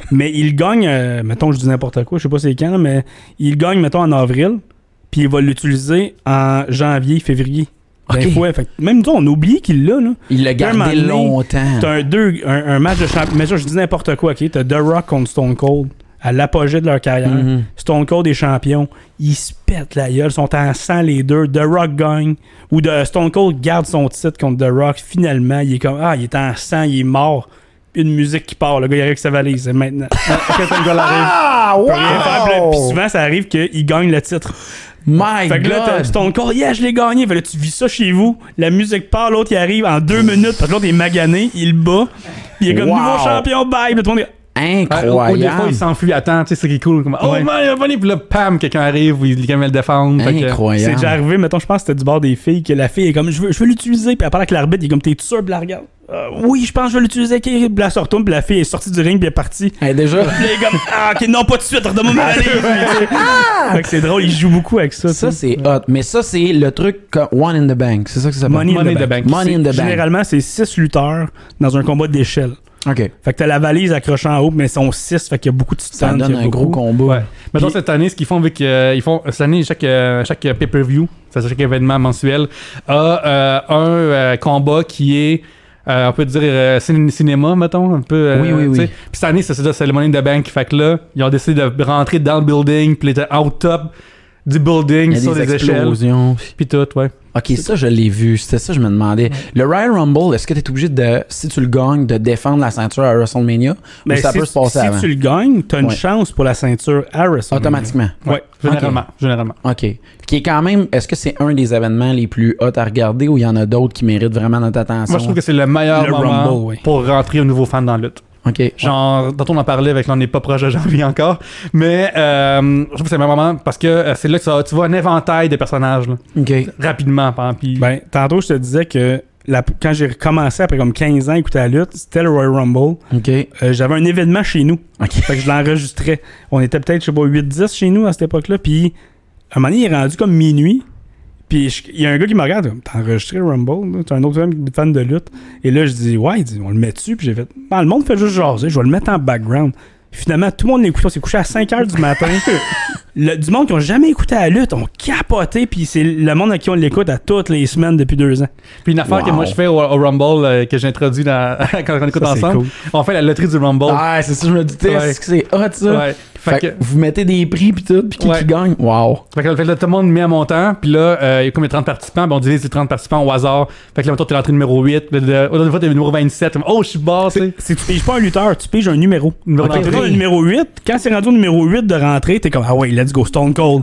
Mais il gagne, euh, mettons, je dis n'importe quoi, je sais pas c'est quand, mais il gagne, mettons, en avril, puis il va l'utiliser en janvier, février. Ok. Des fois, fait que même nous, on oublie qu'il l'a, là. Il l'a Puis à un gardé moment donné, longtemps. T'as un, deux, un, un match de champion. Mais ça, je dis n'importe quoi, ok? T'as The Rock contre Stone Cold à l'apogée de leur carrière. Mhm. Stone Cold est champion. Ils se pètent la gueule. Ils sont en sang les deux. The Rock gagne. Ou de Stone Cold garde son titre contre The Rock. Finalement, il est comme ah, il est en sang, il est mort. Une musique qui part. Le gars, il arrive avec sa valise. C'est maintenant. Quand un gars arrive. Ah, il peut rien faire. Puis là, puis souvent, ça arrive qu'il gagne le titre. My Fait que là, t'as God! Stone Cold, yeah, je l'ai gagné. Fait que là, tu vis ça chez vous. La musique part, l'autre, il arrive en deux minutes. Parce que l'autre, il est magané, il bat. Puis il est comme Wow. nouveau champion, bye. Puis tout le monde est Incroyable! Ou, ou des fois, il s'enfuit, attends, tu sais, c'est qui est cool. Comme, oh Ouais. man, il a pas puis là, pam, quelqu'un arrive, il dit qu'il aime le défendre. Fait que- C'est Incroyable! déjà arrivé, mettons, je pense que c'était du bord des filles, que la fille est comme, je veux, je veux l'utiliser, puis elle parle avec l'arbitre, il est comme, t'es sûr, puis la regarde. Euh, oui, je pense que je vais l'utiliser, ok, puis elle se retourne, puis la fille est sortie du ring, puis elle est partie. Hey, déjà, Puis là, il est comme, ah, ok, non, pas tout de suite, redonne-moi ma valise. Fait que c'est drôle, il joue beaucoup avec ça. ça tu sais. c'est hot. Mais ça, c'est le truc que- One in the Bank. C'est ça que ça s'appelle? Money, Money in in the the bank. bank. Money in the C'est- bank. Généralement, c'est six lutteurs dans un combat d'échelle. OK. Fait que t'as la valise accrochée en haut, mais ils sont six, fait qu'il y a beaucoup de Ça stands, donne il y a un gros beaucoup. combat. Ouais. Mettons, Puis- cette année, ce qu'ils font, avec, euh, ils font, cette année, chaque, euh, chaque pay-per-view, c'est-à-dire chaque événement mensuel, a euh, un euh, combat qui est, euh, on peut dire, euh, cin- cinéma, mettons, un peu. euh, Oui, oui, oui. tu sais. Puis cette année, c'est ça, c'est le Money in the Bank. Fait que là, ils ont décidé de rentrer dans le building, puis ils étaient out top du building, Il y a sur des des échelles, explosions. puis tout, ouais. OK, ça, je l'ai vu. C'était ça, je me demandais. Le Royal Rumble, est-ce que tu es obligé de, si tu le gagnes, de défendre la ceinture à WrestleMania? Mais ou ça si, peut se passer si avant? tu le gagnes, t'as une Ouais. chance pour la ceinture à WrestleMania. Automatiquement. Ouais. Généralement, généralement. OK. Qui est quand même, est-ce que c'est un des événements les plus hot à regarder ou il y en a d'autres qui méritent vraiment notre attention? Moi, je trouve que c'est le meilleur Le moment Rumble, oui. pour rentrer un nouveau fan dans la lutte. OK. Genre, dont on en parlait, avec là, on n'est pas proche de janvier encore. Mais euh, je trouve que c'est le meilleur moment parce que euh, c'est là que ça, tu vois un éventail de personnages, là, OK. rapidement. par exemple, Puis, Ben, tantôt, je te disais que la- quand j'ai recommencé après comme quinze ans à écouter la lutte, c'était le Royal Rumble. OK. Euh, j'avais un événement chez nous. OK. Fait que je l'enregistrais. On était peut-être, je sais pas, huit dix chez nous à cette époque-là. Puis, à un moment donné, il est rendu comme minuit. Puis, je- il y a un gars qui me regarde. T'as enregistré le Rumble? là? T'es un autre fan de lutte. Et là, je dis, ouais, il dit, on le met dessus. Puis j'ai fait, ben, le monde fait juste jaser. Je vais le mettre en background. Finalement, tout le monde l'écoutait. On s'est couché à cinq heures du matin. Le- du monde qui n'a jamais écouté la lutte, on capoté. Puis c'est le monde à qui on l'écoute à toutes les semaines depuis deux ans. puis une affaire Wow. que moi je fais au, au Rumble, euh, que j'ai introduit dans- quand on écoute Ça, c'est ensemble, cool. on fait la loterie du Rumble. Ah, c'est ça, je me doutais. Ouais. Est-ce que c'est hot, ça? Ouais. Fait, Fait que que, vous mettez des prix pis tout, pis qui, Ouais. qui gagne? Wow. fait que, fait que là, tout le monde met un montant, puis là, euh, il y a comme les trente participants, ben on divise les trente participants au hasard. Fait que là, mettons, t'es l'entrée numéro huit, puis là, au fois, t'es le numéro vingt-sept. Comme, oh, je suis bas, tu sais. C'est, tu piges pas un lutteur, tu piges un numéro. Numéro Ok, d'entrée. t'es dans le numéro huit. Quand c'est rendu au numéro huit de rentrée, t'es comme, ah ouais, let's go, Stone Cold.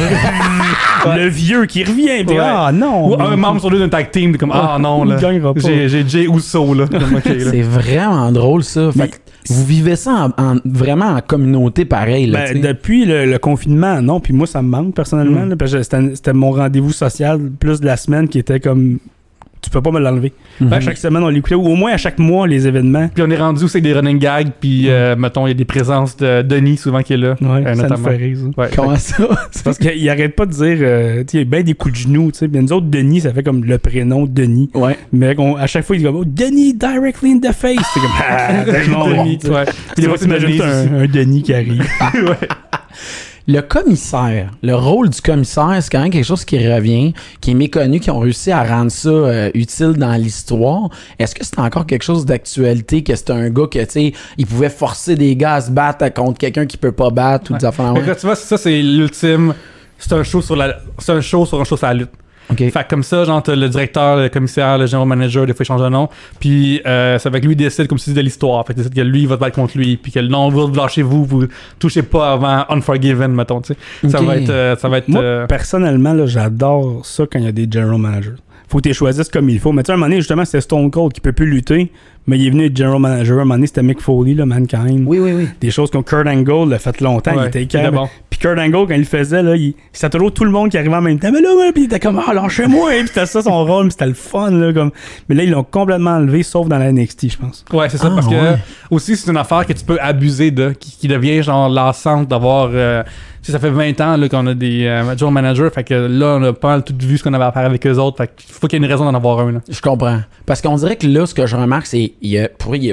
Le vieux qui revient. T'es, Ouais. ah non. Ou un membre sur deux d'un tag team, t'es comme, ah non, Il là. gagnera pas. J'ai j'ai Jay Uso, là. Comme, ok, là. C'est vraiment drôle, ça. Fait Mais- que vous vivez ça en, en- vraiment en communauté pareil, là, Ben, tu sais. depuis le, le confinement, non. Puis moi, ça me manque personnellement. Mm. là, parce que c'était, c'était mon rendez-vous social plus de la semaine qui était comme. Tu peux pas me l'enlever. Mhm. À chaque semaine, on l'écoutait. Ou au moins à chaque mois, les événements. Puis on est rendu aussi avec des running gags, puis euh, mettons, il y a des présences de Denis souvent qui est là. Ouais, euh, ça notamment. me fait rire, ça. Ouais, Comment ça? C'est parce qu'il arrête pas de dire. euh, tu sais, il y a bien des coups de genoux. Tu sais. Puis nous autres, Denis, ça fait comme le prénom Denis. Ouais. Mais on- à chaque fois, il dit comme oh, Denis directly in the face. C'est comme ah, tellement Denis, bon, ouais. Puis des fois, tu imagines un, un Denis qui arrive. ouais. Le commissaire, le rôle du commissaire, c'est quand même quelque chose qui revient, qui est méconnu, qui ont réussi à rendre ça euh, utile dans l'histoire. Est-ce que c'est encore quelque chose d'actualité, que c'est un gars que, tu sais, il pouvait forcer des gars à se battre contre quelqu'un qui peut pas battre ou Ouais. des affaires Fait de que là, tu vois, ça, c'est l'ultime. C'est un show sur la. C'est un show sur un show sur la lutte. OK. Fait que comme ça, genre, t'as le directeur, le commissaire, le general manager, des fois, il change de nom. Puis, euh, ça fait que lui décide, comme si c'était de l'histoire. Fait que décide que lui, il va se battre contre lui. Puis que non, vous lâchez-vous, vous touchez pas avant Unforgiven, mettons, tu sais. Ça Ok. va être. euh, ça va être Moi, euh, personnellement, là, j'adore ça quand il y a des general managers. Faut que tu les choisisses comme il faut. Mais tu sais, à un moment donné, justement, c'était Stone Cold qui peut plus lutter, mais il est venu être general manager. À un moment donné, c'était Mick Foley, là, Mankind. Oui, oui, oui. Des choses comme Kurt Angle l'a fait longtemps, il ouais, était c'était calme. bon. Puis Kurt Angle, quand il le faisait, là, il, c'était toujours tout le monde qui arrivait en même temps. Mais là, ouais, puis il était comme, ah, lâchez-moi, hein. Puis c'était ça son rôle, puis c'était le fun, là. Comme... Mais là, ils l'ont complètement enlevé, sauf dans la N X T, je pense. Ouais, c'est ça, Ah, parce que ouais. aussi c'est une affaire que tu peux abuser de, qui, qui devient genre lassante d'avoir. Euh, tu sais, ça fait vingt ans là, qu'on a des euh, general managers, fait que là on a pas mal tout vu ce qu'on avait à faire avec eux autres, fait qu'il faut qu'il y ait une raison d'en avoir un. Là. Je comprends. Parce qu'on dirait que là, ce que je remarque, c'est il y a, pour vrai, il y a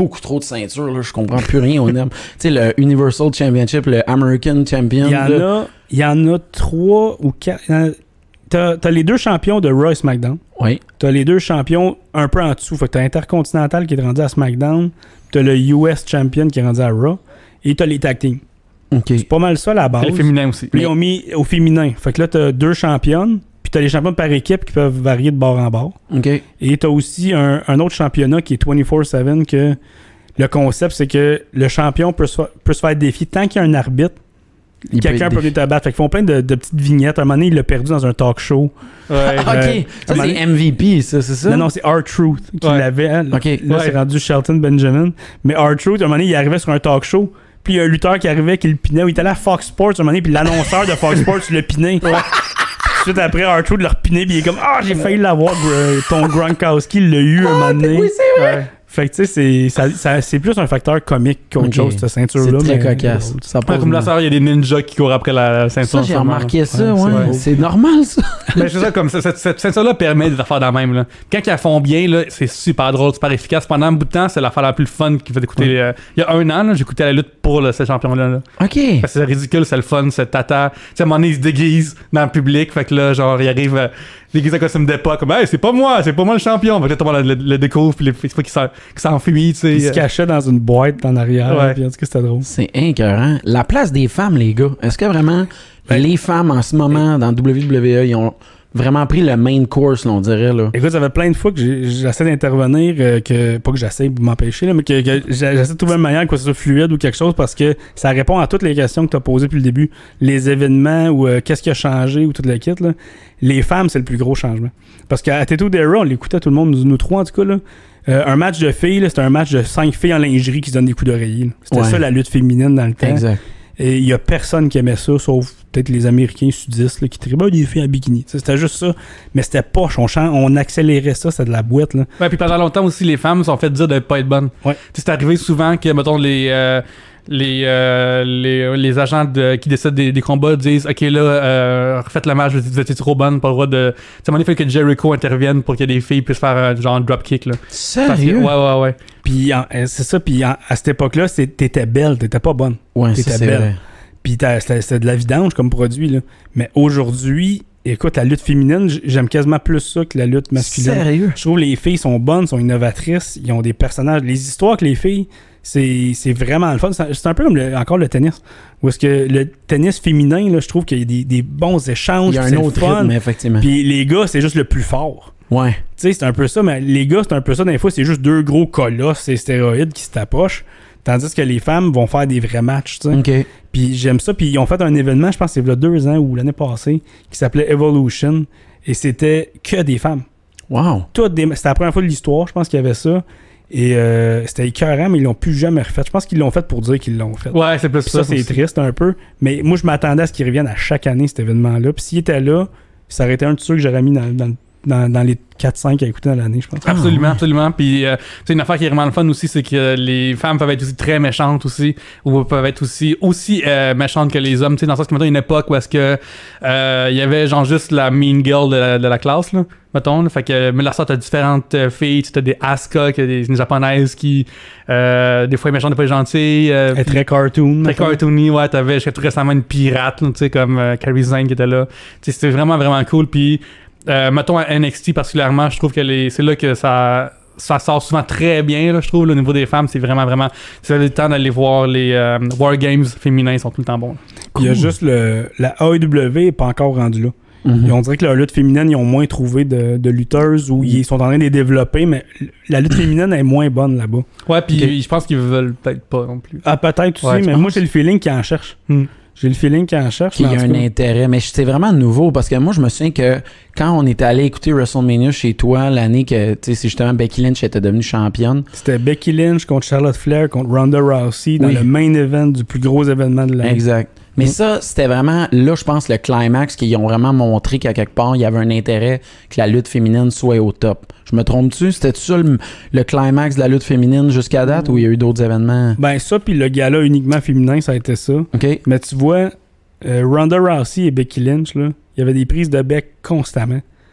beaucoup trop de ceintures, là. Je comprends plus rien au terme. Tu sais, le Universal Championship, le American Champion. Il y en là. a, il y en a trois ou quatre. T'as, t'as les deux champions de Raw et SmackDown. Oui. T'as les deux champions un peu en dessous. Fait que t'as Intercontinental qui est rendu à SmackDown. T'as le U S Champion qui est rendu à Raw. Et t'as les tag teams. OK. C'est pas mal ça la base. Les féminins aussi. Puis ils ont mis au féminin. Fait que là, t'as deux championnes. Puis t'as les champions par équipe qui peuvent varier de bord en bord. OK. Et t'as aussi un, un autre championnat qui est vingt-quatre sept que le concept, c'est que le champion peut se, peut se faire défier tant qu'il y a un arbitre. Il Quelqu'un peut venir te battre. Fait qu'ils font plein de, de petites vignettes. À un moment donné, il l'a perdu dans un talk show. Ouais. Ah, OK. Euh, ça, c'est M V P, ça, c'est ça? Non, non, c'est R-Truth qui Ouais. l'avait. Hein. OK. Là, Ouais. c'est rendu Shelton Benjamin. Mais R-Truth, à un moment donné, il arrivait sur un talk show. Puis il y a un lutteur qui arrivait qui le pinait. Il était là à Fox Sports, à un moment donné, puis l'annonceur de Fox Sports le pinait. Ouais. Suite après, R-Truth le repinait, puis il est comme « Ah, j'ai failli l'avoir, gr- ton Gronkowski, il l'a eu un moment donné. » Oui, c'est vrai. Ouais. Fait que tu sais, c'est, ça, ça, c'est plus un facteur comique qu'autre Ok. chose, cette ceinture-là. C'est très mais- cocasse. Ça Ouais, passe comme là, bien. ça, il y a des ninjas qui courent après la ceinture. Ça, j'ai en ce moment, remarqué là. ça, Ouais, ouais. c'est- C'est normal, ça. Ben, c'est ça, comme ça, cette, cette ceinture-là permet de faire dans la même. Là. Quand ils la font bien, là, c'est super drôle, super efficace. Pendant un bout de temps, c'est l'affaire la plus fun qui fait écouter. Ouais. euh, il y a un an, là, j'écoutais la lutte pour là, ce champion-là. Là. OK. Parce que c'est ridicule, c'est le fun, c'est tata. Tu sais, à un moment donné, il se déguise dans le public. Fait que là, genre, il arrive euh, déguisé en costume d'époque. Comme, hey, c'est pas moi, c'est pas moi le champion. Fait que là, tout le monde le, le découvre. Puis il faut qu'il s'en- qu'il s'enfuit, tu sais. Il se cachait dans une boîte en arrière. Ouais. Puis en tout cas, c'était drôle. C'est écœurant. La place des femmes, les gars. Est-ce que vraiment Ben- les femmes en ce moment dans W W E, ils ont vraiment pris le main course, là, on dirait, là? Écoute, ça fait plein de fois que j'ai- j'essaie d'intervenir, euh, que pas que j'essaie de m'empêcher, là, mais que, que j'ai- j'essaie de trouver une manière que ce soit fluide ou quelque chose parce que ça répond à toutes les questions que tu as posées depuis le début. Les événements ou euh, qu'est-ce qui a changé ou toute la kit. Là. Les femmes, c'est le plus gros changement. Parce qu'à Tattoo Dera, on l'écoutait tout le monde, nous, nous trois en tout cas. Là. Euh, un match de filles, là, c'était un match de cinq filles en lingerie qui se donnent des coups d'oreiller. là. C'était Ouais. ça la lutte féminine dans le temps. Exact. Et il y a personne qui aimait ça, sauf peut-être les Américains sudistes là, qui tribaient des filles en bikini. T'sais, c'était juste ça. Mais c'était poche. On, chan- on accélérait ça, c'était de la boîte. Là. Ouais, puis pendant longtemps aussi, les femmes se sont fait dire de pas être bonnes. Ouais. Tu sais, c'est arrivé souvent que, mettons, les. euh, Les, euh, les, les agents de, qui décident des, des combats disent ok là euh, refaites le match, vous êtes trop bonne, pas le droit de. Tu sais, à un moment donné, il faut que Jericho intervienne pour que des filles puissent faire un genre dropkick là. Parce que- Sérieux? ouais ouais ouais. Puis en- euh, c'est ça. Puis en- à cette époque-là, c'est- t'étais belle, t'étais pas bonne. Ouais, T'étais ça, c'est belle. vrai. Puis t'as- c'était c'était de la vidange comme produit. Là. Mais aujourd'hui, écoute, la lutte féminine, j- j'aime quasiment plus ça que la lutte masculine. Sérieux? Je trouve que les filles sont bonnes, sont innovatrices, ils ont des personnages. Les histoires que les filles, c'est c'est vraiment le fun. C'est c'est un peu comme le- encore le tennis. Où est-ce que le tennis féminin, là, je trouve qu'il y a des, des bons échanges. Il y a puis un c'est le autre fun. rythme, effectivement. Puis les gars, c'est juste le plus fort. Ouais. Tu sais, c'est un peu ça, mais les gars, c'est un peu ça. Des fois, c'est juste deux gros colosses et stéroïdes qui se tapochent. Tandis que les femmes vont faire des vrais matchs, tu sais. OK. Puis j'aime ça. Puis ils ont fait un événement, je pense que c'est il y a deux ans ou l'année passée, qui s'appelait Evolution. Et c'était que des femmes. Wow. Toutes des... C'était la première fois de l'histoire, je pense qu'il y avait ça. Et euh, c'était écœurant, mais ils l'ont plus jamais refait. Je pense qu'ils l'ont fait pour dire qu'ils l'ont fait. Ouais, c'est plus Puis ça. ça, c'est aussi. triste un peu. Mais moi, je m'attendais à ce qu'ils reviennent à chaque année, cet événement-là. Puis s'il était là, ça aurait été un de ceux que j'aurais mis dans, dans, dans, dans les quatre cinq à écouter dans l'année, je pense. Absolument, Ah, ouais. absolument. Puis, euh, tu sais, une affaire qui est vraiment le fun aussi, c'est que les femmes peuvent être aussi très méchantes aussi, ou peuvent être aussi aussi euh, méchantes que les hommes. Tu sais, dans le sens que, mettons, une époque où est-ce que euh, il y avait genre juste la mean girl de la, de la classe, là, mettons. Là. Fait que, mais là, ça, t'as différentes euh, filles. Tu as des Asuka, qui des, des japonaises qui, euh, des fois, est méchante, des fois, est gentille. Euh, Elle est puis- très cartoon. Très mettons. cartoony, ouais, t'avais jusqu'à tout récemment une pirate, là, tu sais, comme euh, Kairi Sane qui était là. Tu sais, c'était vraiment, vraiment cool. Puis, euh, mettons à N X T particulièrement, je trouve que les, c'est là que ça, ça sort souvent très bien, là, je trouve, là, au niveau des femmes. C'est vraiment, vraiment. C'est le temps d'aller voir les euh, War Games féminins, ils sont tout le temps bons. Il y a juste le. La A E W n'est pas encore rendue là. Mhm. Et on dirait que la lutte féminine, ils ont moins trouvé de, de lutteuses ou ils sont en train de les développer, mais la lutte féminine est moins bonne là-bas. Ouais, puis Ok. je pense qu'ils veulent peut-être pas non plus. Ah, peut-être aussi, Ouais, tu mais penses? moi, j'ai le feeling qu'ils en cherchent. Hmm. J'ai le feeling qu'ils en cherchent. Qu'il y mais a en un tout cas, intérêt. Mais c'est vraiment nouveau parce que moi, je me souviens que quand on était allé écouter WrestleMania chez toi, l'année que, tu sais, c'est justement Becky Lynch était devenue championne. C'était Becky Lynch contre Charlotte Flair contre Ronda Rousey dans Oui. le main event du plus gros événement de l'année. Exact. Mais Mm. ça, c'était vraiment, là, je pense, le climax qu'ils ont vraiment montré qu'à quelque part, il y avait un intérêt que la lutte féminine soit au top. Je me trompe-tu? C'était ça le, le climax de la lutte féminine jusqu'à date ou il y a eu d'autres événements? Ben ça, puis le gala uniquement féminin, ça a été ça. OK. Mais tu vois, euh, Ronda Rousey et Becky Lynch, là, il y avait des prises de bec constamment.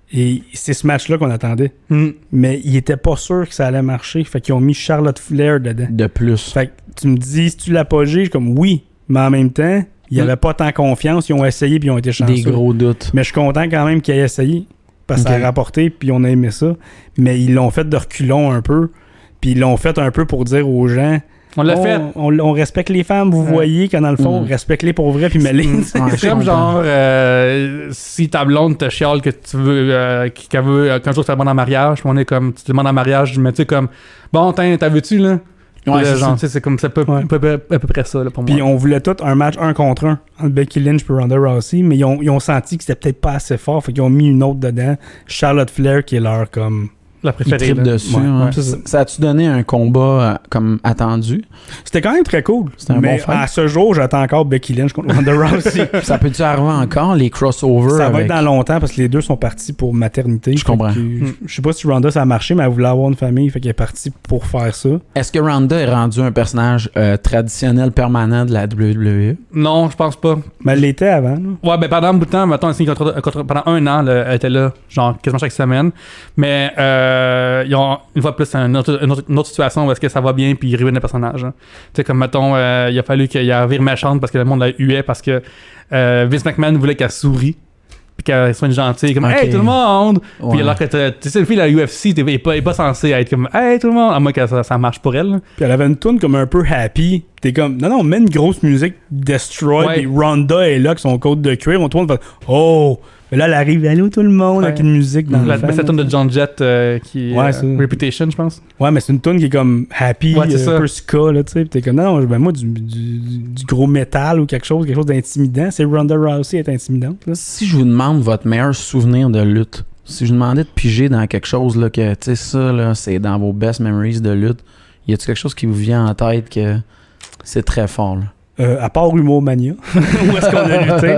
Et c'est ce match-là qu'on attendait. Mm. Mais ils étaient pas sûrs que ça allait marcher. Fait qu'ils ont mis Charlotte Flair dedans. De plus. Fait que tu me dis, si tu l'apogées, je suis comme oui, mais en même temps, ils n'avaient mm. pas tant confiance. Ils ont essayé puis ils ont été chanceux. Des gros doutes. Mais je suis content quand même qu'ils aient essayé. Parce que okay. ça a rapporté puis on a aimé ça. Mais ils l'ont fait de reculons un peu. Puis ils l'ont fait un peu pour dire aux gens... On l'a on, fait. On, on respecte les femmes, vous ouais. voyez, quand dans le fond, mm. respecte-les pour vrai, puis mets-les. Mm. Ouais, c'est comme genre, euh, si ta blonde te chiale que tu veux, euh, qu'elle veut, euh, qu'un jour tu la demandes en mariage, puis on est comme, tu te demandes en mariage, mais tu sais, comme, bon, t'as vu-tu, là? Ouais, là, c'est genre, c'est comme, c'est à peu, ouais. à, peu, à peu près ça, là, pour moi. Puis on voulait tout un match un contre un entre Becky Lynch et Ronda Rousey, mais ils ont, ils ont senti que c'était peut-être pas assez fort, fait qu'ils ont mis une autre dedans, Charlotte Flair, qui est leur, comme... La préférée. Ils dessus. Ouais, hein. ouais. Ça, ça a-tu donné un combat euh, comme attendu? C'était quand même très cool. C'était un mais bon fight. À ce jour, j'attends encore Becky Lynch contre Ronda Rousey. Ça peut-tu arriver encore, les crossovers? Ça avec... va être dans longtemps parce que les deux sont partis pour maternité. Je comprends. Que, hmm. Je sais pas si Ronda ça a marché, mais elle voulait avoir une famille, fait qu'elle est partie pour faire ça. Est-ce que Ronda est rendue un personnage euh, traditionnel permanent de la W W E? Non, je pense pas. Mais elle l'était avant. Là. Ouais, ben pendant un bout de temps, mettons, pendant un an, là, elle était là, genre quasiment chaque semaine. Mais euh, ils ont une fois plus une autre, une, autre, une autre situation où est-ce que ça va bien puis ils ruinent le personnage. Hein. Tu sais, comme mettons, euh, il a fallu qu'il y ait vire méchante parce que le monde la huait parce que euh, Vince McMahon voulait qu'elle sourie puis qu'elle soit une gentille comme okay. Hey tout le monde! Ouais. Puis alors que tu sais, le fille de la U F C, t'es pas, pas censé être comme Hey tout le monde! À moins que ça, ça marche pour elle. Là. Puis elle avait une tune comme un peu happy. T'es comme non, non, mets une grosse musique Destroy ouais. Puis Ronda est là avec son côte de cuir. On tourne, on fait Oh! Mais là, elle arrive, allô tout le monde, ouais. avec une musique dans la, le fan. C'est la tune de John Jett euh, qui est ouais, euh, Reputation, je pense. Ouais, mais c'est une tune qui est comme happy, ouais, euh, un peu ska, là, tu sais. Pis t'es comme, non, non ben moi, du, du, du gros métal ou quelque chose, quelque chose d'intimidant. C'est Ronda Rousey est intimidante, là. Si je vous demande votre meilleur souvenir de lutte, si je vous demandais de piger dans quelque chose, là, que, tu sais, ça, là, c'est dans vos best memories de lutte, y a-tu quelque chose qui vous vient en tête que c'est très fort, là? Euh, à part Humomania, où est-ce qu'on a lutté?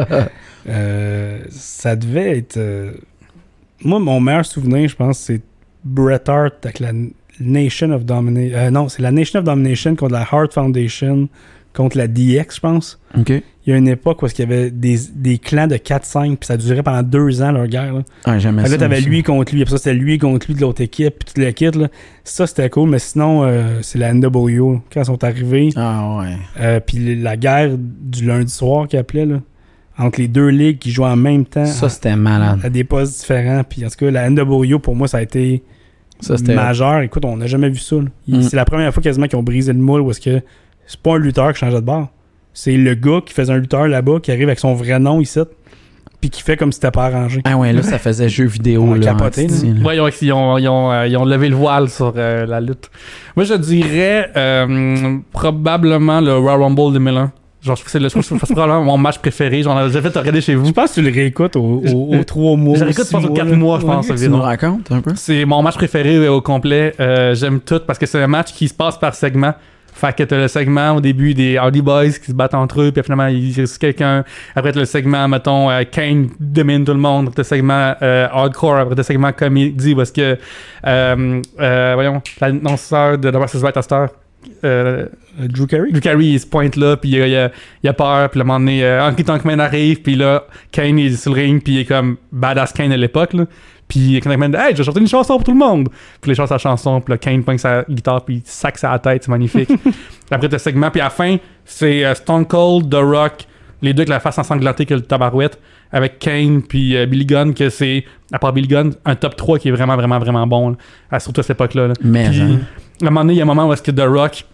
Euh, ça devait être... Euh... Moi, mon meilleur souvenir, je pense, c'est Bret Hart avec la Nation of Domination. Euh, non, c'est la Nation of Domination contre la Hart Foundation, contre la D X, je pense. OK. Il y a une époque où il y avait des, des clans de quatre cinq, puis ça durait pendant deux ans, leur guerre. Là, ah, j'aimais là ça. Là, t'avais lui contre lui, puis ça, c'était lui contre lui de l'autre équipe, puis toute l'équipe. Là. Ça, c'était cool, mais sinon, euh, c'est la N W O, quand ils sont arrivés. Ah, ouais. Euh, puis la guerre du lundi soir qu'ils appelaient, là. Entre les deux ligues qui jouent en même temps. Ça, c'était malade. À des postes différents. Puis en tout cas, la N W O, pour moi, ça a été ça, majeur. Écoute, on n'a jamais vu ça. Il, mm. C'est la première fois quasiment qu'ils ont brisé le moule où est-ce que c'est pas un lutteur qui changeait de bord. C'est le gars qui faisait un lutteur là-bas, qui arrive avec son vrai nom ici, puis qui fait comme si c'était pas arrangé. Ah ouais, là, ça faisait jeu vidéo. On là, capoté, là. Ouais, ils ont, ils, ont, ils, ont, euh, ils ont levé le voile sur euh, la lutte. Moi, je dirais euh, probablement le Royal Rumble deux mille un. Genre, je trouve que c'est, c'est probablement mon match préféré. J'en ai déjà fait regarder chez vous. Je pense que tu le réécoutes aux au, au trois mois. Je le réécoute, je pense, aux quatre mois, je pense. Tu nous racontes un peu? C'est mon match préféré au complet. Euh, j'aime tout parce que c'est un match qui se passe par segment. Fait que t'as le segment au début des Hardy Boys qui se battent entre eux, puis finalement ils réussissent quelqu'un. Après t'as le segment, mettons, euh, Kane domine tout le monde. T'as le segment euh, hardcore. Après t'as le segment comédie parce que, euh, euh, voyons, l'annonceur de The versus. Right Aster. Euh, Drew Carey Drew Carey il se pointe là puis il, il, il a peur puis à un moment donné euh, Honky Tonk Man arrive puis là Kane il est sur le ring puis il est comme badass Kane à l'époque là puis Honky Tonk Man dit hey je vais chanter une chanson pour tout le monde puis il chante sa chanson puis là Kane pointe sa guitare puis il sac sa tête c'est magnifique. Après t'as le segment puis à la fin c'est euh, Stone Cold, The Rock les deux avec la face ensanglantée que le tabarouette avec Kane puis euh, Billy Gunn que c'est à part Billy Gunn un top trois qui est vraiment vraiment vraiment bon là, à, surtout à cette époque là, là. Mais puis, hein. à un moment donné il y a un moment où est-ce que The Rock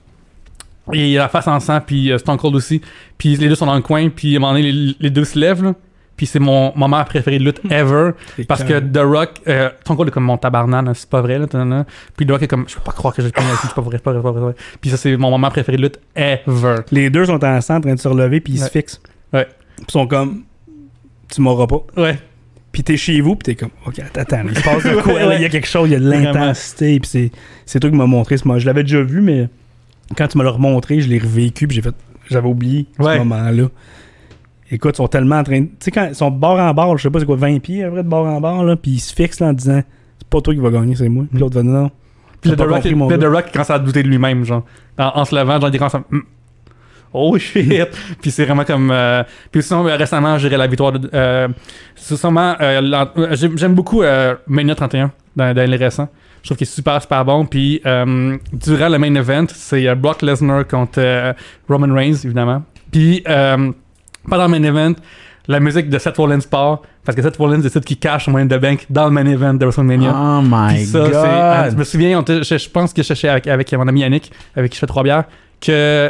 il a la face en sang puis euh, Stone Cold aussi puis les deux sont dans le coin puis à un moment donné les, les deux se lèvent là. Puis c'est mon moment préféré de lutte ever parce que The Rock euh, Stone Cold est comme mon tabarnan c'est pas vrai là, là. Puis The Rock est comme je peux pas croire que j'ai connu c'est pas vrai c'est pas vrai, pas vrai puis ça c'est mon moment préféré de lutte ever. Les deux sont ensemble en train de se relever puis ils ouais. se fixent ouais puis ils sont comme tu m'auras pas ouais puis t'es chez vous, puis t'es comme, OK, attends, il se passe de quoi? Là, il y a quelque chose, il y a de l'intensité, puis c'est, c'est toi qui m'as montré ce moment. Je l'avais déjà vu, mais quand tu me l'as remontré, je l'ai revécu, puis j'ai fait, j'avais oublié ouais. ce moment-là. Écoute, ils sont tellement en train de... Tu sais, quand ils sont de bord en bord, je sais pas c'est quoi, vingt pieds, à vrai, de bord en bord, là, puis ils se fixent là, en disant, c'est pas toi qui vas gagner, c'est moi. Puis l'autre va dire, non. Puis le The Rock, commence à douter de lui-même, genre. En, en se levant, genre, il commence à... oh shit! Puis c'est vraiment comme. Euh, puis sinon, récemment, j'ai la victoire de. Euh, c'est sûrement. Euh, j'aime, j'aime beaucoup euh, Mania trente et un dans, dans les récents. Je trouve qu'il est super, super bon. Puis euh, durant le main event, c'est euh, Brock Lesnar contre euh, Roman Reigns, évidemment. Puis euh, pendant le main event, la musique de Seth Rollins part parce que Seth Rollins décide qu'il cache son Money in the Bank dans le main event de WrestleMania. Oh my ça, god! C'est, je me souviens, on te, je, je pense que je cherchais avec, avec mon ami Yannick, avec qui je fais trois bières, que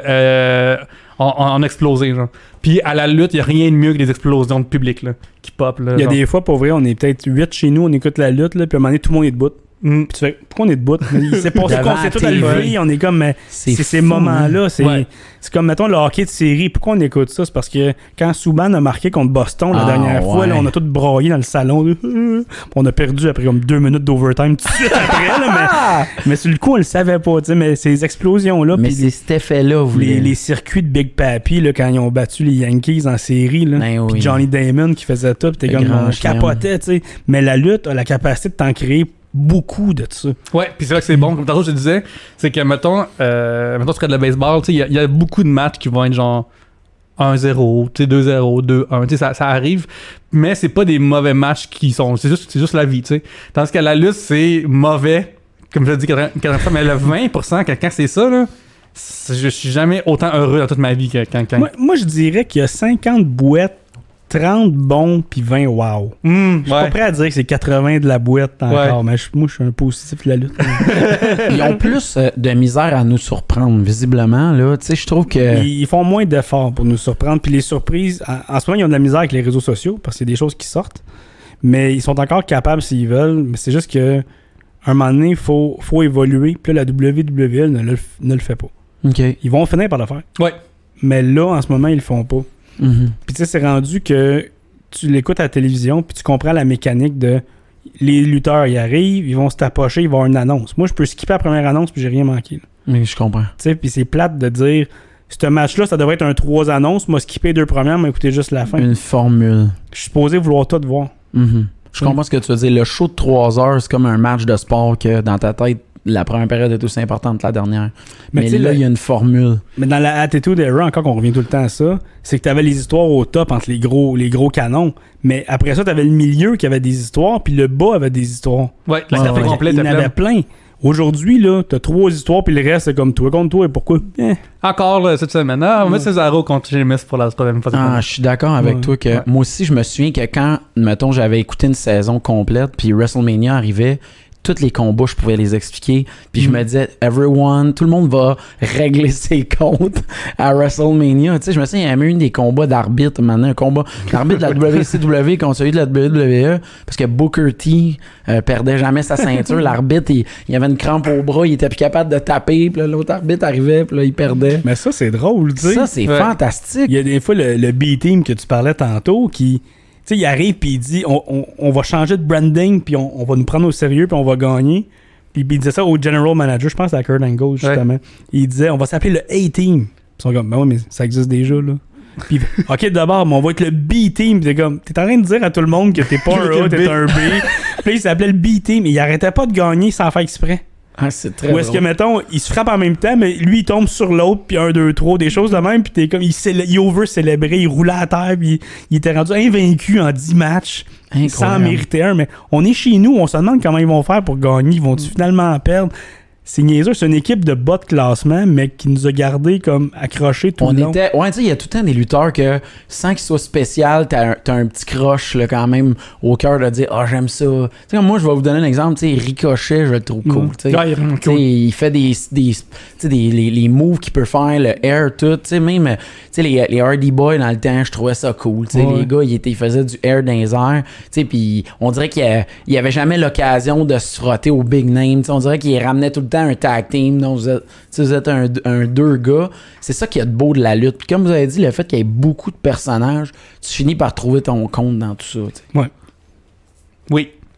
euh, on, on, on a explosé, genre. Puis à la lutte, il n'y a rien de mieux que des explosions de public là, qui pop. Là, il y a genre. des fois, pour vrai, on est peut-être huit chez nous, on écoute la lutte, là, puis à un moment donné, tout le monde est debout. Mm. Puis tu fais, pourquoi on est debout? Il s'est passé qu'on s'est tout à lever, on est comme, mais c'est, c'est ces fou, moments-là, c'est, ouais. c'est comme, mettons, le hockey de série. Pourquoi on écoute ça? C'est parce que quand Subban a marqué contre Boston la ah, dernière ouais. fois, là, on a tous broyé dans le salon. Là, on a perdu après comme deux minutes d'overtime tout de suite après, là, mais, mais sur le coup, on le savait pas, tu sais, mais ces explosions-là. Mais c'est cet effet-là, vous les, les circuits de Big Papi, là, quand ils ont battu les Yankees en série, là, ben oui. puis Johnny Damon qui faisait tout, puis t'es comme, on capotait, tu sais. Mais la lutte a la capacité de t'en créer beaucoup de ça. Ouais, puis c'est vrai que c'est bon. Comme tantôt je te disais, c'est que, mettons, euh, mettons, tu ferais de la baseball, tu sais, il y, y a beaucoup de matchs qui vont être genre un zéro, tu sais, deux zéro, deux un, tu sais, ça, ça arrive, mais c'est pas des mauvais matchs qui sont, c'est juste, c'est juste la vie, tu sais. Tandis qu'à la lutte, c'est mauvais, comme je l'ai dit quatre-vingts fois, mais le vingt pour cent, quand, quand c'est ça, là, c'est, je suis jamais autant heureux dans toute ma vie que quand... quand... Moi, moi, je dirais qu'il y a cinquante bouettes, trente bons puis vingt wow. Mmh, je suis ouais. pas prêt à dire que c'est quatre-vingts de la boîte encore, ouais. mais je, moi je suis un positif de la lutte. Ils ont plus euh, de misère à nous surprendre, visiblement. Là. Tu sais, je trouve que... Ils, ils font moins d'efforts pour nous surprendre. Puis les surprises, en, en ce moment, ils ont de la misère avec les réseaux sociaux parce qu'il y a des choses qui sortent. Mais ils sont encore capables s'ils veulent. Mais c'est juste que un moment donné, il faut, faut évoluer. Puis là, la W W E ne le, ne le fait pas. Okay. Ils vont finir par le faire. Ouais. Mais là, en ce moment, ils le font pas. Mm-hmm. Puis tu sais, c'est rendu que tu l'écoutes à la télévision puis tu comprends la mécanique de les lutteurs, ils arrivent, ils vont se tapocher, ils vont avoir une annonce. Moi, je peux skipper la première annonce puis j'ai rien manqué. Là. Mais je comprends. Tu sais, puis c'est plate de dire ce match-là, ça devrait être un trois annonces. Moi, skipper les deux premières, mais écouter juste la fin. Une formule. Je suis supposé vouloir tout voir. Mm-hmm. Je comprends ce que tu veux dire. Le show de trois heures, c'est comme un match de sport que dans ta tête, la première période est aussi importante que la dernière. Mais, mais là, il y a une formule. Mais dans la Attitude Era, encore qu'on revient tout le temps à ça, c'est que tu avais les histoires au top entre les gros, les gros canons. Mais après ça, tu avais le milieu qui avait des histoires, puis le bas avait des histoires. Ouais, la carte ouais, complète. Il y en avait plein. Aujourd'hui, là, t'as trois histoires, puis le reste, c'est comme toi contre toi. Et pourquoi? Eh. Encore là, cette semaine. Ah, on va mettre Cesaro contre Sheamus pour la troisième fois. Ah, je suis d'accord avec ouais, toi que ouais. moi aussi, je me souviens que quand, mettons, j'avais écouté une saison complète, puis WrestleMania arrivait, tous les combats, je pouvais les expliquer. Puis mm. je me disais, everyone, tout le monde va régler ses comptes à WrestleMania. Tu sais, je me souviens, il y a même eu des combats d'arbitre, maintenant, un combat d'arbitre de la W C W contre celui de la W W E, parce que Booker T euh, perdait jamais sa ceinture. L'arbitre, il, il avait une crampe au bras, il était plus capable de taper, puis là, l'autre arbitre arrivait, puis là, il perdait. Mais ça, c'est drôle, tu sais. Ça, c'est ouais. fantastique. Il y a des fois, le, le B-Team que tu parlais tantôt, qui... Tu sais, il arrive puis il dit on, on, on va changer de branding puis on, on va nous prendre au sérieux puis on va gagner. Puis il disait ça au general manager, je pense à Kurt Angle justement. Ouais. Il disait on va s'appeler le A-Team. Ils sont comme ben ouais mais ça existe déjà là. Puis ok d'abord mais on va être le B-Team. Puis t'es comme t'es en train de dire à tout le monde que t'es pas un A, t'es un B. Puis il s'appelait le B-Team et il arrêtait pas de gagner sans faire exprès. Ah, c'est très Ou est-ce drôle. Que, mettons, il se frappe en même temps, mais lui, il tombe sur l'autre, puis un, deux, trois, des choses de même, puis t'es comme, il, célé- il over-célébrait, il roulait à terre, puis il, il était rendu invaincu en dix matchs, incroyable. Sans en mériter un. Mais on est chez nous, on se demande comment ils vont faire pour gagner, ils vont-tu mm. finalement perdre? C'est niaiseux, c'est une équipe de bas de classement, mais qui nous a gardés comme accrochés tout on le long. Était, ouais, tu sais, il y a tout le temps des lutteurs que, sans qu'ils soient spécial, t'as un, t'as un petit croche là, quand même au cœur de dire « Ah, oh, j'aime ça ». Tu sais, moi, je vais vous donner un exemple, tu sais, Ricochet, je le trouve cool, tu sais. Ouais, il est vraiment cool. Il fait des, des, des, les, les moves qu'il peut faire, le air, tout, tu sais, même, tu sais, les, les Hardy Boys, dans le temps, je trouvais ça cool, tu sais, ouais. Les gars, ils, étaient, ils faisaient du air dans les airs, tu sais, puis on dirait qu'il n'y avait jamais l'occasion de se frotter au big name, tu sais, on dirait qu'ils ramenaient tout le temps un tag team. Donc vous êtes, vous êtes un, un deux gars, c'est ça qui est de beau de la lutte. Puis comme vous avez dit, le fait qu'il y ait beaucoup de personnages, tu finis par trouver ton compte dans tout ça. T'sais. Ouais. Oui.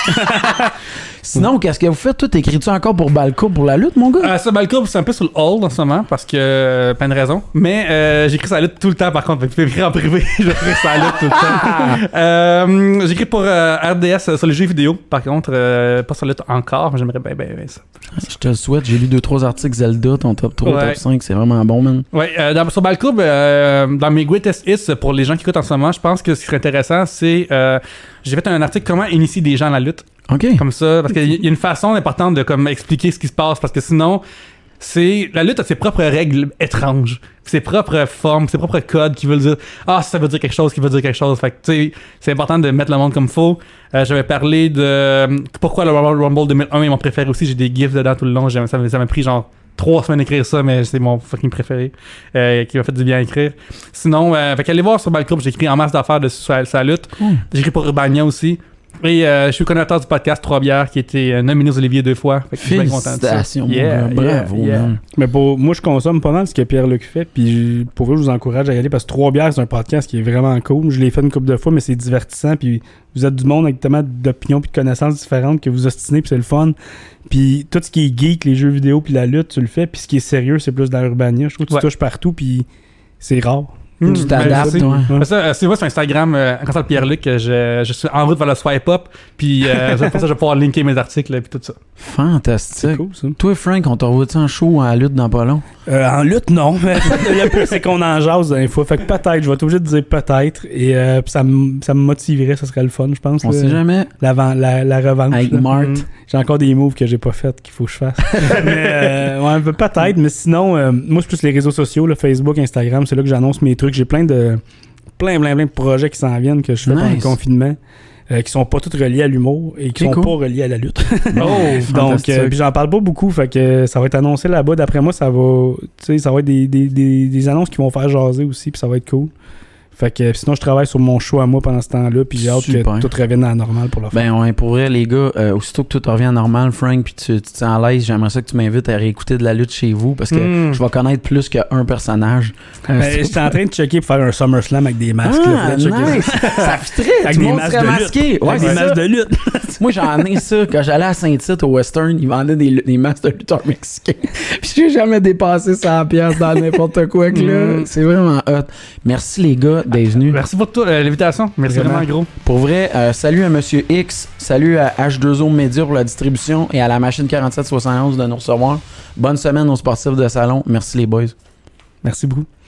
Sinon, qu'est-ce que vous faites? Toi, t'écris-tu encore pour Balco pour la lutte, mon gars? Euh, ça, Balco, c'est un peu sur le hold en ce moment parce que. Euh, plein de raisons. Mais euh, j'écris sur la lutte tout le temps, par contre. Tu peux écrire en privé. J'écris sur la lutte tout le temps. euh, j'écris pour euh, R D S sur les jeux vidéo, par contre. Euh, pas sur la lutte encore, mais j'aimerais bien, bien, bien ça. Je te le souhaite. J'ai lu deux trois articles Zelda, ton top trois, Ouais. top cinq. C'est vraiment bon, man. Ouais, euh, dans, sur Balco, euh, dans mes greatest hits, pour les gens qui écoutent en ce moment, je pense que ce qui serait intéressant, c'est. Euh, j'ai fait un article comment initier des gens à la lutte. OK. Comme ça, parce qu'il y a une façon importante de comme expliquer ce qui se passe, parce que sinon, c'est la lutte a ses propres règles étranges, ses propres formes, ses propres codes qui veulent dire ah ça veut dire quelque chose, qui veut dire quelque chose. Fait que tu sais, c'est important de mettre le monde comme faut. Euh, j'avais parlé de euh, pourquoi le Royal Rumble deux mille un est mon préféré aussi. J'ai des gifs dedans tout le long. J'ai, ça, ça m'a pris genre trois semaines d'écrire ça, mais c'est mon fucking préféré euh, qui m'a fait du bien à écrire. Sinon, euh, fait qu'allez voir sur Balcroup, j'ai écrit en masse d'affaires dessus sur sa lutte. Cool. J'ai écrit pour Urbania aussi. Et euh, je suis connateur du podcast Trois Bières qui a été euh, nominé aux Olivier deux fois. Fait que je suis bien content de ça. Félicitations, mon Yeah, gars. Bravo, yeah, yeah. man. Mais pour moi, je consomme pas mal ce que Pierre-Luc fait. Puis pour vous, je vous encourage à y aller parce que Trois Bières, c'est un podcast qui est vraiment cool. Je l'ai fait une couple de fois, mais c'est divertissant. Puis vous êtes du monde avec tellement d'opinions et de connaissances différentes que vous ostinez, puis c'est le fun. Puis tout ce qui est geek, les jeux vidéo, puis la lutte, tu le fais. Puis ce qui est sérieux, c'est plus dans l'Urbania. Je trouve que tu Ouais. touches partout, puis c'est rare. Mmh, Tu t'adaptes, ben, ouais. c'est- Ça, euh, c'est moi sur Instagram, euh, quand ça le Pierre-Luc, euh, je, je suis en route vers le swipe up, puis euh, pour ça, je vais pouvoir linker mes articles, puis tout ça. Fantastique. C'est cool, ça. Toi, Frank, on t'a revoit-tu en show à la lutte dans pas long? Euh, en lutte, non. Le plus, c'est qu'on en jase des fois. Fait que peut-être, je vais être obligé de dire peut-être. Et euh, puis ça, me- ça me motiverait, ça serait le fun, je pense. On là. sait jamais. La, van- la, la revanche. Avec là. Mart. Mm. J'ai encore des moves que j'ai pas fait qu'il faut que je fasse. mais euh, ouais, peut-être, mais sinon, euh, moi, c'est plus les réseaux sociaux, là, Facebook, Instagram, c'est là que j'annonce mes trucs. J'ai plein de plein, plein, plein de projets qui s'en viennent que je fais pendant le Nice. confinement, euh, qui sont pas tous reliés à l'humour et qui C'est sont cool. pas reliés à la lutte. Oh, Donc, fantastique. euh, puis j'en parle pas beaucoup, fait que ça va être annoncé là-bas. D'après moi, ça va, tu sais, ça va être des, des, des, des annonces qui vont faire jaser aussi, puis ça va être cool. Fait que euh, sinon, je travaille sur mon show à moi pendant ce temps-là, puis j'ai hâte Super. que tout revienne à la normale pour le faire. Ben, ouais, pour vrai, les gars, euh, aussitôt que tout revient à normal, Frank, puis tu, tu te sens à l'aise, j'aimerais ça que tu m'invites à réécouter de la lutte chez vous parce que Mm. je vais connaître plus qu'un personnage. Euh, Ben, c'est- j'étais en train de checker pour faire un SummerSlam avec des masques. là. Ah, Faudrait checker nice! ça. Ça fitterait! Avec Tout le des monde masques serait de lutte. masqué! Ouais, Avec c'est des ça. masques de lutte. Moi, j'en ai ça. Quand j'allais à Saint-Tite au Western, ils vendaient des, des masques de lutteurs mexicains. Puis j'ai jamais dépassé cent piastres dans n'importe quoi que là. Mm. C'est vraiment hot. Merci les gars d'être venus. Merci pour tout, euh, l'invitation. Merci Vraiment. vraiment, gros. Pour vrai, euh, salut à Monsieur X, salut à H deux O Media pour la distribution et à la machine quarante-sept soixante et onze de nous recevoir. Bonne semaine aux sportifs de salon. Merci les boys. Merci beaucoup.